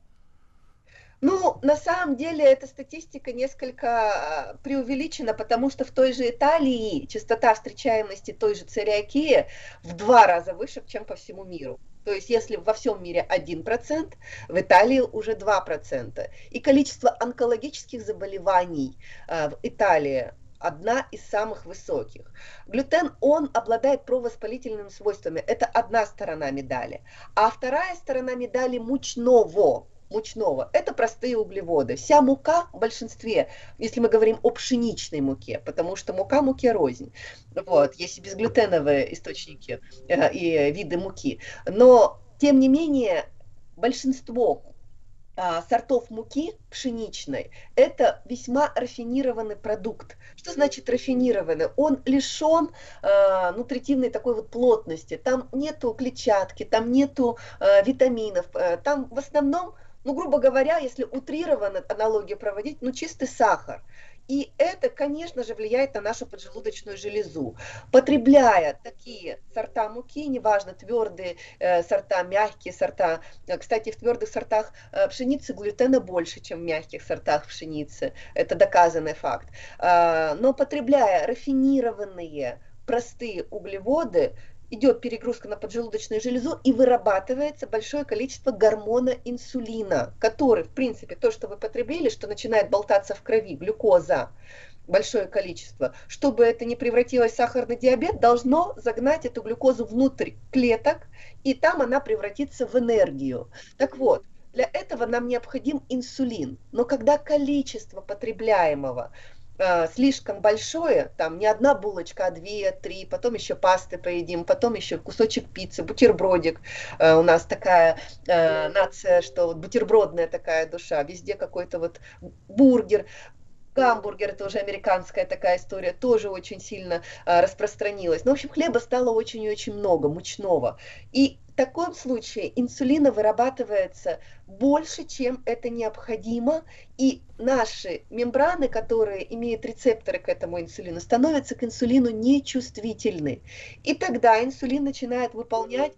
Ну, на самом деле, эта статистика несколько преувеличена, потому что в той же Италии частота встречаемости той же целиакии в два раза выше, чем по всему миру. То есть, если во всем мире один процент, в Италии уже два процента. И количество онкологических заболеваний в Италии одна из самых высоких. Глютен, он обладает провоспалительными свойствами. Это одна сторона медали. А вторая сторона медали мучного. мучного, это простые углеводы. Вся мука в большинстве, если мы говорим о пшеничной муке, потому что мука муке рознь. Вот, есть и безглютеновые источники э, и виды муки. Но, тем не менее, большинство э, сортов муки пшеничной – это весьма рафинированный продукт. Что значит рафинированный? Он лишен э, нутритивной такой вот плотности. Там нету клетчатки, там нету э, витаминов. Э, там в основном, ну, грубо говоря, если утрированно аналогию проводить, ну, чистый сахар. И это, конечно же, влияет на нашу поджелудочную железу. Потребляя такие сорта муки, неважно, твердые э, сорта, мягкие сорта. Кстати, в твердых сортах э, пшеницы глютена больше, чем в мягких сортах пшеницы. Это доказанный факт. Э, но потребляя рафинированные, простые углеводы, идет перегрузка на поджелудочную железу и вырабатывается большое количество гормона инсулина, который, в принципе, то, что вы потребили, что начинает болтаться в крови, глюкоза, большое количество, чтобы это не превратилось в сахарный диабет, должно загнать эту глюкозу внутрь клеток, и там она превратится в энергию. Так вот, для этого нам необходим инсулин, но когда количество потребляемого слишком большое, там не одна булочка, а две, три, потом еще пасты поедим, потом еще кусочек пиццы, бутербродик. У нас такая э, нация, что вот бутербродная такая душа, везде какой-то вот бургер. Гамбургер, это уже американская такая история, тоже очень сильно а, распространилась. Но, в общем, хлеба стало очень и очень много, мучного. И в таком случае инсулина вырабатывается больше, чем это необходимо, и наши мембраны, которые имеют рецепторы к этому инсулину, становятся к инсулину нечувствительны. И тогда инсулин начинает выполнять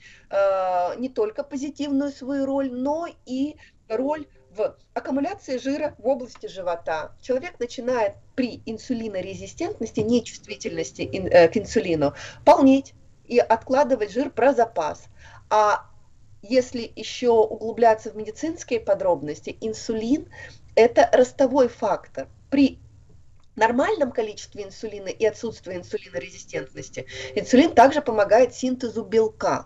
а, не только позитивную свою роль, но и роль в аккумуляции жира в области живота. Человек начинает при инсулинорезистентности, нечувствительности к инсулину, полнеть и откладывать жир про запас. А если еще углубляться в медицинские подробности, инсулин – это ростовой фактор. При нормальном количестве инсулина и отсутствии инсулинорезистентности инсулин также помогает синтезу белка.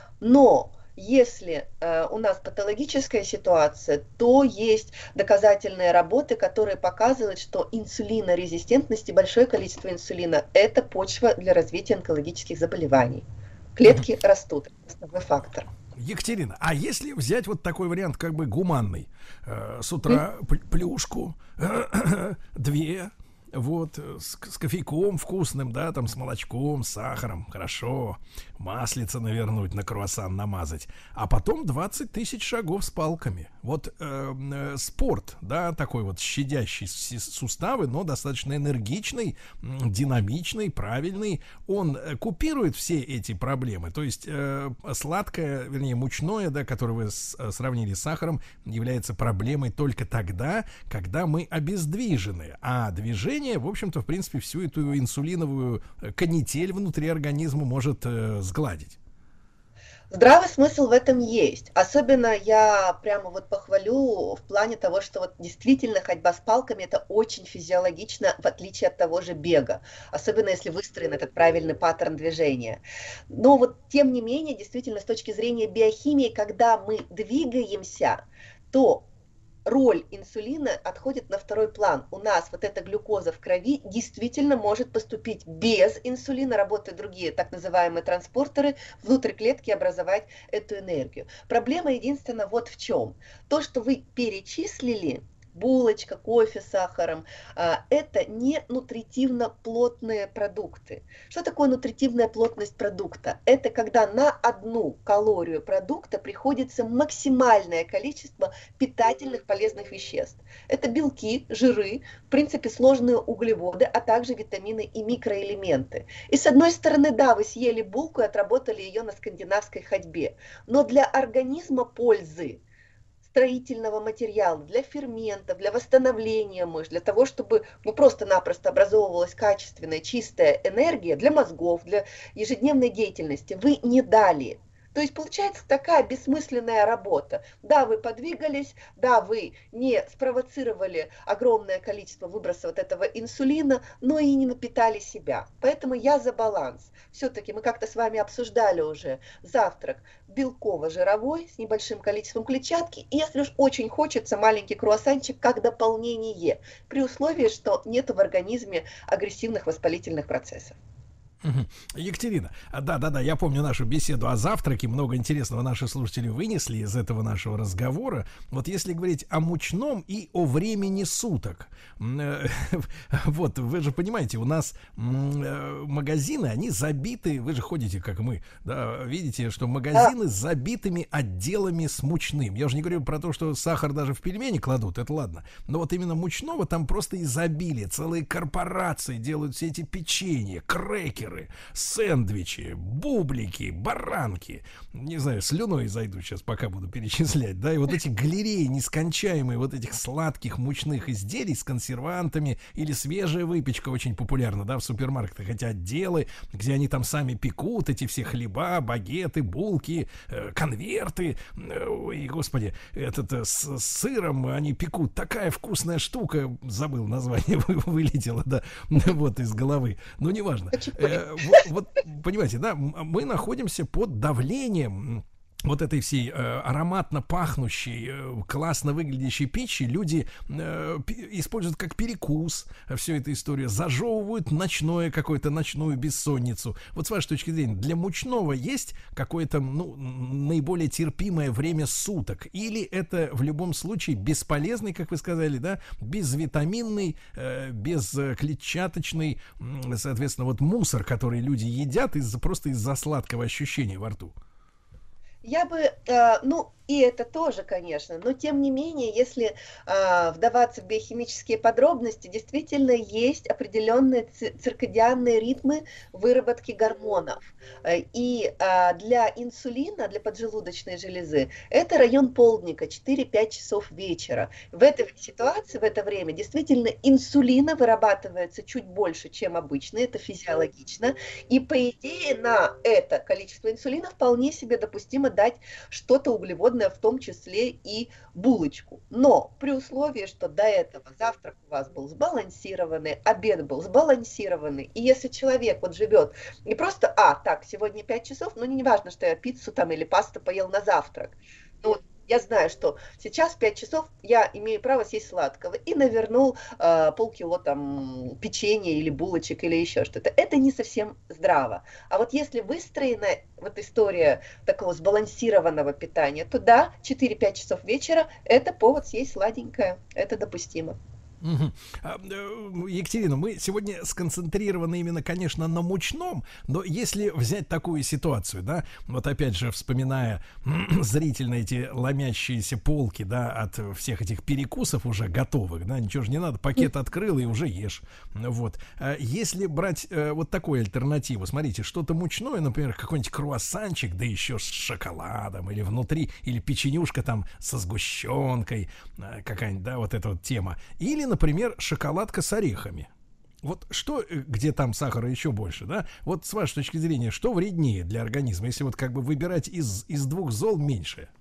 Но если э, у нас патологическая ситуация, то есть доказательные работы, которые показывают, что инсулинорезистентность и большое количество инсулина – это почва для развития онкологических заболеваний. Клетки растут, это основной фактор.
Екатерина, а если взять вот такой вариант как бы гуманный, э, с утра плюшку, э, две, вот, с, с кофейком вкусным, да, там, с молочком, с сахаром, хорошо, маслица навернуть, на круассан намазать, а потом двадцать тысяч шагов с палками. Вот э, э, спорт, да, такой вот щадящий суставы, но достаточно энергичный, динамичный, правильный, он купирует все эти проблемы, то есть э, сладкое, вернее, мучное, да, которое вы с, сравнили с сахаром, является проблемой только тогда, когда мы обездвижены, а движение, в общем-то, в принципе, всю эту инсулиновую канитель внутри организма может э, сгладить.
Здравый смысл в этом есть. Особенно я прямо вот похвалю в плане того, что вот действительно ходьба с палками – это очень физиологично, в отличие от того же бега. Особенно если выстроен этот правильный паттерн движения. Но вот тем не менее, действительно, с точки зрения биохимии, когда мы двигаемся, то роль инсулина отходит на второй план. У нас вот эта глюкоза в крови действительно может поступить без инсулина, работают другие так называемые транспортеры, внутрь клетки образовать эту энергию. Проблема единственная вот в чем. То, что вы перечислили, булочка, кофе с сахаром, это не нутритивно плотные продукты. Что такое нутритивная плотность продукта? Это когда на одну калорию продукта приходится максимальное количество питательных полезных веществ. Это белки, жиры, в принципе сложные углеводы, а также витамины и микроэлементы. И с одной стороны, да, вы съели булку и отработали ее на скандинавской ходьбе, но для организма пользы строительного материала, для ферментов, для восстановления мышц, для того, чтобы ну, просто-напросто образовывалась качественная, чистая энергия для мозгов, для ежедневной деятельности, вы не дали. То То есть получается такая бессмысленная работа. Да, вы подвигались, да, вы не спровоцировали огромное количество выброса вот этого инсулина, но и не напитали себя. Поэтому я за баланс. Все-таки мы как-то с вами обсуждали уже завтрак белково-жировой с небольшим количеством клетчатки. И если уж очень хочется, маленький круассанчик как дополнение, при условии, что нет в организме агрессивных воспалительных процессов.
Екатерина, да-да-да, я помню нашу беседу о завтраке, много интересного наши слушатели вынесли из этого нашего разговора. Вот если говорить о мучном и о времени суток, вот, вы же понимаете, у нас магазины, они забиты, вы же ходите, как мы, да, видите, что магазины с забитыми отделами с мучным. Я уже не говорю про то, что сахар даже в пельмени кладут, это ладно, но вот именно мучного там просто изобилие, целые корпорации делают все эти печенья, крекеры, сэндвичи, бублики, баранки. Не знаю, слюной зайду сейчас, пока буду перечислять. Да, и вот эти галереи нескончаемые вот этих сладких мучных изделий с консервантами или свежая выпечка очень популярна, да, в супермаркетах. Эти отделы, где они там сами пекут эти все хлеба, багеты, булки, э, конверты. Ой, господи, этот э, с, с сыром они пекут. Такая вкусная штука. Забыл название, вылетело, да, вот из головы. Но неважно. Вот, вот, понимаете, да, мы находимся под давлением вот этой всей э, ароматно пахнущей, э, классно выглядящей пищи. Люди э, используют как перекус всю эту историю, зажевывают ночное какое-то, ночную бессонницу. Вот с вашей точки зрения, для мучного есть какое-то, ну, наиболее терпимое время суток? Или это в любом случае бесполезный, как вы сказали, да, безвитаминный, э, безклетчаточный, соответственно, вот мусор, который люди едят из-за, просто из-за сладкого ощущения во рту?
Я бы, э, ну, и это тоже, конечно, но тем не менее, если э, вдаваться в биохимические подробности, действительно есть определенные циркадианные ритмы выработки гормонов. И э, для инсулина, для поджелудочной железы, это район полдника, четыре-пять часов вечера. В этой ситуации, в это время, действительно инсулина вырабатывается чуть больше, чем обычно, это физиологично. И по идее на это количество инсулина вполне себе допустимо дать что-то углеводное, в том числе и булочку. Но при условии, что до этого завтрак у вас был сбалансированный, обед был сбалансированный, и если человек вот живет не просто, а, так, сегодня пять часов, ну не важно, что я пиццу там или пасту поел на завтрак, но вот я знаю, что сейчас в пять часов я имею право съесть сладкого и навернул э, полкило там печенья или булочек или еще что-то. Это не совсем здраво. А вот если выстроена вот история такого сбалансированного питания, то да, четыре-пять часов вечера это повод съесть сладенькое. Это допустимо.
Угу. Екатерина, мы сегодня сконцентрированы именно, конечно, на мучном, но если взять такую ситуацию, да, вот опять же, вспоминая зрительно эти ломящиеся полки, да, от всех этих перекусов уже готовых, да, ничего же не надо, пакет открыл и уже ешь, вот. Если брать вот такую альтернативу, смотрите, что-то мучное, например, какой-нибудь круассанчик, да еще с шоколадом, или внутри, или печенюшка там со сгущенкой, какая-нибудь, да, вот эта вот тема, или, например, шоколадка с орехами. Вот что, где там сахара еще больше, да? Вот с вашей точки зрения, что вреднее для организма, если вот как бы выбирать из, из двух зол меньшее?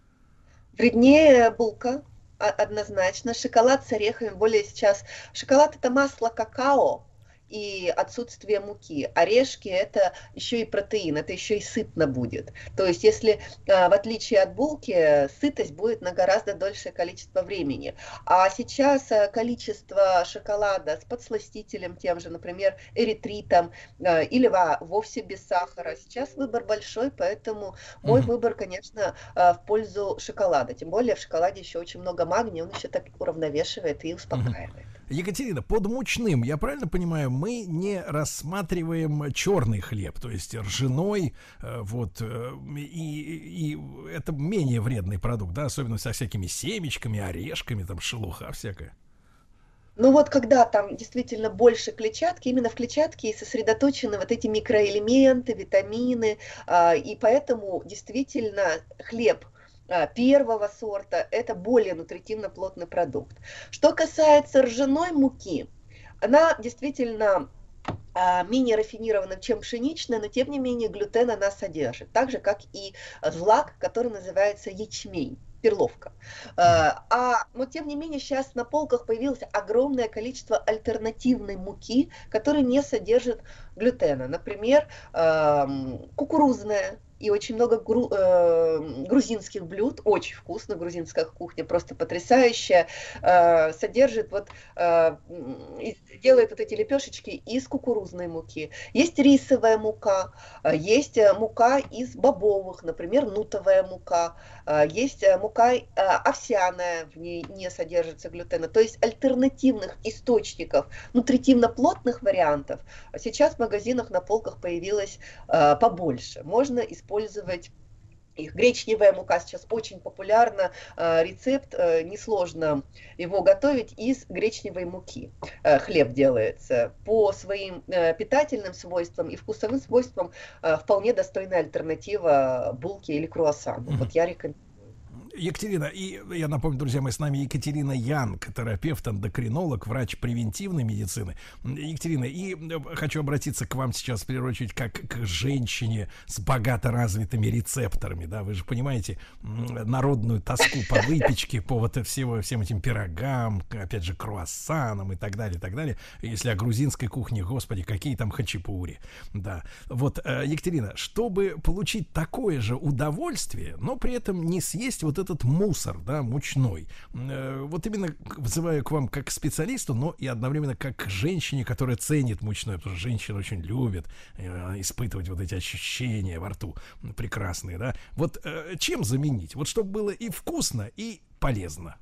Вреднее булка, однозначно. Шоколад с орехами, более сейчас. Шоколад — это масло какао и отсутствие муки. Орешки — это еще и протеин, это еще и сытно будет. То есть, если в отличие от булки, сытость будет на гораздо дольшее количество времени. А сейчас количество шоколада с подсластителем тем же, например, эритритом, или вовсе без сахара, сейчас выбор большой, поэтому мой mm-hmm. выбор, конечно, в пользу шоколада. Тем более в шоколаде еще очень много магния, он еще так уравновешивает и успокаивает. Mm-hmm.
Екатерина, под мучным, я правильно понимаю, мы не рассматриваем черный хлеб, то есть ржаной, вот, и, и это менее вредный продукт, да, особенно со всякими семечками, орешками, там шелуха всякая.
Ну вот когда там действительно больше клетчатки, именно в клетчатке и сосредоточены вот эти микроэлементы, витамины, и поэтому действительно хлеб первого сорта — это более нутритивно плотный продукт. Что касается ржаной муки, она действительно менее рафинированным, чем пшеничное, но тем не менее глютен она содержит, так же как и злак, который называется ячмень, перловка. А, но тем не менее сейчас на полках появилось огромное количество альтернативной муки, которая не содержит глютена. Например, кукурузная. И очень много гру, э, грузинских блюд, очень вкусно, грузинская кухня просто потрясающая, э, содержит вот, э, делает вот эти лепешечки из кукурузной муки. Есть рисовая мука, есть мука из бобовых, например, нутовая мука, есть мука э, овсяная, в ней не содержится глютена. То есть альтернативных источников, нутритивно-плотных вариантов сейчас в магазинах на полках появилось э, побольше. Можно использовать использовать их. Гречневая мука сейчас очень популярна, рецепт, несложно его готовить из гречневой муки. Хлеб делается по своим питательным свойствам и вкусовым свойствам вполне достойная альтернатива булке или круассану. Mm-hmm. Вот я рекомендую.
Екатерина, и я напомню, друзья мои, с нами Екатерина Янг, терапевт, эндокринолог, врач превентивной медицины. Екатерина, и хочу обратиться к вам сейчас, в первую очередь, как к женщине с богато развитыми рецепторами, да, вы же понимаете народную тоску по выпечке, по вот всего, всем этим пирогам, опять же, круассанам и так далее, и так далее. Если о грузинской кухне, господи, какие там хачапури, да. Вот, Екатерина, чтобы получить такое же удовольствие, но при этом не съесть вот этот мусор, да, мучной. Вот именно вызываю к вам как к специалисту, но и одновременно как к женщине, которая ценит мучное, потому что женщины очень любят испытывать вот эти ощущения во рту прекрасные, да. Вот чем заменить? Вот чтобы было и вкусно, и полезно.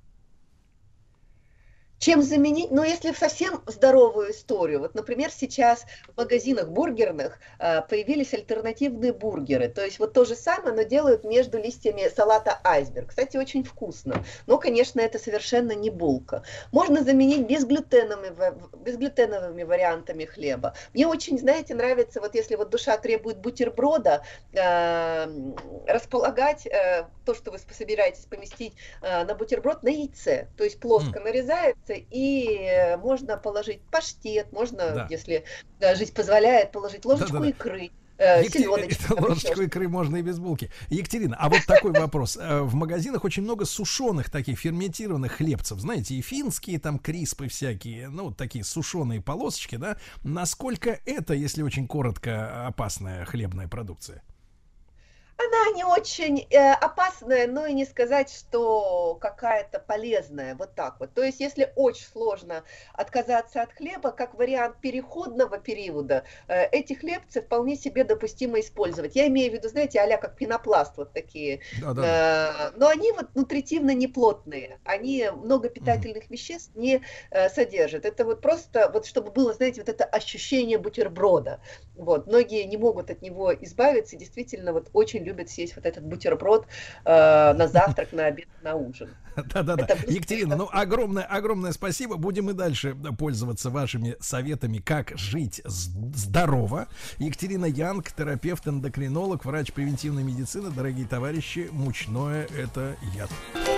Чем заменить? Ну, если совсем здоровую историю. Вот, например, сейчас в магазинах бургерных э, появились альтернативные бургеры. То есть вот то же самое, но делают между листьями салата айсберг. Кстати, очень вкусно. Но, конечно, это совершенно не булка. Можно заменить безглютеновыми, безглютеновыми вариантами хлеба. Мне очень, знаете, нравится, вот если вот душа требует бутерброда, э, располагать э, то, что вы собираетесь поместить э, на бутерброд, на яйце. То есть плоско нарезается, и можно положить паштет, можно, да. если да, жизнь позволяет, положить ложечку да, да, да. икры.
Екатерина, ложечку икры можно и без булки. Екатерина, а вот такой вопрос. В магазинах очень много сушеных таких ферментированных хлебцев. Знаете, и финские там криспы всякие, ну, вот такие сушеные полосочки, да. Насколько это, если очень коротко, опасная хлебная продукция?
Она не очень э, опасная, но и не сказать, что какая-то полезная, вот так вот. То есть, если очень сложно отказаться от хлеба, как вариант переходного периода, э, эти хлебцы вполне себе допустимо использовать. Я имею в виду, знаете, а-ля как пенопласт вот такие. Да, да. Э, но они вот нутритивно неплотные, они много питательных mm-hmm. веществ не э, содержат. Это вот просто, вот чтобы было, знаете, вот это ощущение бутерброда. Вот. Многие не могут от него избавиться, и действительно вот очень любят съесть вот этот бутерброд э, на завтрак, на обед, на ужин.
Да-да-да. Екатерина, ну огромное, огромное спасибо. Будем и дальше пользоваться вашими советами, как жить здорово. Екатерина Янг, терапевт, эндокринолог, врач превентивной медицины. Дорогие товарищи, мучное — это яд.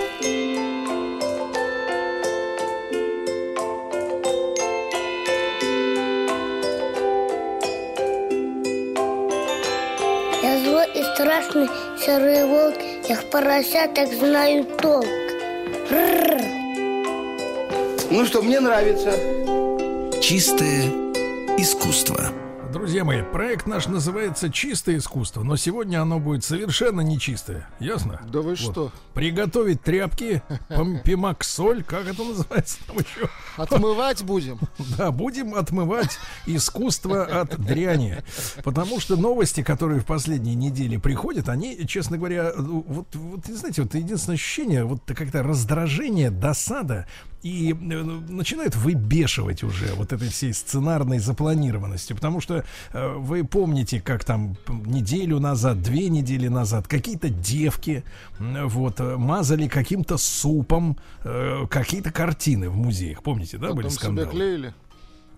И страшный серый волк, их поросяток знаю толк. Р-р-р.
Ну что, мне нравится.
Чистое искусство.
Друзья мои, проект наш называется «Чистое искусство», но сегодня оно будет совершенно нечистое. Ясно?
Да вы вот. Что?
Приготовить тряпки, пемаксоль, как это называется там еще?
Отмывать будем? Да,
будем отмывать искусство от дряни. Потому что новости, которые в последние недели приходят, они, честно говоря, вот, вот знаете, вот единственное ощущение, вот как-то раздражение, досада, и начинают выбешивать уже вот этой всей сценарной запланированностью. Потому что э, вы помните, как там неделю назад, две недели назад какие-то девки э, вот, мазали каким-то супом э, какие-то картины в музеях. Помните, да,
потом
были скандалы?
Себя клеили.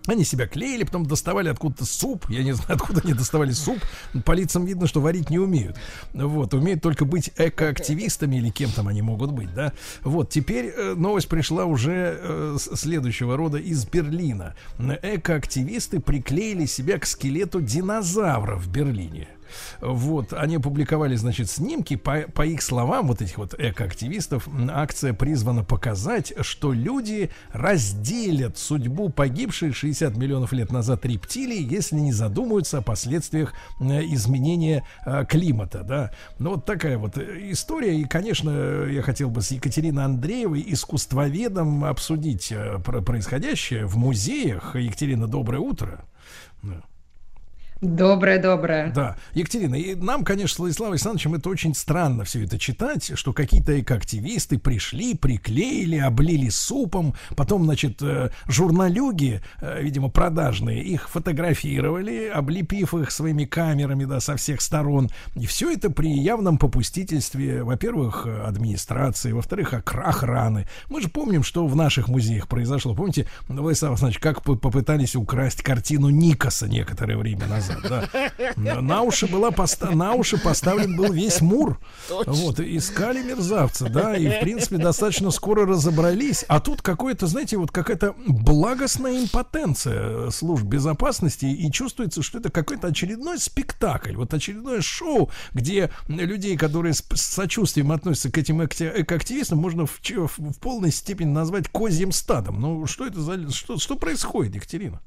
Они себя клеили, потом доставали откуда-то суп. Я не знаю, откуда они доставали суп. По лицам видно, что варить не умеют. Вот, умеют только быть экоактивистами или кем там они могут быть, да. Вот, теперь э, новость пришла уже э, следующего рода из Берлина. Экоактивисты приклеили себя к скелету динозавра в Берлине. Вот, они опубликовали, значит, снимки. По, по их словам, вот этих вот экоактивистов, акция призвана показать, что люди разделят судьбу погибшей шестьдесят миллионов лет назад рептилий, если не задумаются о последствиях изменения климата, да. Ну, вот такая вот история. И, конечно, я хотел бы с Екатериной Андреевой, искусствоведом, обсудить происходящее в музеях. Екатерина, доброе утро.
Доброе-доброе.
Да, Екатерина, и нам, конечно, с Владиславом Александровичем это очень странно все это читать, что какие-то экоактивисты пришли, приклеили, облили супом, потом, значит, журналюги, видимо, продажные, их фотографировали, облепив их своими камерами, да, со всех сторон. И все это при явном попустительстве, во-первых, администрации, во-вторых, охраны. Мы же помним, что в наших музеях произошло. Помните, Владислав Александрович, как попытались украсть картину Никоса некоторое время назад? Да. На уши была поста- на уши поставлен был весь Мур. Точно. Вот, искали мерзавца, да, и в принципе достаточно скоро разобрались. А тут какое-то, знаете, вот какая-то благостная импотенция служб безопасности, и чувствуется, что это какой-то очередной спектакль, вот очередное шоу, где людей, которые с сочувствием относятся к этим экоактивистам, можно в, в, в полной степени назвать козьим стадом. Ну, что это за... Что, что происходит, Екатерина?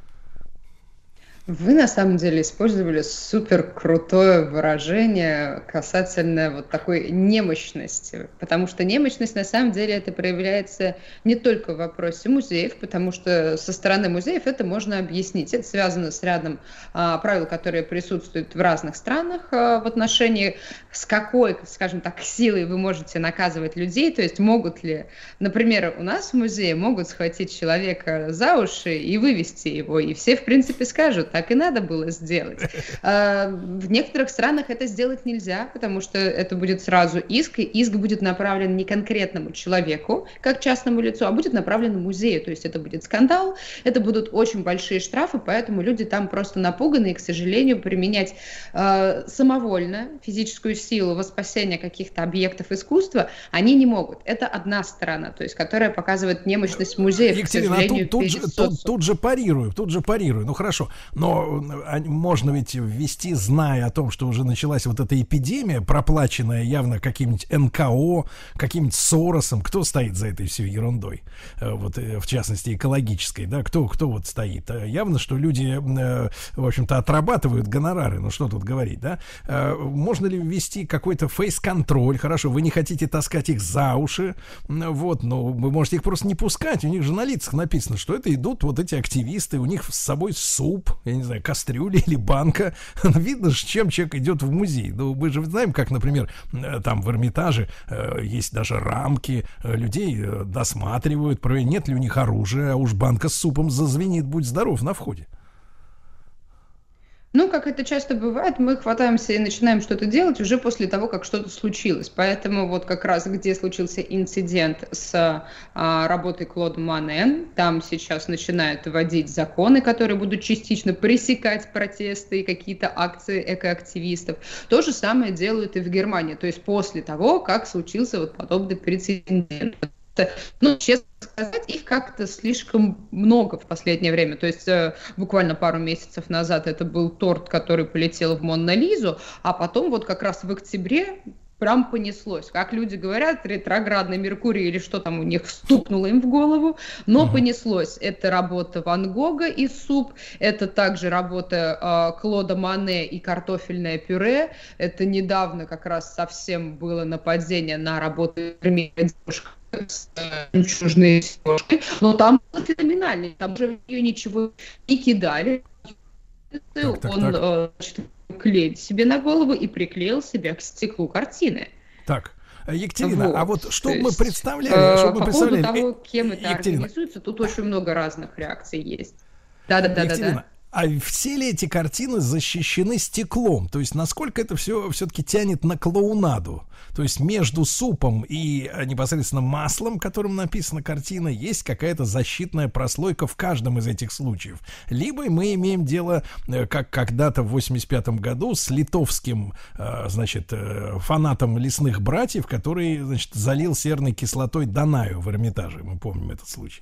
Вы на самом деле использовали супер крутое выражение касательно вот такой немощности, потому что немощность на самом деле это проявляется не только в вопросе музеев, потому что со стороны музеев это можно объяснить. Это связано с рядом а, правил, которые присутствуют в разных странах а, в отношении с какой, скажем так, силой вы можете наказывать людей, то есть могут ли, например, у нас в музее могут схватить человека за уши и вывести его, и все в принципе скажут: так и надо было сделать. В некоторых странах это сделать нельзя, потому что это будет сразу иск, и иск будет направлен не конкретному человеку, как частному лицу, а будет направлен музею. То есть это будет скандал, это будут очень большие штрафы, поэтому люди там просто напуганы, и, к сожалению, применять э, самовольно физическую силу во спасение каких-то объектов искусства они не могут. Это одна сторона, то есть которая показывает немощность музеев.
Екатерина, а тут, тут, же, тут, тут же парирую, тут же парирую. Ну хорошо, но можно ведь ввести, зная о том, что уже началась вот эта эпидемия, проплаченная явно каким-нибудь эн ка о, каким-нибудь Соросом. Кто стоит за этой всей ерундой? Вот, в частности, экологической, да? Кто, кто вот стоит? Явно, что люди, в общем-то, отрабатывают гонорары. Ну, что тут говорить, да? Можно ли ввести какой-то фейс-контроль? Хорошо, вы не хотите таскать их за уши, вот, но вы можете их просто не пускать. У них же на лицах написано, что это идут вот эти активисты, у них с собой суп, я не знаю, кастрюля или банка. Видно, с чем человек идет в музей. Ну, мы же знаем, как, например, там в Эрмитаже э, есть даже рамки, э, людей э, досматривают, проверяют, нет ли у них оружия, а уж банка с супом зазвенит, будь здоров, на входе.
Ну, как это часто бывает, мы хватаемся и начинаем что-то делать уже после того, как что-то случилось. Поэтому вот как раз где случился инцидент с а, работой Клода Моне, там сейчас начинают вводить законы, которые будут частично пресекать протесты и какие-то акции экоактивистов. То же самое делают и в Германии, то есть после того, как случился вот подобный прецедент. Ну, честно сказать, их как-то слишком много в последнее время. То есть э, буквально пару месяцев назад это был торт, который полетел в Монна Лизу, а потом вот как раз в октябре прям понеслось. Как люди говорят, ретроградный Меркурий или что там у них стукнуло им в голову, но uh-huh. понеслось. Это работа Ван Гога и суп, это также работа э, Клода Моне и картофельное пюре. Это недавно как раз совсем было нападение на работу девушка с жемчужной сережкой, но там было феноменально, там же ее ничего не кидали. Так, так, он так. Значит, клеил себе на голову и приклеил себя к стеклу картины.
Так, Екатерина, вот. а вот что мы представляли?
Э,
что мы
по
представляли?
поводу того, кем это
Екатерина.
организуется, тут очень много разных реакций есть. Да-да-да-да.
А все ли эти картины защищены стеклом? То есть насколько это все все-таки тянет на клоунаду? То есть между супом и непосредственно маслом, которым написана картина, есть какая-то защитная прослойка в каждом из этих случаев. Либо мы имеем дело, как когда-то в восемьдесят пятом году, с литовским, значит, фанатом лесных братьев, который, значит, залил серной кислотой Данаю в Эрмитаже. Мы помним этот случай.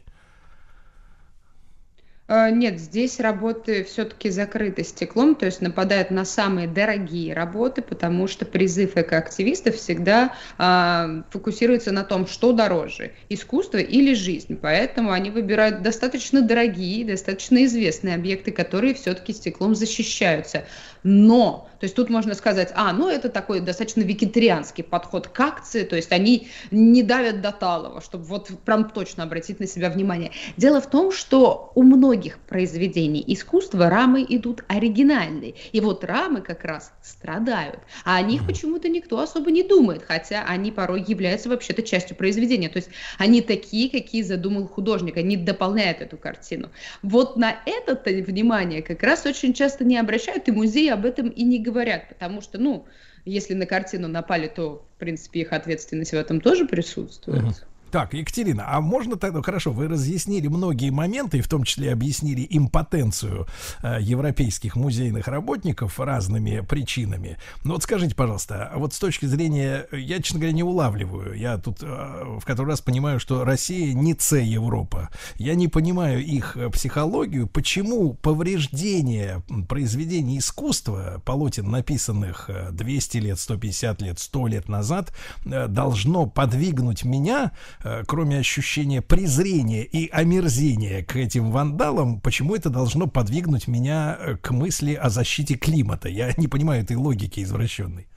Нет, здесь работы все-таки закрыты стеклом, то есть нападают на самые дорогие работы, потому что призыв экоактивистов всегда э, фокусируется на том, что дороже, искусство или жизнь. Поэтому они выбирают достаточно дорогие, достаточно известные объекты, которые все-таки стеклом защищаются. Но, то есть тут можно сказать, а, ну это такой достаточно вегетарианский подход к акции, то есть они не давят до талого, чтобы вот прям точно обратить на себя внимание. Дело в том, что у многих произведений искусства рамы идут оригинальные, и вот рамы как раз страдают, а о них почему-то никто особо не думает, хотя они порой являются вообще-то частью произведения, то есть они такие, какие задумал художник, они дополняют эту картину. Вот на это-то внимание как раз очень часто не обращают, и музеи об этом и не говорят, потому что, ну, если на картину напали, то, в принципе, их ответственность в этом тоже присутствует. Uh-huh.
Так, Екатерина, а можно тогда, хорошо, вы разъяснили многие моменты, и в том числе объяснили импотенцию э, европейских музейных работников разными причинами. Но вот скажите, пожалуйста, вот с точки зрения, я, честно говоря, не улавливаю, я тут э, в который раз понимаю, что Россия не С-Европа. Я не понимаю их психологию, почему повреждение произведений искусства, полотен, написанных двести лет, сто пятьдесят лет, сто лет назад, э, должно подвигнуть меня, кроме ощущения презрения и омерзения к этим вандалам, почему это должно подвигнуть меня к мысли о защите климата? Я не понимаю этой логики извращенной.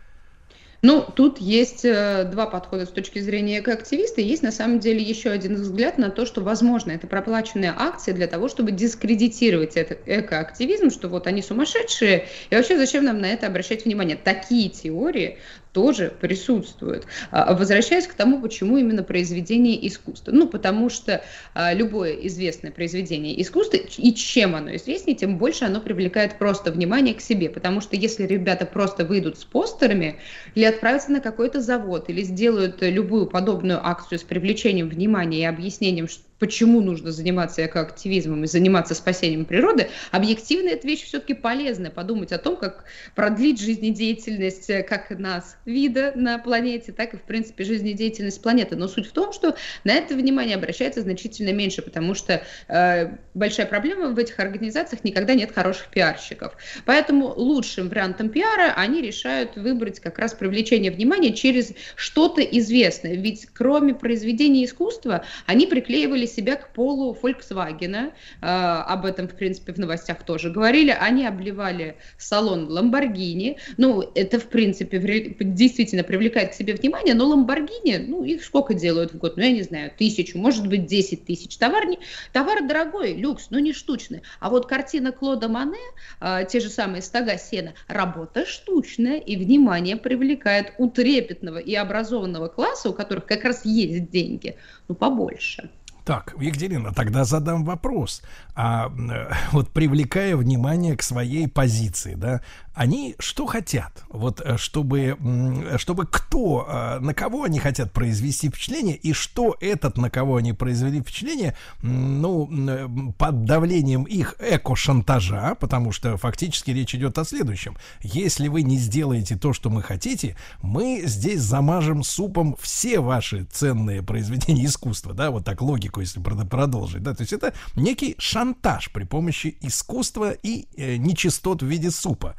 Ну, тут есть э, два подхода с точки зрения экоактивиста. Есть, на самом деле, еще один взгляд на то, что, возможно, это проплаченная акция для того, чтобы дискредитировать этот экоактивизм, что вот они сумасшедшие, и вообще зачем нам на это обращать внимание? Такие теории тоже присутствуют. Возвращаясь к тому, почему именно произведение искусства. Ну, потому что а, любое известное произведение искусства, и чем оно известнее, тем больше оно привлекает просто внимание к себе. Потому что если ребята просто выйдут с постерами или отправятся на какой-то завод, или сделают любую подобную акцию с привлечением внимания и объяснением, почему нужно заниматься экоактивизмом и заниматься спасением природы, объективно эта вещь все-таки полезная. Подумать о том, как продлить жизнедеятельность как нас, вида на планете, так и, в принципе, жизнедеятельность планеты. Но суть в том, что на это внимание обращается значительно меньше, потому что э, большая проблема в этих организациях — никогда нет хороших пиарщиков. Поэтому лучшим вариантом пиара они решают выбрать как раз привлечение внимания через что-то известное. Ведь кроме произведений искусства они приклеивали себя к полу Volkswagen, э, об этом, в принципе, в новостях тоже говорили, они обливали салон Lamborghini, ну, это, в принципе, действительно привлекает к себе внимание, но Lamborghini, ну, их сколько делают в год? Ну, я не знаю, тысячу, может быть, десять тысяч. Товар, не, товар дорогой, люкс, но не штучный. А вот картина Клода Мане, э, те же самые «Стога сена», работа штучная, и внимание привлекает у трепетного и образованного класса, у которых как раз есть деньги, ну, побольше.
Так, Екатерина, тогда задам вопрос. А вот привлекая внимание к своей позиции, да, они что хотят? Вот чтобы, чтобы кто, на кого они хотят произвести впечатление, и что этот, на кого они произвели впечатление, ну, под давлением их эко-шантажа, потому что фактически речь идет о следующем. Если вы не сделаете то, что мы хотите, мы здесь замажем супом все ваши ценные произведения искусства, да, вот так логику, если продолжить, да, то есть это некий шантаж при помощи искусства и э, нечистот в виде супа.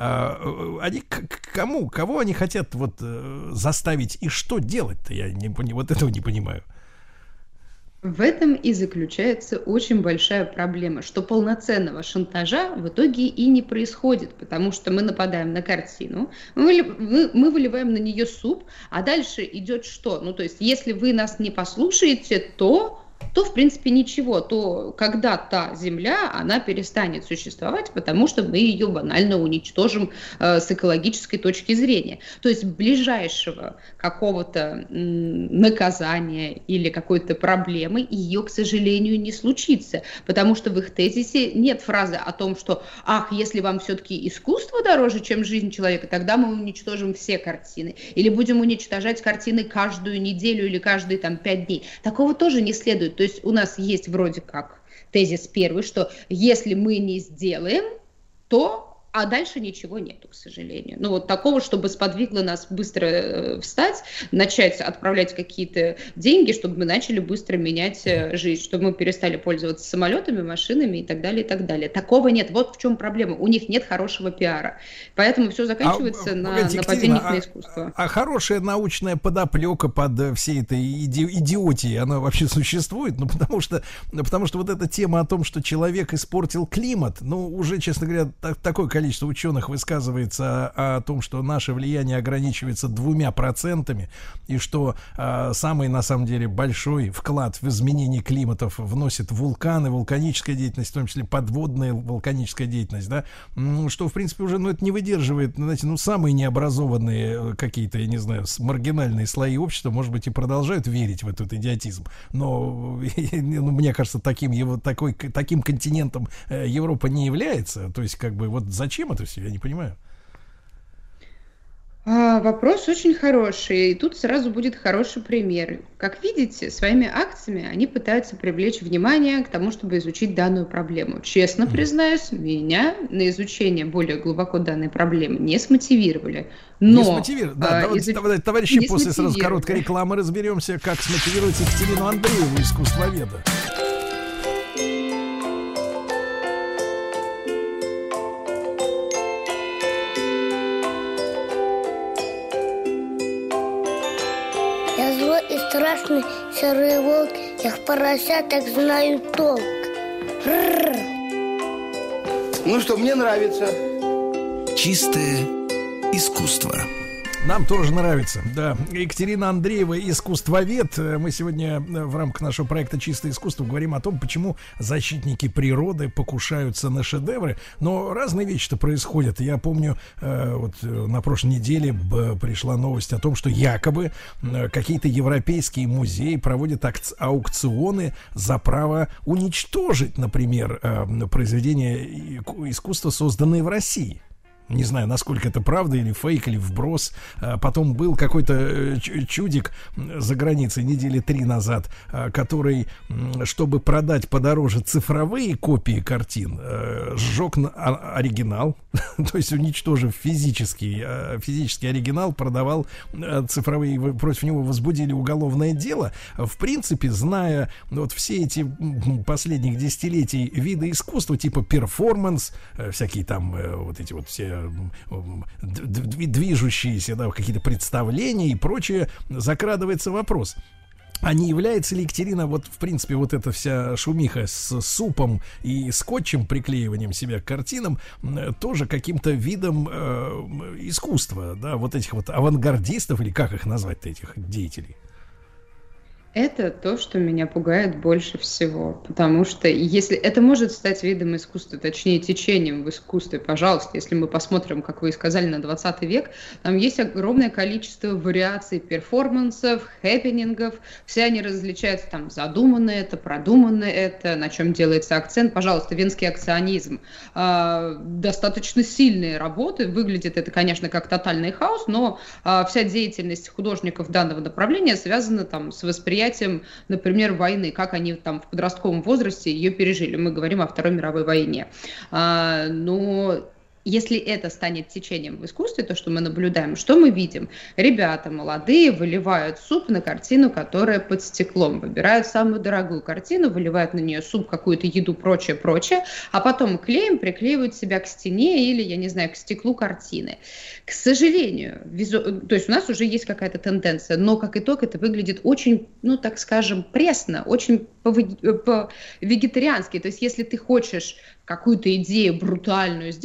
А, они к, к кому, кого они хотят вот э, заставить и что делать-то, я не, вот этого не понимаю.
В этом и заключается очень большая проблема, что полноценного шантажа в итоге и не происходит, потому что мы нападаем на картину, мы, мы выливаем на нее суп, а дальше идет что? Ну, то есть, если вы нас не послушаете, то... то, в принципе, ничего. То когда та Земля, она перестанет существовать, потому что мы ее банально уничтожим э, с экологической точки зрения. То есть ближайшего какого-то м, наказания или какой-то проблемы ее, к сожалению, не случится. Потому что в их тезисе нет фразы о том, что «ах, если вам все-таки искусство дороже, чем жизнь человека, тогда мы уничтожим все картины». Или будем уничтожать картины каждую неделю или каждые там пять дней. Такого тоже не следует. То есть у нас есть вроде как тезис первый, что если мы не сделаем, то... А дальше ничего нету, к сожалению. Ну вот такого, чтобы сподвигло нас быстро э, встать, начать отправлять какие-то деньги, чтобы мы начали быстро менять э, жизнь, чтобы мы перестали пользоваться самолетами, машинами и так далее, и так далее. Такого нет. Вот в чем проблема. У них нет хорошего пиара. Поэтому все заканчивается а, на нападениях а, на искусство.
А, а хорошая научная подоплека под всей этой иди- идиотией, она вообще существует? Ну потому что, потому что вот эта тема о том, что человек испортил климат, ну уже, честно говоря, так, такое количество количество ученых высказывается о, о том, что наше влияние ограничивается двумя процентами, и что э, самый, на самом деле, большой вклад в изменение климатов вносит вулканы, вулканическая деятельность, в том числе подводная вулканическая деятельность, да, что, в принципе, уже, ну, это не выдерживает, знаете, ну, самые необразованные какие-то, я не знаю, маргинальные слои общества, может быть, и продолжают верить в этот идиотизм, но, ну, мне кажется, таким, его, такой, таким континентом Европа не является, то есть, как бы, вот зачем Зачем это все? Я не понимаю.
А, вопрос очень хороший. И тут сразу будет хороший пример. Как видите, своими акциями они пытаются привлечь внимание к тому, чтобы изучить данную проблему. Честно признаюсь, меня на изучение более глубоко данной проблемы не смотивировали. Но,
не смотивировали. Да,
а,
давайте,
изуч...
давайте, товарищи, не после сразу короткой рекламы разберемся, как смотивировать Екатерину Андрееву, искусствоведа.
И страшный серый волк, я в поросятах знаю толк. Р-р-р.
Ну что, мне нравится.
Чистое искусство.
Нам тоже нравится, да. Екатерина Андреева, искусствовед. Мы сегодня в рамках нашего проекта «Чистое искусство» говорим о том, почему защитники природы покушаются на шедевры. Но разные вещи-то происходят. Я помню, вот на прошлой неделе пришла новость о том, что якобы какие-то европейские музеи проводят аукционы за право уничтожить, например, произведения искусства, созданные в России. Не знаю, насколько это правда или фейк, или вброс. Потом был какой-то чудик за границей недели три назад, который, чтобы продать подороже цифровые копии картин, сжег оригинал, то есть уничтожив физический, физический оригинал, продавал цифровые, против него возбудили уголовное дело. В принципе, зная вот все эти последних десятилетий виды искусства, типа перформанс, всякие там вот эти вот все движущиеся, да, какие-то представления и прочее, закрадывается вопрос: а не является ли, Екатерина, вот в принципе вот эта вся шумиха с супом и скотчем, приклеиванием себя к картинам, тоже каким-то видом э, искусства, да, вот этих вот авангардистов, или как их назвать-то, этих деятелей?
Это то, что меня пугает больше всего, потому что если это может стать видом искусства, точнее течением в искусстве, пожалуйста, если мы посмотрим, как вы и сказали, на двадцатый век, там есть огромное количество вариаций перформансов, хэппенингов, все они различаются, там задумано это, продумано это, на чем делается акцент. Пожалуйста, венский акционизм, э, достаточно сильные работы, выглядит это, конечно, как тотальный хаос, но э, вся деятельность художников данного направления связана там с восприятием, например, войны, как они там в подростковом возрасте ее пережили. Мы говорим о Второй мировой войне. А, но если это станет течением в искусстве, то, что мы наблюдаем, что мы видим? Ребята молодые выливают суп на картину, которая под стеклом. Выбирают самую дорогую картину, выливают на нее суп, какую-то еду, прочее, прочее, а потом клеем приклеивают себя к стене или, я не знаю, к стеклу картины. К сожалению, визу... то есть у нас уже есть какая-то тенденция, но как итог это выглядит очень, ну, так скажем, пресно, очень по-вегетариански. То есть если ты хочешь какую-то идею брутальную сделать, то давай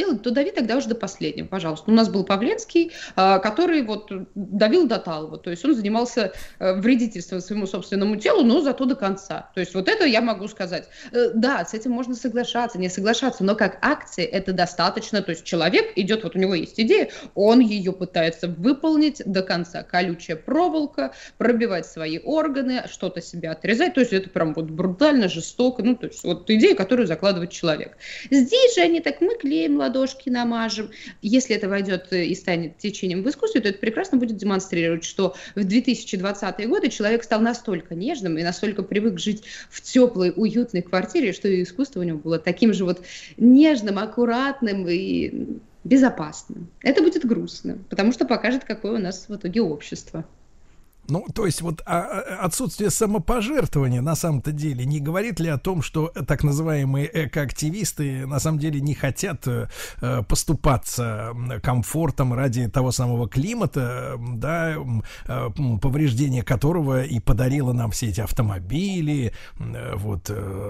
дави тогда уже до последнего, пожалуйста. У нас был Павленский, который вот давил до талого, то есть он занимался вредительством своему собственному телу, но зато до конца. То есть вот это я могу сказать. Да, с этим можно соглашаться, не соглашаться, но как акции это достаточно. То есть человек идет, вот у него есть идея, он ее пытается выполнить до конца. Колючая проволока, пробивать свои органы, что-то себя отрезать. То есть это прям вот брутально, жестоко. Ну, то есть вот идея, которую закладывает человек. Здесь же они так, мы клеим ладошки, намажем. Если это войдет и станет течением в искусстве, то это прекрасно будет демонстрировать, что в две тысячи двадцатые годы человек стал настолько нежным и настолько привык жить в теплой, уютной квартире, что и искусство у него было таким же вот нежным, аккуратным и безопасным. Это будет грустно, потому что покажет, какое у нас в итоге общество.
Ну, то есть вот а, отсутствие самопожертвования на самом-то деле не говорит ли о том, что так называемые экоактивисты на самом деле не хотят э, поступаться комфортом ради того самого климата, да, э, повреждение которого и подарило нам все эти автомобили, э, вот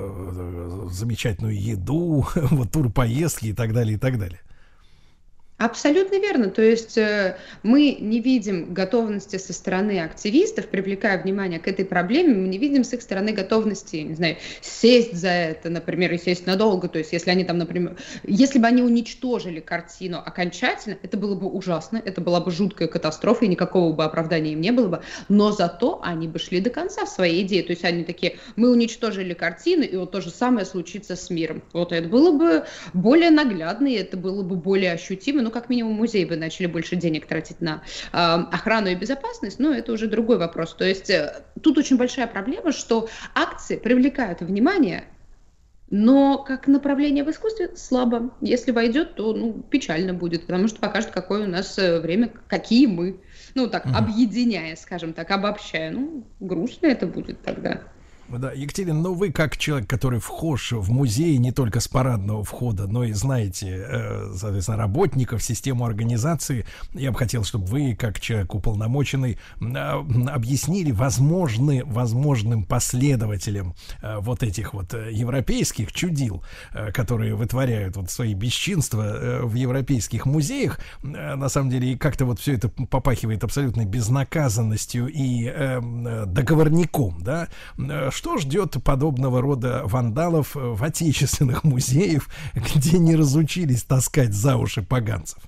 э, замечательную еду, вот турпоездки и так далее, и так далее.
Абсолютно верно. То есть э, мы не видим готовности со стороны активистов, привлекая внимание к этой проблеме, мы не видим с их стороны готовности, не знаю, сесть за это, например, и сесть надолго. То есть если они там, например, если бы они уничтожили картину окончательно, это было бы ужасно, это была бы жуткая катастрофа, и никакого бы оправдания им не было бы, но зато они бы шли до конца в своей идее. То есть они такие, мы уничтожили картину, и вот то же самое случится с миром. Вот это было бы более наглядно, и это было бы более ощутимо. Ну, как минимум, музеи бы начали больше денег тратить на э, охрану и безопасность, но это уже другой вопрос. То есть э, тут очень большая проблема, что акции привлекают внимание, но как направление в искусстве слабо. Если войдет, то ну, печально будет, потому что покажет, какое у нас время, какие мы. Ну, так, угу. объединяя, скажем так, обобщая. Ну, грустно это будет тогда.
Да, Екатерина, ну вы как человек, который вхож в музей не только с парадного входа, но и знаете, соответственно, работников, систему организации, я бы хотел, чтобы вы, как человек уполномоченный, объяснили возможны, возможным последователям вот этих вот европейских чудил, которые вытворяют вот свои бесчинства в европейских музеях, на самом деле, и как-то вот все это попахивает абсолютной безнаказанностью и договорником, да. Что ждет подобного рода вандалов в отечественных музеях, где не разучились таскать за уши поганцев?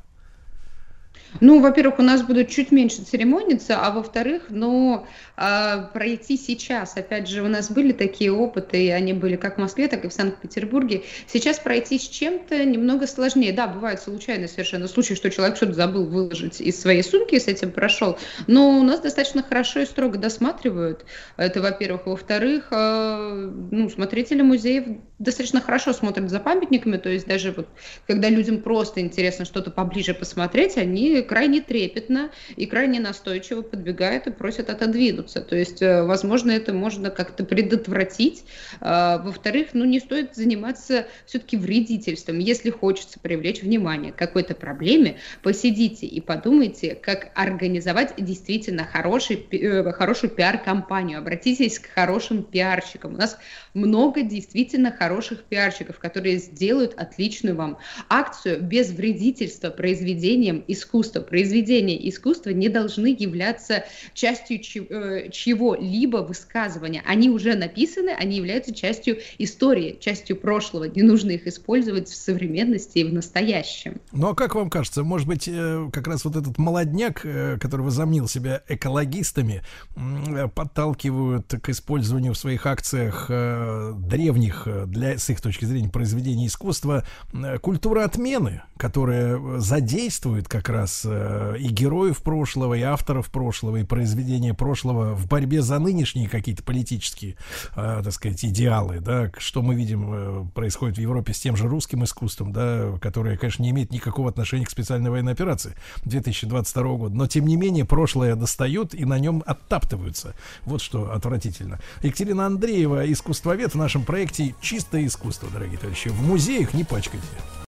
Ну, во-первых, у нас будут чуть меньше церемониться, а во-вторых, ну, э, пройти сейчас, опять же, у нас были такие опыты, и они были как в Москве, так и в Санкт-Петербурге. Сейчас пройти с чем-то немного сложнее. Да, бывают случайные совершенно случаи, что человек что-то забыл выложить из своей сумки и с этим прошел, но у нас достаточно хорошо и строго досматривают. Это, во-первых. Во-вторых, э, ну, смотрители музеев достаточно хорошо смотрят за памятниками, то есть даже вот, когда людям просто интересно что-то поближе посмотреть, они крайне трепетно и крайне настойчиво подбегают и просят отодвинуться. То есть, возможно, это можно как-то предотвратить. Во-вторых, ну, не стоит заниматься все-таки вредительством. Если хочется привлечь внимание к какой-то проблеме, посидите и подумайте, как организовать действительно хороший, хорошую пиар-компанию. Обратитесь к хорошим пиарщикам. У нас много действительно хороших пиарщиков, которые сделают отличную вам акцию без вредительства произведением искусства. Произведения искусства не должны являться частью чьего-либо высказывания. Они уже написаны, они являются частью истории, частью прошлого. Не нужно их использовать в современности и в настоящем.
Ну а как вам кажется, может быть, как раз вот этот молодняк, который возомнил себя экологистами, подталкивают к использованию в своих акциях древних, для, с их точки зрения, произведений искусства, культура отмены, которая задействует как раз и героев прошлого, и авторов прошлого, и произведения прошлого в борьбе за нынешние какие-то политические, э, так сказать, идеалы, да, что мы видим э, происходит в Европе с тем же русским искусством, да, которое, конечно, не имеет никакого отношения к специальной военной операции две тысячи двадцать второго года, но тем не менее прошлое достают и на нем оттаптываются. Вот что отвратительно. Екатерина Андреева, искусствовед, в нашем проекте «Чистое искусство», дорогие товарищи. В музеях не пачкайте.